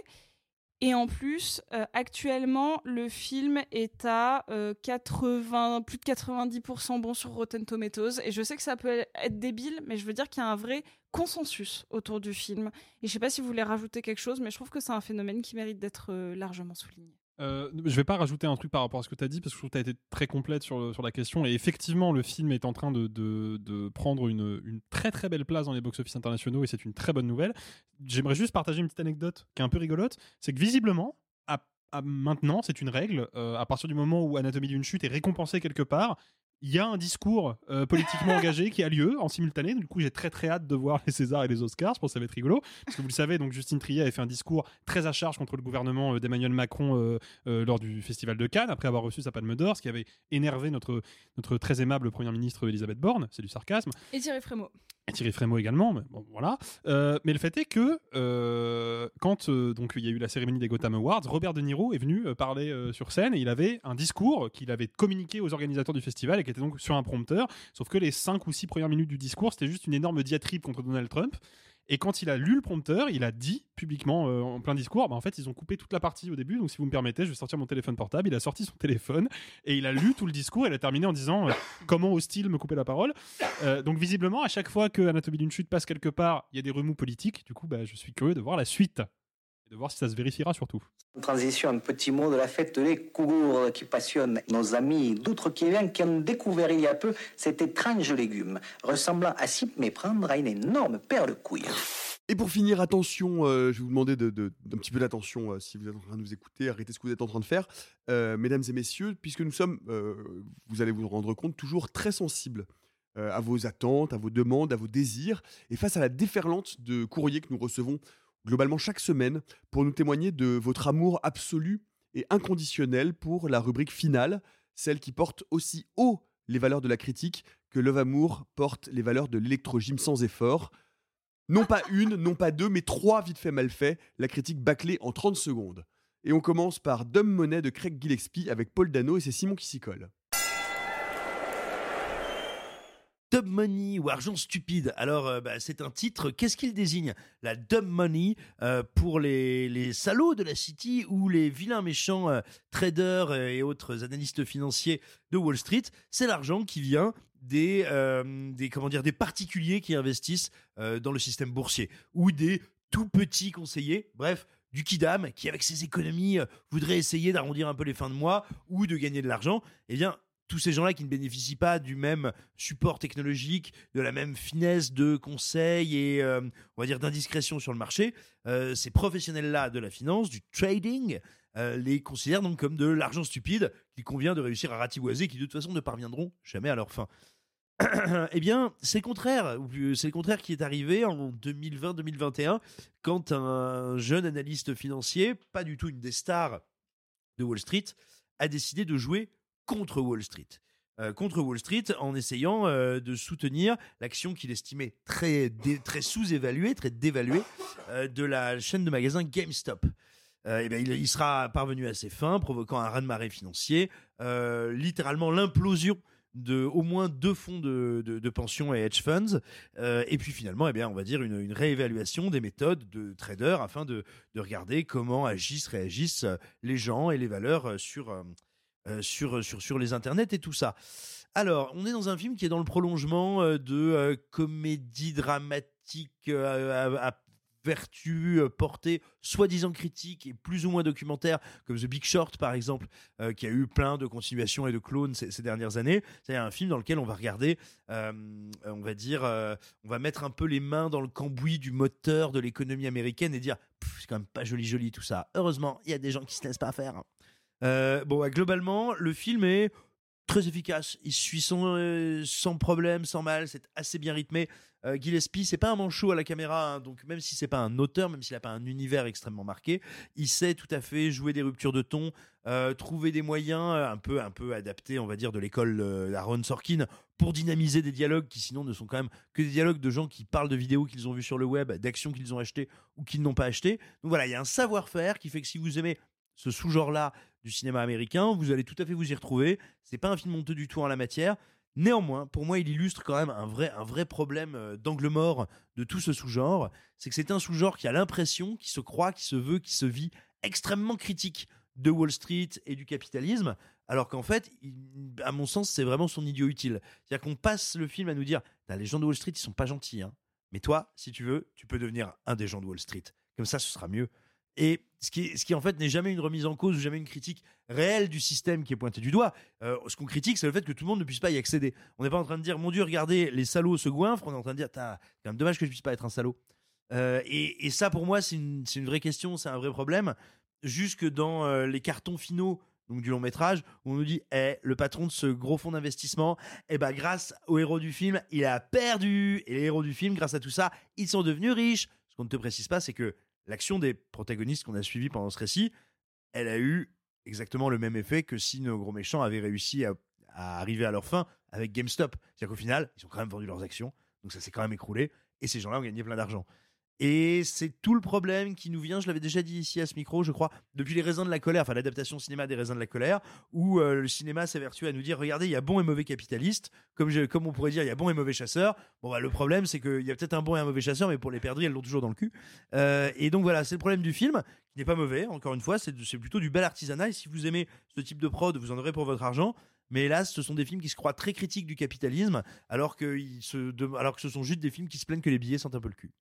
Et en plus, euh, actuellement, le film est à euh, quatre-vingts, plus de quatre-vingt-dix pour cent bon sur Rotten Tomatoes. Et je sais que ça peut être débile, mais je veux dire qu'il y a un vrai consensus autour du film. Et je ne sais pas si vous voulez rajouter quelque chose, mais je trouve que c'est un phénomène qui mérite d'être euh, largement souligné. Euh, je vais pas rajouter un truc par rapport à ce que tu as dit parce que je trouve que tu as été très complète sur, le, sur la question et effectivement le film est en train de, de, de prendre une, une très très belle place dans les box-office internationaux et c'est une très bonne nouvelle. J'aimerais juste partager une petite anecdote qui est un peu rigolote, c'est que visiblement à, à maintenant c'est une règle, euh, à partir du moment où Anatomie d'une chute est récompensée quelque part, il y a un discours euh, politiquement engagé qui a lieu en simultané. Du coup, j'ai très très hâte de voir les Césars et les Oscars. Je pense que ça va être rigolo. Parce que vous le savez, donc Justine Triet avait fait un discours très à charge contre le gouvernement euh, d'Emmanuel Macron euh, euh, lors du Festival de Cannes, après avoir reçu sa Palme d'Or, ce qui avait énervé notre, notre très aimable première ministre Elisabeth Borne. C'est du sarcasme. Et Thierry Frémaux. Et Thierry Frémaux également, mais bon, voilà. Euh, mais le fait est que euh, quand euh, donc il y a eu la cérémonie des Gotham Awards, Robert De Niro est venu euh, parler euh, sur scène et il avait un discours qu'il avait communiqué aux organisateurs du festival et qui était donc sur un prompteur. Sauf que les cinq ou six premières minutes du discours, c'était juste une énorme diatribe contre Donald Trump. Et quand il a lu le prompteur, il a dit publiquement euh, en plein discours, bah en fait ils ont coupé toute la partie au début, donc si vous me permettez, je vais sortir mon téléphone portable. Il a sorti son téléphone et il a lu tout le discours et il a terminé en disant euh, comment ose-t-il me couper la parole. Euh, donc visiblement, à chaque fois que Anatomie d'une chute passe quelque part, il y a des remous politiques. Du coup, bah, je suis curieux de voir la suite et de voir si ça se vérifiera surtout. En transition, un petit mot de la fête des Kougours qui passionne nos amis d'outre-Québec qui ont découvert il y a peu cet étrange légume ressemblant à s'y méprendre à une énorme paire de couilles. Et pour finir, attention, euh, je vais vous demander de, de, d'un petit peu d'attention euh, si vous êtes en train de nous écouter, arrêtez ce que vous êtes en train de faire, euh, mesdames et messieurs, puisque nous sommes, euh, vous allez vous rendre compte, toujours très sensibles euh, à vos attentes, à vos demandes, à vos désirs, et face à la déferlante de courriers que nous recevons globalement chaque semaine pour nous témoigner de votre amour absolu et inconditionnel pour la rubrique finale, celle qui porte aussi haut les valeurs de la critique que Love Amour porte les valeurs de l'électro-gym sans effort. Non pas une, non pas deux, mais trois vite fait mal fait, la critique bâclée en trente secondes. Et on commence par Dumb Money de Craig Gillespie avec Paul Dano et c'est Simon qui s'y colle. Dumb Money ou argent stupide. Alors, euh, bah, c'est un titre. Qu'est-ce qu'il désigne ? La Dumb Money euh, pour les, les salauds de la City ou les vilains méchants euh, traders euh, et autres analystes financiers de Wall Street. C'est l'argent qui vient des, euh, des, comment dire, des particuliers qui investissent euh, dans le système boursier ou des tout petits conseillers. Bref, du kidam qui, avec ses économies, euh, voudrait essayer d'arrondir un peu les fins de mois ou de gagner de l'argent. Eh bien, tous ces gens-là qui ne bénéficient pas du même support technologique, de la même finesse de conseil et, euh, on va dire, d'indiscrétion sur le marché, euh, ces professionnels-là de la finance, du trading, euh, les considèrent donc comme de l'argent stupide qu'il convient de réussir à ratiboiser, qui de toute façon ne parviendront jamais à leur fin. Eh bien, c'est le contraire. C'est le contraire qui est arrivé en deux mille vingt deux mille vingt et un, quand un jeune analyste financier, pas du tout une des stars de Wall Street, a décidé de jouer contre Wall Street. Euh, contre Wall Street en essayant euh, de soutenir l'action qu'il estimait très, dé- très sous-évaluée, très dévaluée euh, de la chaîne de magasins GameStop. Euh, et bien, il, il sera parvenu à ses fins, provoquant un raz-de-marée financier, euh, littéralement l'implosion de au moins deux fonds de, de, de pension et hedge funds, euh, et puis finalement, eh bien, on va dire une, une réévaluation des méthodes de traders afin de, de regarder comment agissent, réagissent les gens et les valeurs sur... Euh, Euh, sur, sur, sur les internets et tout ça. Alors, on est dans un film qui est dans le prolongement euh, de euh, comédie dramatique euh, à, à vertu euh, portée soi-disant critique et plus ou moins documentaire, comme The Big Short par exemple, euh, qui a eu plein de continuations et de clones ces, ces dernières années. C'est un film dans lequel on va regarder, euh, on va dire, euh, on va mettre un peu les mains dans le cambouis du moteur de l'économie américaine et dire, c'est quand même pas joli joli tout ça. Heureusement, il y a des gens qui se laissent pas faire. Hein. Euh, bon, bah, globalement, le film est très efficace. Il suit sans, euh, sans problème, sans mal. C'est assez bien rythmé. Euh, Gillespie, c'est pas un manchot à la caméra, hein, donc même si c'est pas un auteur, même s'il a pas un univers extrêmement marqué, il sait tout à fait jouer des ruptures de ton, euh, trouver des moyens euh, un peu, un peu adaptés, on va dire, de l'école euh, d'Aaron Sorkin pour dynamiser des dialogues qui sinon ne sont quand même que des dialogues de gens qui parlent de vidéos qu'ils ont vues sur le web, d'actions qu'ils ont achetées ou qu'ils n'ont pas achetées. Donc voilà, il y a un savoir-faire qui fait que si vous aimez ce sous-genre-là du cinéma américain, vous allez tout à fait vous y retrouver. C'est pas un film honteux du tout en la matière. Néanmoins, pour moi, il illustre quand même un vrai, un vrai problème d'angle mort de tout ce sous-genre. C'est que c'est un sous-genre qui a l'impression, qui se croit, qui se veut, qui se vit extrêmement critique de Wall Street et du capitalisme, alors qu'en fait, il, à mon sens, c'est vraiment son idiot utile. C'est-à-dire qu'on passe le film à nous dire, les gens de Wall Street, ils sont pas gentils, hein. Mais toi, si tu veux, tu peux devenir un des gens de Wall Street. Comme ça, ce sera mieux. Et ce qui, ce qui en fait n'est jamais une remise en cause ou jamais une critique réelle du système qui est pointé du doigt. Euh, ce qu'on critique, c'est le fait que tout le monde ne puisse pas y accéder. On n'est pas en train de dire, mon Dieu, regardez, les salauds se goinfrent. On est en train de dire, c'est quand même dommage que je puisse pas être un salaud. Euh, et, et ça, pour moi, c'est une, c'est une vraie question, c'est un vrai problème. Jusque dans euh, les cartons finaux donc du long métrage, où on nous dit, eh, le patron de ce gros fonds d'investissement, eh ben, grâce aux héros du film, il a perdu. Et les héros du film, grâce à tout ça, ils sont devenus riches. Ce qu'on ne te précise pas, c'est que l'action des protagonistes qu'on a suivis pendant ce récit, elle a eu exactement le même effet que si nos gros méchants avaient réussi à, à arriver à leur fin avec GameStop. C'est-à-dire qu'au final, ils ont quand même vendu leurs actions, donc ça s'est quand même écroulé, et ces gens-là ont gagné plein d'argent. Et c'est tout le problème qui nous vient, je l'avais déjà dit ici à ce micro, je crois, depuis Les Raisins de la Colère, enfin l'adaptation cinéma des Raisins de la Colère, où euh, le cinéma s'évertue à nous dire, regardez, il y a bon et mauvais capitalistes, comme, je, comme on pourrait dire, il y a bon et mauvais chasseurs. Bon, bah, le problème, c'est qu'il y a peut-être un bon et un mauvais chasseur, mais pour les perdrix, elles l'ont toujours dans le cul. Euh, et donc voilà, c'est le problème du film, qui n'est pas mauvais, encore une fois, c'est, c'est plutôt du bel artisanat, et si vous aimez ce type de prod, vous en aurez pour votre argent. Mais hélas, ce sont des films qui se croient très critiques du capitalisme, alors que, ils se, de, alors que ce sont juste des films qui se plaignent que les billets sentent un peu le cul.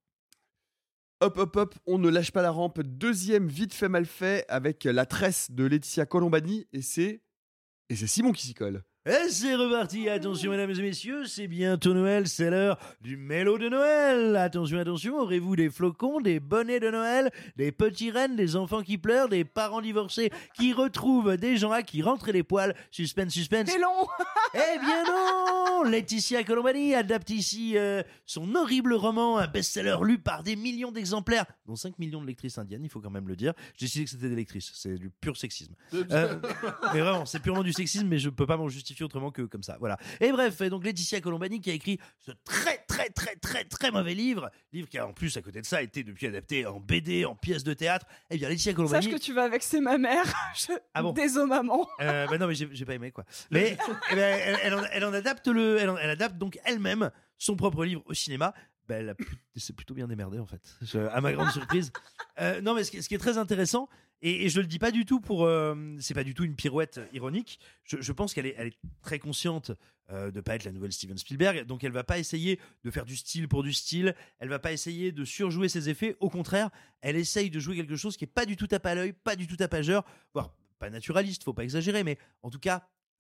Hop, hop, hop, on ne lâche pas la rampe. Deuxième vite fait mal fait avec La Tresse de Laetitia Colombani. Et c'est... Et c'est Simon qui s'y colle. Et c'est reparti, attention mesdames et messieurs, c'est bientôt Noël, c'est l'heure du mélo de Noël. Attention, attention, aurez-vous des flocons, des bonnets de Noël, des petits rennes, des enfants qui pleurent, des parents divorcés qui retrouvent des gens à qui rentrer les poils. Suspense, suspense. C'est long. Eh bien non, Laetitia Colombani adapte ici euh, son horrible roman, un best-seller lu par des millions d'exemplaires, dont cinq millions de lectrices indiennes, il faut quand même le dire. J'ai décidé que c'était des lectrices, c'est du pur sexisme. Euh, mais vraiment, c'est purement du sexisme, mais je peux pas m'en justifier autrement que comme ça, voilà. Et bref, donc Laetitia Colombani qui a écrit ce très très très très très mauvais livre, livre qui a en plus à côté de ça été depuis adapté en B D, en pièce de théâtre. Eh bien Laetitia Colombani. Sache que tu vas vexer ma mère. Je... Ah bon. Désolé maman. Euh, bah non mais j'ai, j'ai pas aimé quoi. Mais eh ben, elle, elle, en, elle en adapte le, elle, en, elle adapte donc elle-même son propre livre au cinéma. Ben, elle a plus, c'est plutôt bien démerdé en fait, je, à ma grande surprise. Euh, non mais ce qui, ce qui est très intéressant, et, et je le dis pas du tout pour, euh, c'est pas du tout une pirouette ironique. Je, je pense qu'elle est, elle est très consciente euh, de pas être la nouvelle Steven Spielberg, donc elle va pas essayer de faire du style pour du style. Elle va pas essayer de surjouer ses effets. Au contraire, elle essaye de jouer quelque chose qui est pas du tout tape à l'œil, pas du tout tapageur, voire pas naturaliste, faut pas exagérer, mais en tout cas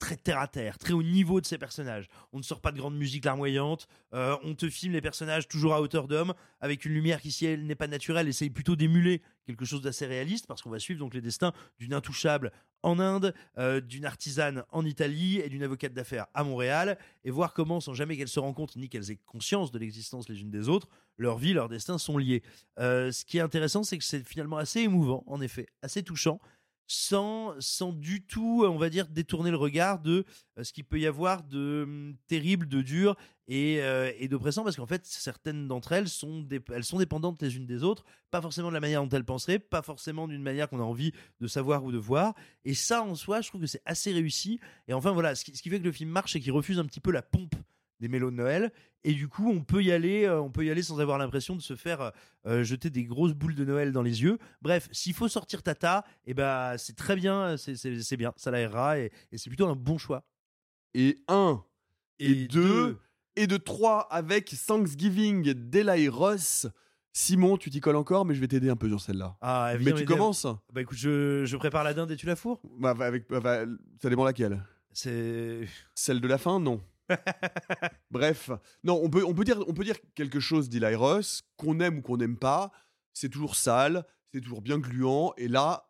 très terre à terre, très au niveau de ces personnages. On ne sort pas de grande musique larmoyante, euh, on te filme les personnages toujours à hauteur d'homme, avec une lumière qui, si elle n'est pas naturelle, essaye plutôt d'émuler quelque chose d'assez réaliste, parce qu'on va suivre donc les destins d'une intouchable en Inde, euh, d'une artisane en Italie et d'une avocate d'affaires à Montréal, et voir comment, sans jamais qu'elles se rencontrent ni qu'elles aient conscience de l'existence les unes des autres, leur vie, leurs destins sont liés. Euh, ce qui est intéressant, c'est que c'est finalement assez émouvant, en effet, assez touchant, sans, sans du tout, on va dire, détourner le regard de euh, ce qu'il peut y avoir de hum, terrible, de dur et, euh, et d'oppressant, parce qu'en fait, certaines d'entre elles sont, dé- elles sont dépendantes les unes des autres, pas forcément de la manière dont elles penseraient, pas forcément d'une manière qu'on a envie de savoir ou de voir, et ça, en soi, je trouve que c'est assez réussi, et enfin, voilà, ce qui, ce qui fait que le film marche, c'est qu'il refuse un petit peu la pompe des mélos de Noël, et du coup on peut y aller euh, on peut y aller sans avoir l'impression de se faire euh, jeter des grosses boules de Noël dans les yeux. Bref, s'il faut sortir tata, et ben c'est très bien, c'est, c'est, c'est bien, ça l'aérera, et, et c'est plutôt un bon choix. Et un, et, Et deux, deux. et de trois avec Thanksgiving d'Eli Ross. Simon, tu t'y colles encore, mais je vais t'aider un peu sur celle-là. Ah, mais tu commences. Bah écoute, je, je prépare la dinde et tu la fourres. Bah, va avec, va- ça dépend laquelle. C'est Celle de la fin, non. Bref, non, on peut, on peut dire, on peut dire quelque chose d'Eli Ross, qu'on aime ou qu'on n'aime pas. C'est toujours sale, c'est toujours bien gluant, et là,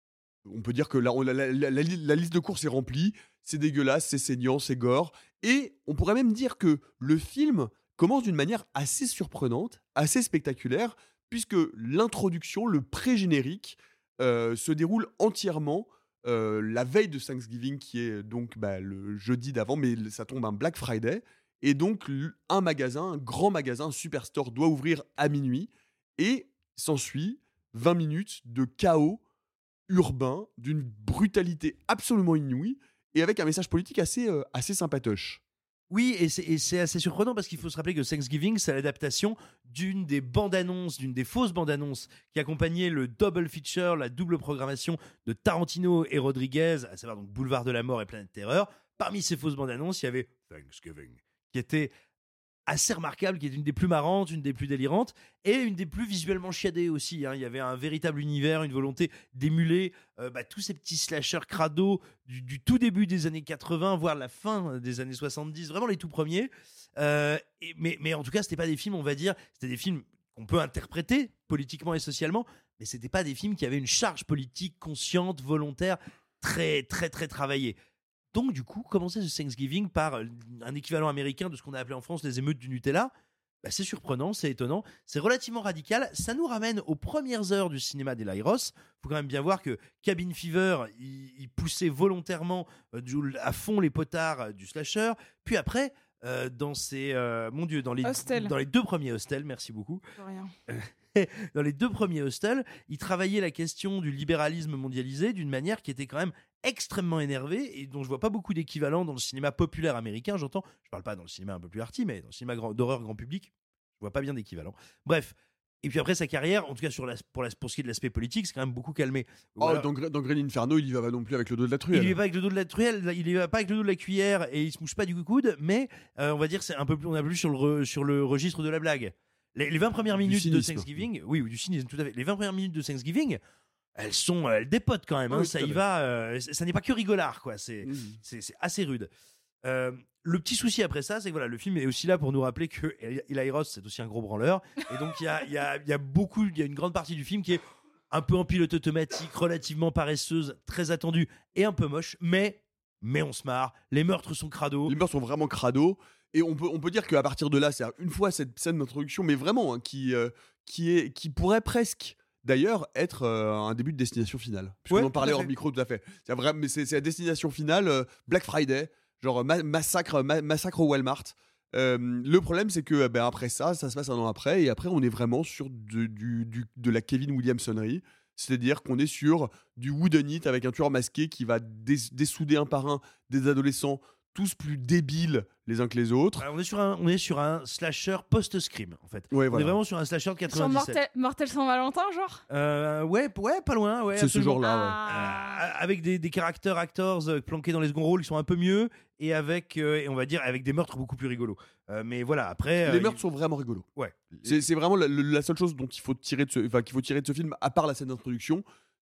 on peut dire que là, on- la, la- la- la- la liste de courses est remplie. C'est dégueulasse, c'est saignant, c'est gore, et on pourrait même dire que le film commence d'une manière assez surprenante, assez spectaculaire, puisque l'introduction, le pré-générique, euh, se déroule entièrement euh, la veille de Thanksgiving, qui est donc bah, le jeudi d'avant, mais ça tombe un Black Friday, et donc l- un magasin, un grand magasin, un superstore doit ouvrir à minuit, et s'ensuit vingt minutes de chaos urbain, d'une brutalité absolument inouïe, et avec un message politique assez, euh, assez sympatoche. Oui, et c'est, et c'est assez surprenant parce qu'il faut se rappeler que Thanksgiving, c'est l'adaptation d'une des bandes-annonces, d'une des fausses bandes-annonces qui accompagnait le double feature, la double programmation de Tarantino et Rodriguez, à savoir donc Boulevard de la Mort et Planète Terreur. Parmi ces fausses bandes-annonces, il y avait Thanksgiving, qui était assez remarquable, qui est une des plus marrantes, une des plus délirantes, et une des plus visuellement chiadées aussi, hein. Il y avait un véritable univers, une volonté d'émuler euh, bah, tous ces petits slashers crado du, du tout début des années quatre-vingts, voire la fin des années soixante-dix, vraiment les tout premiers. Euh, et, mais, mais en tout cas, c'était pas des films, on va dire, c'était des films qu'on peut interpréter politiquement et socialement, mais c'était pas des films qui avaient une charge politique consciente, volontaire, très, très, très travaillée. Donc, du coup, commencer ce Thanksgiving par un équivalent américain de ce qu'on a appelé en France les émeutes du Nutella, bah, c'est surprenant, c'est étonnant, c'est relativement radical. Ça nous ramène aux premières heures du cinéma d'Eli Ross. Il faut quand même bien voir que Cabin Fever, il, il poussait volontairement euh, du- à fond les potards euh, du slasher. Puis après, euh, dans ces, euh, mon Dieu, dans les, Hostel. dans les deux premiers Hostels, merci beaucoup. De rien. Dans les deux premiers Hostels, il travaillait la question du libéralisme mondialisé d'une manière qui était quand même extrêmement énervée et dont je vois pas beaucoup d'équivalent dans le cinéma populaire américain, j'entends. Je parle pas dans le cinéma un peu plus arty, mais dans le cinéma grand- d'horreur grand public, je vois pas bien d'équivalent. Bref. Et puis après sa carrière, en tout cas sur la, pour, la, pour ce qui est de l'aspect politique, c'est quand même beaucoup calmé. Oh, Voilà. dans, Gre- dans Green Inferno, il y va pas non plus avec le dos de la truelle. Il y va pas avec le dos de la truelle, il y va pas avec le dos de la cuillère et il se mouche pas du coude, mais euh, on va dire c'est un peu plus, on a plus sur le re- sur le registre de la blague. Les, les vingt premières Du minutes de cynisme. Thanksgiving, oui, ou du cynisme, tout à fait. Les vingt premières minutes de Thanksgiving, elles sont, elles dépotent quand même. Oui, hein, tout ça à y fait. va, euh, ça n'est pas que rigolard, quoi. C'est, Mhm. c'est, c'est assez rude. Euh, le petit souci après ça, c'est que voilà, le film est aussi là pour nous rappeler que Eli Roth, c'est aussi un gros branleur, et donc il y a, il y a, il y a beaucoup, il y a une grande partie du film qui est un peu en pilote automatique, relativement paresseuse, très attendue et un peu moche, mais mais on se marre. Les meurtres sont crado. Les meurtres sont vraiment crado. Et on peut, on peut dire qu'à partir de là, c'est une fois cette scène d'introduction, mais vraiment, hein, qui, euh, qui, est, qui pourrait presque, d'ailleurs, être euh, un début de destination finale. Puisqu'on Ouais, en parlait tout à hors fait. micro, tout à fait. C'est, vrai, mais c'est, c'est la destination finale, euh, Black Friday, genre ma- massacre, ma- massacre au Walmart. Euh, le problème, c'est que ben, après ça, ça se passe un an après, et après, on est vraiment sur de, du, du- de la Kevin Williamsonnerie. C'est-à-dire qu'on est sur du whodunit it avec un tueur masqué qui va dés- dessouder un par un des adolescents tous plus débiles les uns que les autres. Alors, on est sur un, on est sur un slasher post-scream en fait. Ouais, On voilà. est vraiment sur un slasher de Sur quatre-vingt-dix-sept. Mortel, Mortel Saint-Valentin, genre Euh, ouais, p- ouais, pas loin. Ouais, C'est ce absolument. genre-là, ouais. Ah. Euh, avec des, des caractères actors euh, planqués dans les seconds rôles qui sont un peu mieux et avec, euh, et on va dire, avec des meurtres beaucoup plus rigolos. Euh, mais voilà, après. Les euh, meurtres il- sont vraiment rigolos. Ouais. C'est, c'est vraiment la, la seule chose dont il faut tirer de ce, enfin, qu'il faut tirer de ce film, à part la scène d'introduction,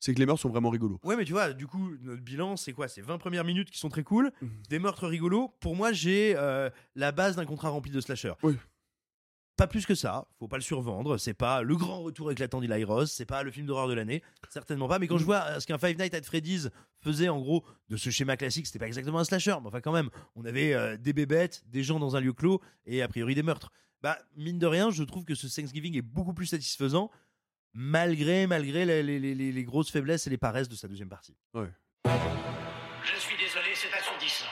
c'est que les meurtres sont vraiment rigolos. Ouais, mais tu vois, du coup, notre bilan, c'est quoi ? C'est vingt premières minutes qui sont très cool, mmh. des meurtres rigolos. Pour moi, j'ai euh, la base d'un contrat rempli de slasher. Oui. Pas plus que ça, faut pas le survendre. C'est pas le grand retour éclatant d'Eli Roth, c'est pas le film d'horreur de l'année, certainement pas. Mais quand mmh. je vois ce qu'un Five Nights at Freddy's faisait, en gros, de ce schéma classique, c'était pas exactement un slasher, mais enfin, quand même, on avait euh, des bébêtes, des gens dans un lieu clos et a priori des meurtres. Bah, mine de rien, je trouve que ce Thanksgiving est beaucoup plus satisfaisant. Malgré, malgré les, les, les, les grosses faiblesses et les paresses de sa deuxième partie. Ouais. Je suis désolé, c'est assourdissant.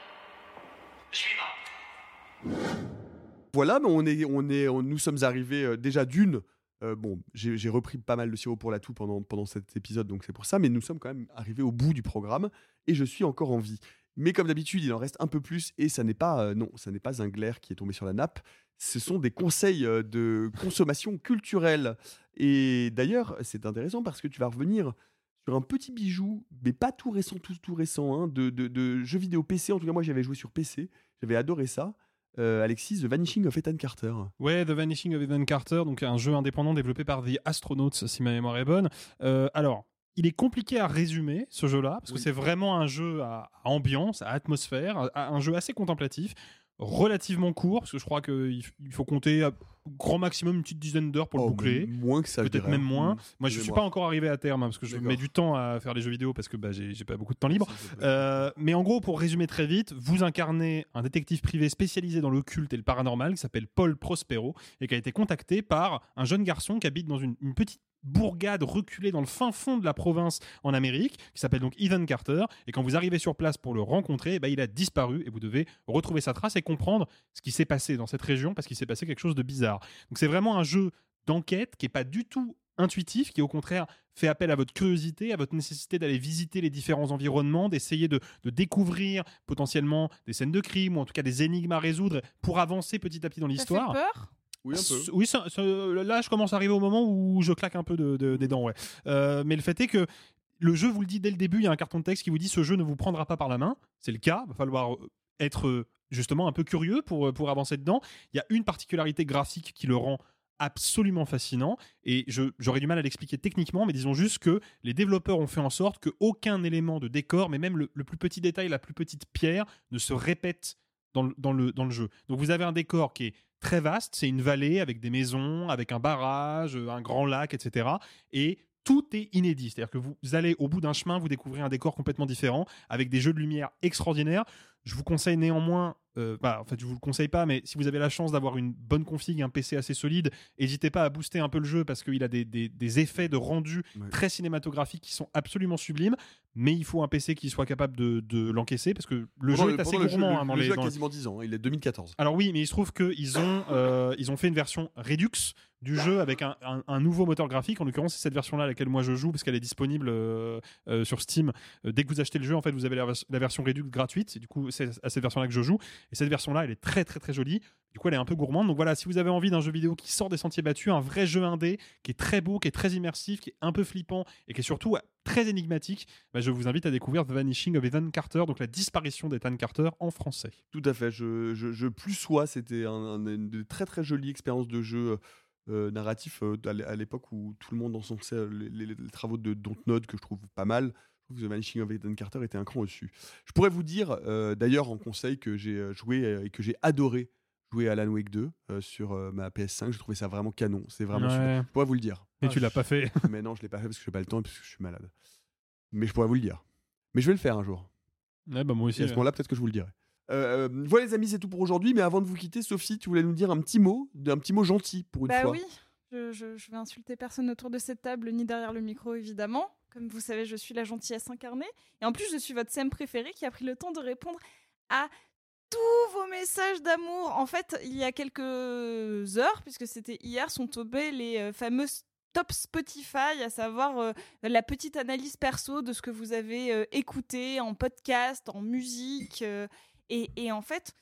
Suivant. Voilà, mais on est, on est, on, nous sommes arrivés euh, déjà d'une. Euh, bon, j'ai, j'ai repris pas mal de sirop pour la toux pendant, pendant cet épisode, donc c'est pour ça, mais nous sommes quand même arrivés au bout du programme et je suis encore en vie. Mais comme d'habitude, il en reste un peu plus et ça n'est pas, euh, non, ça n'est pas un glaire qui est tombé sur la nappe. Ce sont des conseils euh, de consommation culturelle. Et d'ailleurs, c'est intéressant parce que tu vas revenir sur un petit bijou, mais pas tout récent, tout, tout récent, hein, de, de, de jeux vidéo P C. En tout cas, moi, j'avais joué sur P C. J'avais adoré ça. Euh, Alexis, The Vanishing of Ethan Carter. Ouais, The Vanishing of Ethan Carter, donc un jeu indépendant développé par The Astronauts, si ma mémoire est bonne. Euh, alors, il est compliqué à résumer, ce jeu-là, parce oui. que c'est vraiment un jeu à ambiance, à atmosphère, à un jeu assez contemplatif, relativement court, parce que je crois qu'il faut compter à grand maximum une petite dizaine d'heures pour oh, le boucler. Moins que ça, peut-être même moins. Mmh. Moi, je ne suis pas encore arrivé à terme, hein, parce que je D'accord. mets du temps à faire les jeux vidéo, parce que bah, j'ai, j'ai pas beaucoup de temps libre. Euh, mais en gros, pour résumer très vite, vous incarnez un détective privé spécialisé dans l'occulte et le paranormal, qui s'appelle Paul Prospero, et qui a été contacté par un jeune garçon qui habite dans une, une petite bourgade reculée dans le fin fond de la province en Amérique, qui s'appelle donc Ethan Carter, et quand vous arrivez sur place pour le rencontrer, bah, il a disparu et vous devez retrouver sa trace et comprendre ce qui s'est passé dans cette région, parce qu'il s'est passé quelque chose de bizarre. Donc c'est vraiment un jeu d'enquête qui est pas du tout intuitif, qui au contraire fait appel à votre curiosité, à votre nécessité d'aller visiter les différents environnements, d'essayer de, de découvrir potentiellement des scènes de crime, ou en tout cas des énigmes à résoudre pour avancer petit à petit dans l'histoire. Ça fait peur ? Oui, un peu. Oui, ça, ça, là, je commence à arriver au moment où je claque un peu de, de, des dents. Ouais. Euh, mais le fait est que le jeu vous le dit dès le début, il y a un carton de texte qui vous dit ce jeu ne vous prendra pas par la main. C'est le cas, il va falloir être justement un peu curieux pour, pour avancer dedans. Il y a une particularité graphique qui le rend absolument fascinant, et je, j'aurais du mal à l'expliquer techniquement, mais disons juste que les développeurs ont fait en sorte qu'aucun élément de décor, mais même le, le plus petit détail, la plus petite pierre, ne se répète dans le, dans le, dans le jeu. Donc vous avez un décor qui est très vaste, c'est une vallée avec des maisons, avec un barrage, un grand lac, et cetera. Et tout est inédit, c'est-à-dire que vous allez au bout d'un chemin, vous découvrez un décor complètement différent, avec des jeux de lumière extraordinaires. Je vous conseille néanmoins, euh, bah, en fait je vous le conseille pas, mais si vous avez la chance d'avoir une bonne config, un P C assez solide, n'hésitez pas à booster un peu le jeu, parce qu'il a des, des, des effets de rendu ouais. très cinématographiques qui sont absolument sublimes, mais il faut un P C qui soit capable de, de l'encaisser, parce que le pendant jeu est assez le gourmand. Jeu, hein, dans le les, jeu a dans... quasiment dix ans, hein, il est deux mille quatorze. Alors oui, mais il se trouve qu'ils ont, euh, ils ont fait une version Redux du jeu avec un, un, un nouveau moteur graphique. En l'occurrence, c'est cette version-là à laquelle moi je joue, parce qu'elle est disponible euh, euh, sur Steam. Euh, dès que vous achetez le jeu, en fait, vous avez la, la version Redux gratuite. Et du coup, c'est à cette version-là que je joue. Et cette version-là, elle est très très très jolie. Du coup, elle est un peu gourmande. Donc voilà, si vous avez envie d'un jeu vidéo qui sort des sentiers battus, un vrai jeu indé, qui est très beau, qui est très immersif, qui est un peu flippant et qui est surtout très énigmatique, bah, je vous invite à découvrir The Vanishing of Ethan Carter, donc la disparition d'Ethan Carter en français. Tout à fait. Je, je, je plus sois, c'était un, un, une très très jolie expérience de jeu euh, narratif euh, à l'époque où tout le monde encensait les, les, les travaux de Dontnod, que je trouve pas mal. Je trouve que The Vanishing of Ethan Carter était un cran au-dessus. Je pourrais vous dire euh, d'ailleurs en conseil que j'ai joué et que j'ai adoré jouer à Alan Wake deux euh, sur euh, ma P S cinq. Je trouvais ça vraiment canon. C'est vraiment ouais. super. Je pourrais vous le dire. Mais ah, tu l'as je... pas fait. Mais non, je l'ai pas fait parce que je n'ai pas le temps et parce que je suis malade. Mais je pourrais vous le dire. Mais je vais le faire un jour. Ouais, bah moi aussi. Et à ce moment-là, peut-être que je vous le dirai. Euh, voilà les amis, c'est tout pour aujourd'hui. Mais avant de vous quitter, Sophie, tu voulais nous dire un petit mot, un petit mot gentil pour une bah fois. Bah oui, je, je, je vais insulter personne autour de cette table ni derrière le micro, évidemment. Comme vous savez, je suis la gentillesse incarnée. Et en plus, je suis votre Sam préféré qui a pris le temps de répondre à tous vos messages d'amour. En fait, il y a quelques heures, puisque c'était hier, sont tombés les euh, fameuses top Spotify, à savoir euh, la petite analyse perso de ce que vous avez euh, écouté en podcast, en musique. Euh, et, et en fait,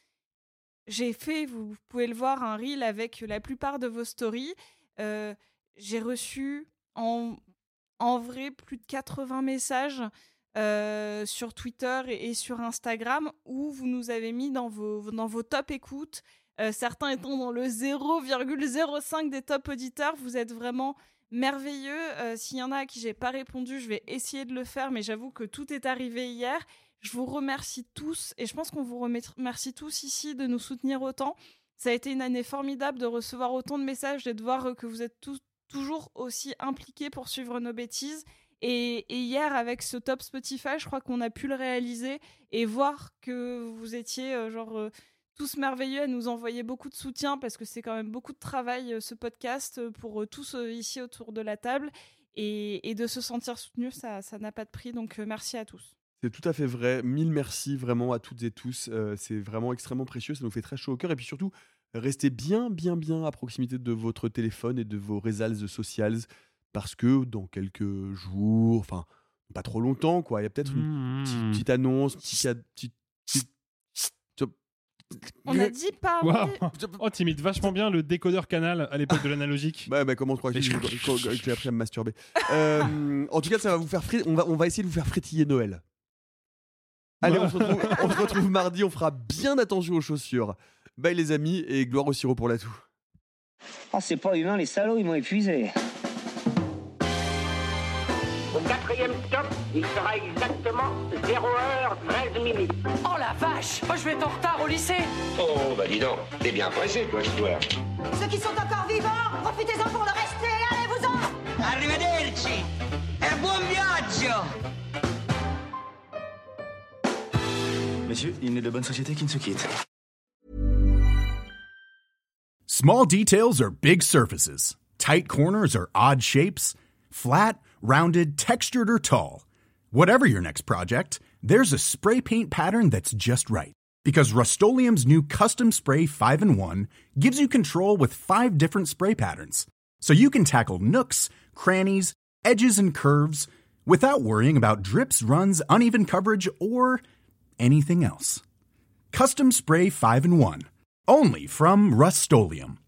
j'ai fait, vous pouvez le voir, un reel avec la plupart de vos stories. Euh, j'ai reçu en, en vrai plus de quatre-vingts messages Euh, sur Twitter et, et sur Instagram où vous nous avez mis dans vos, dans vos top écoutes, euh, certains étant dans le zéro virgule zéro cinq des top auditeurs. Vous êtes vraiment merveilleux. Euh, s'il y en a à qui j'ai pas répondu, je vais essayer de le faire, mais j'avoue que tout est arrivé hier. Je vous remercie tous et je pense qu'on vous remercie tous ici de nous soutenir autant. Ça a été une année formidable de recevoir autant de messages et de voir que vous êtes tous, toujours aussi impliqués pour suivre nos bêtises. Et, et hier, avec ce top Spotify, je crois qu'on a pu le réaliser et voir que vous étiez euh, genre euh, tous merveilleux à nous envoyer beaucoup de soutien parce que c'est quand même beaucoup de travail, euh, ce podcast, euh, pour euh, tous euh, ici autour de la table. Et, et de se sentir soutenu, ça, ça n'a pas de prix. Donc, euh, merci à tous. C'est tout à fait vrai. Mille merci vraiment à toutes et tous. Euh, c'est vraiment extrêmement précieux. Ça nous fait très chaud au cœur. Et puis surtout, restez bien, bien, bien à proximité de votre téléphone et de vos réseaux sociaux. Parce que dans quelques jours, enfin, pas trop longtemps, quoi, il y a peut-être une Mmh. petite, petite annonce, petite, petite, petite- On a dit pas. Waouh. Oh, t'imites vachement bien le décodeur canal à l'époque de l'analogique. Ouais, bah comment crois-tu que j'ai que j'ai appris à me masturber. Euh, en tout cas, ça va vous faire fri- on va, on va essayer de vous faire frétiller Noël. Allez, on se, retrouve, on se retrouve mardi, on fera bien attention aux chaussures. Bye les amis et gloire au sirop pour la toux. Oh, c'est pas humain, les salauds, ils m'ont épuisé. Au quatrième stop, il sera exactement zéro heure treize minutes. Oh la vache! Moi je vais être en retard au lycée! Oh, bah dis donc, t'es bien pressé, toi, ce soir. Ceux qui sont encore vivants, profitez-en pour le rester! Allez-vous-en! Arrivederci! E buon viaggio! Messieurs, il n'est de bonne société qui ne se quitte. Small details are big surfaces. Tight corners are odd shapes. Flat, rounded, textured, or tall. Whatever your next project, there's a spray paint pattern that's just right. Because Rust-Oleum's new Custom Spray five in one gives you control with five different spray patterns. So you can tackle nooks, crannies, edges, and curves without worrying about drips, runs, uneven coverage, or anything else. Custom Spray five in one. Only from Rust-Oleum.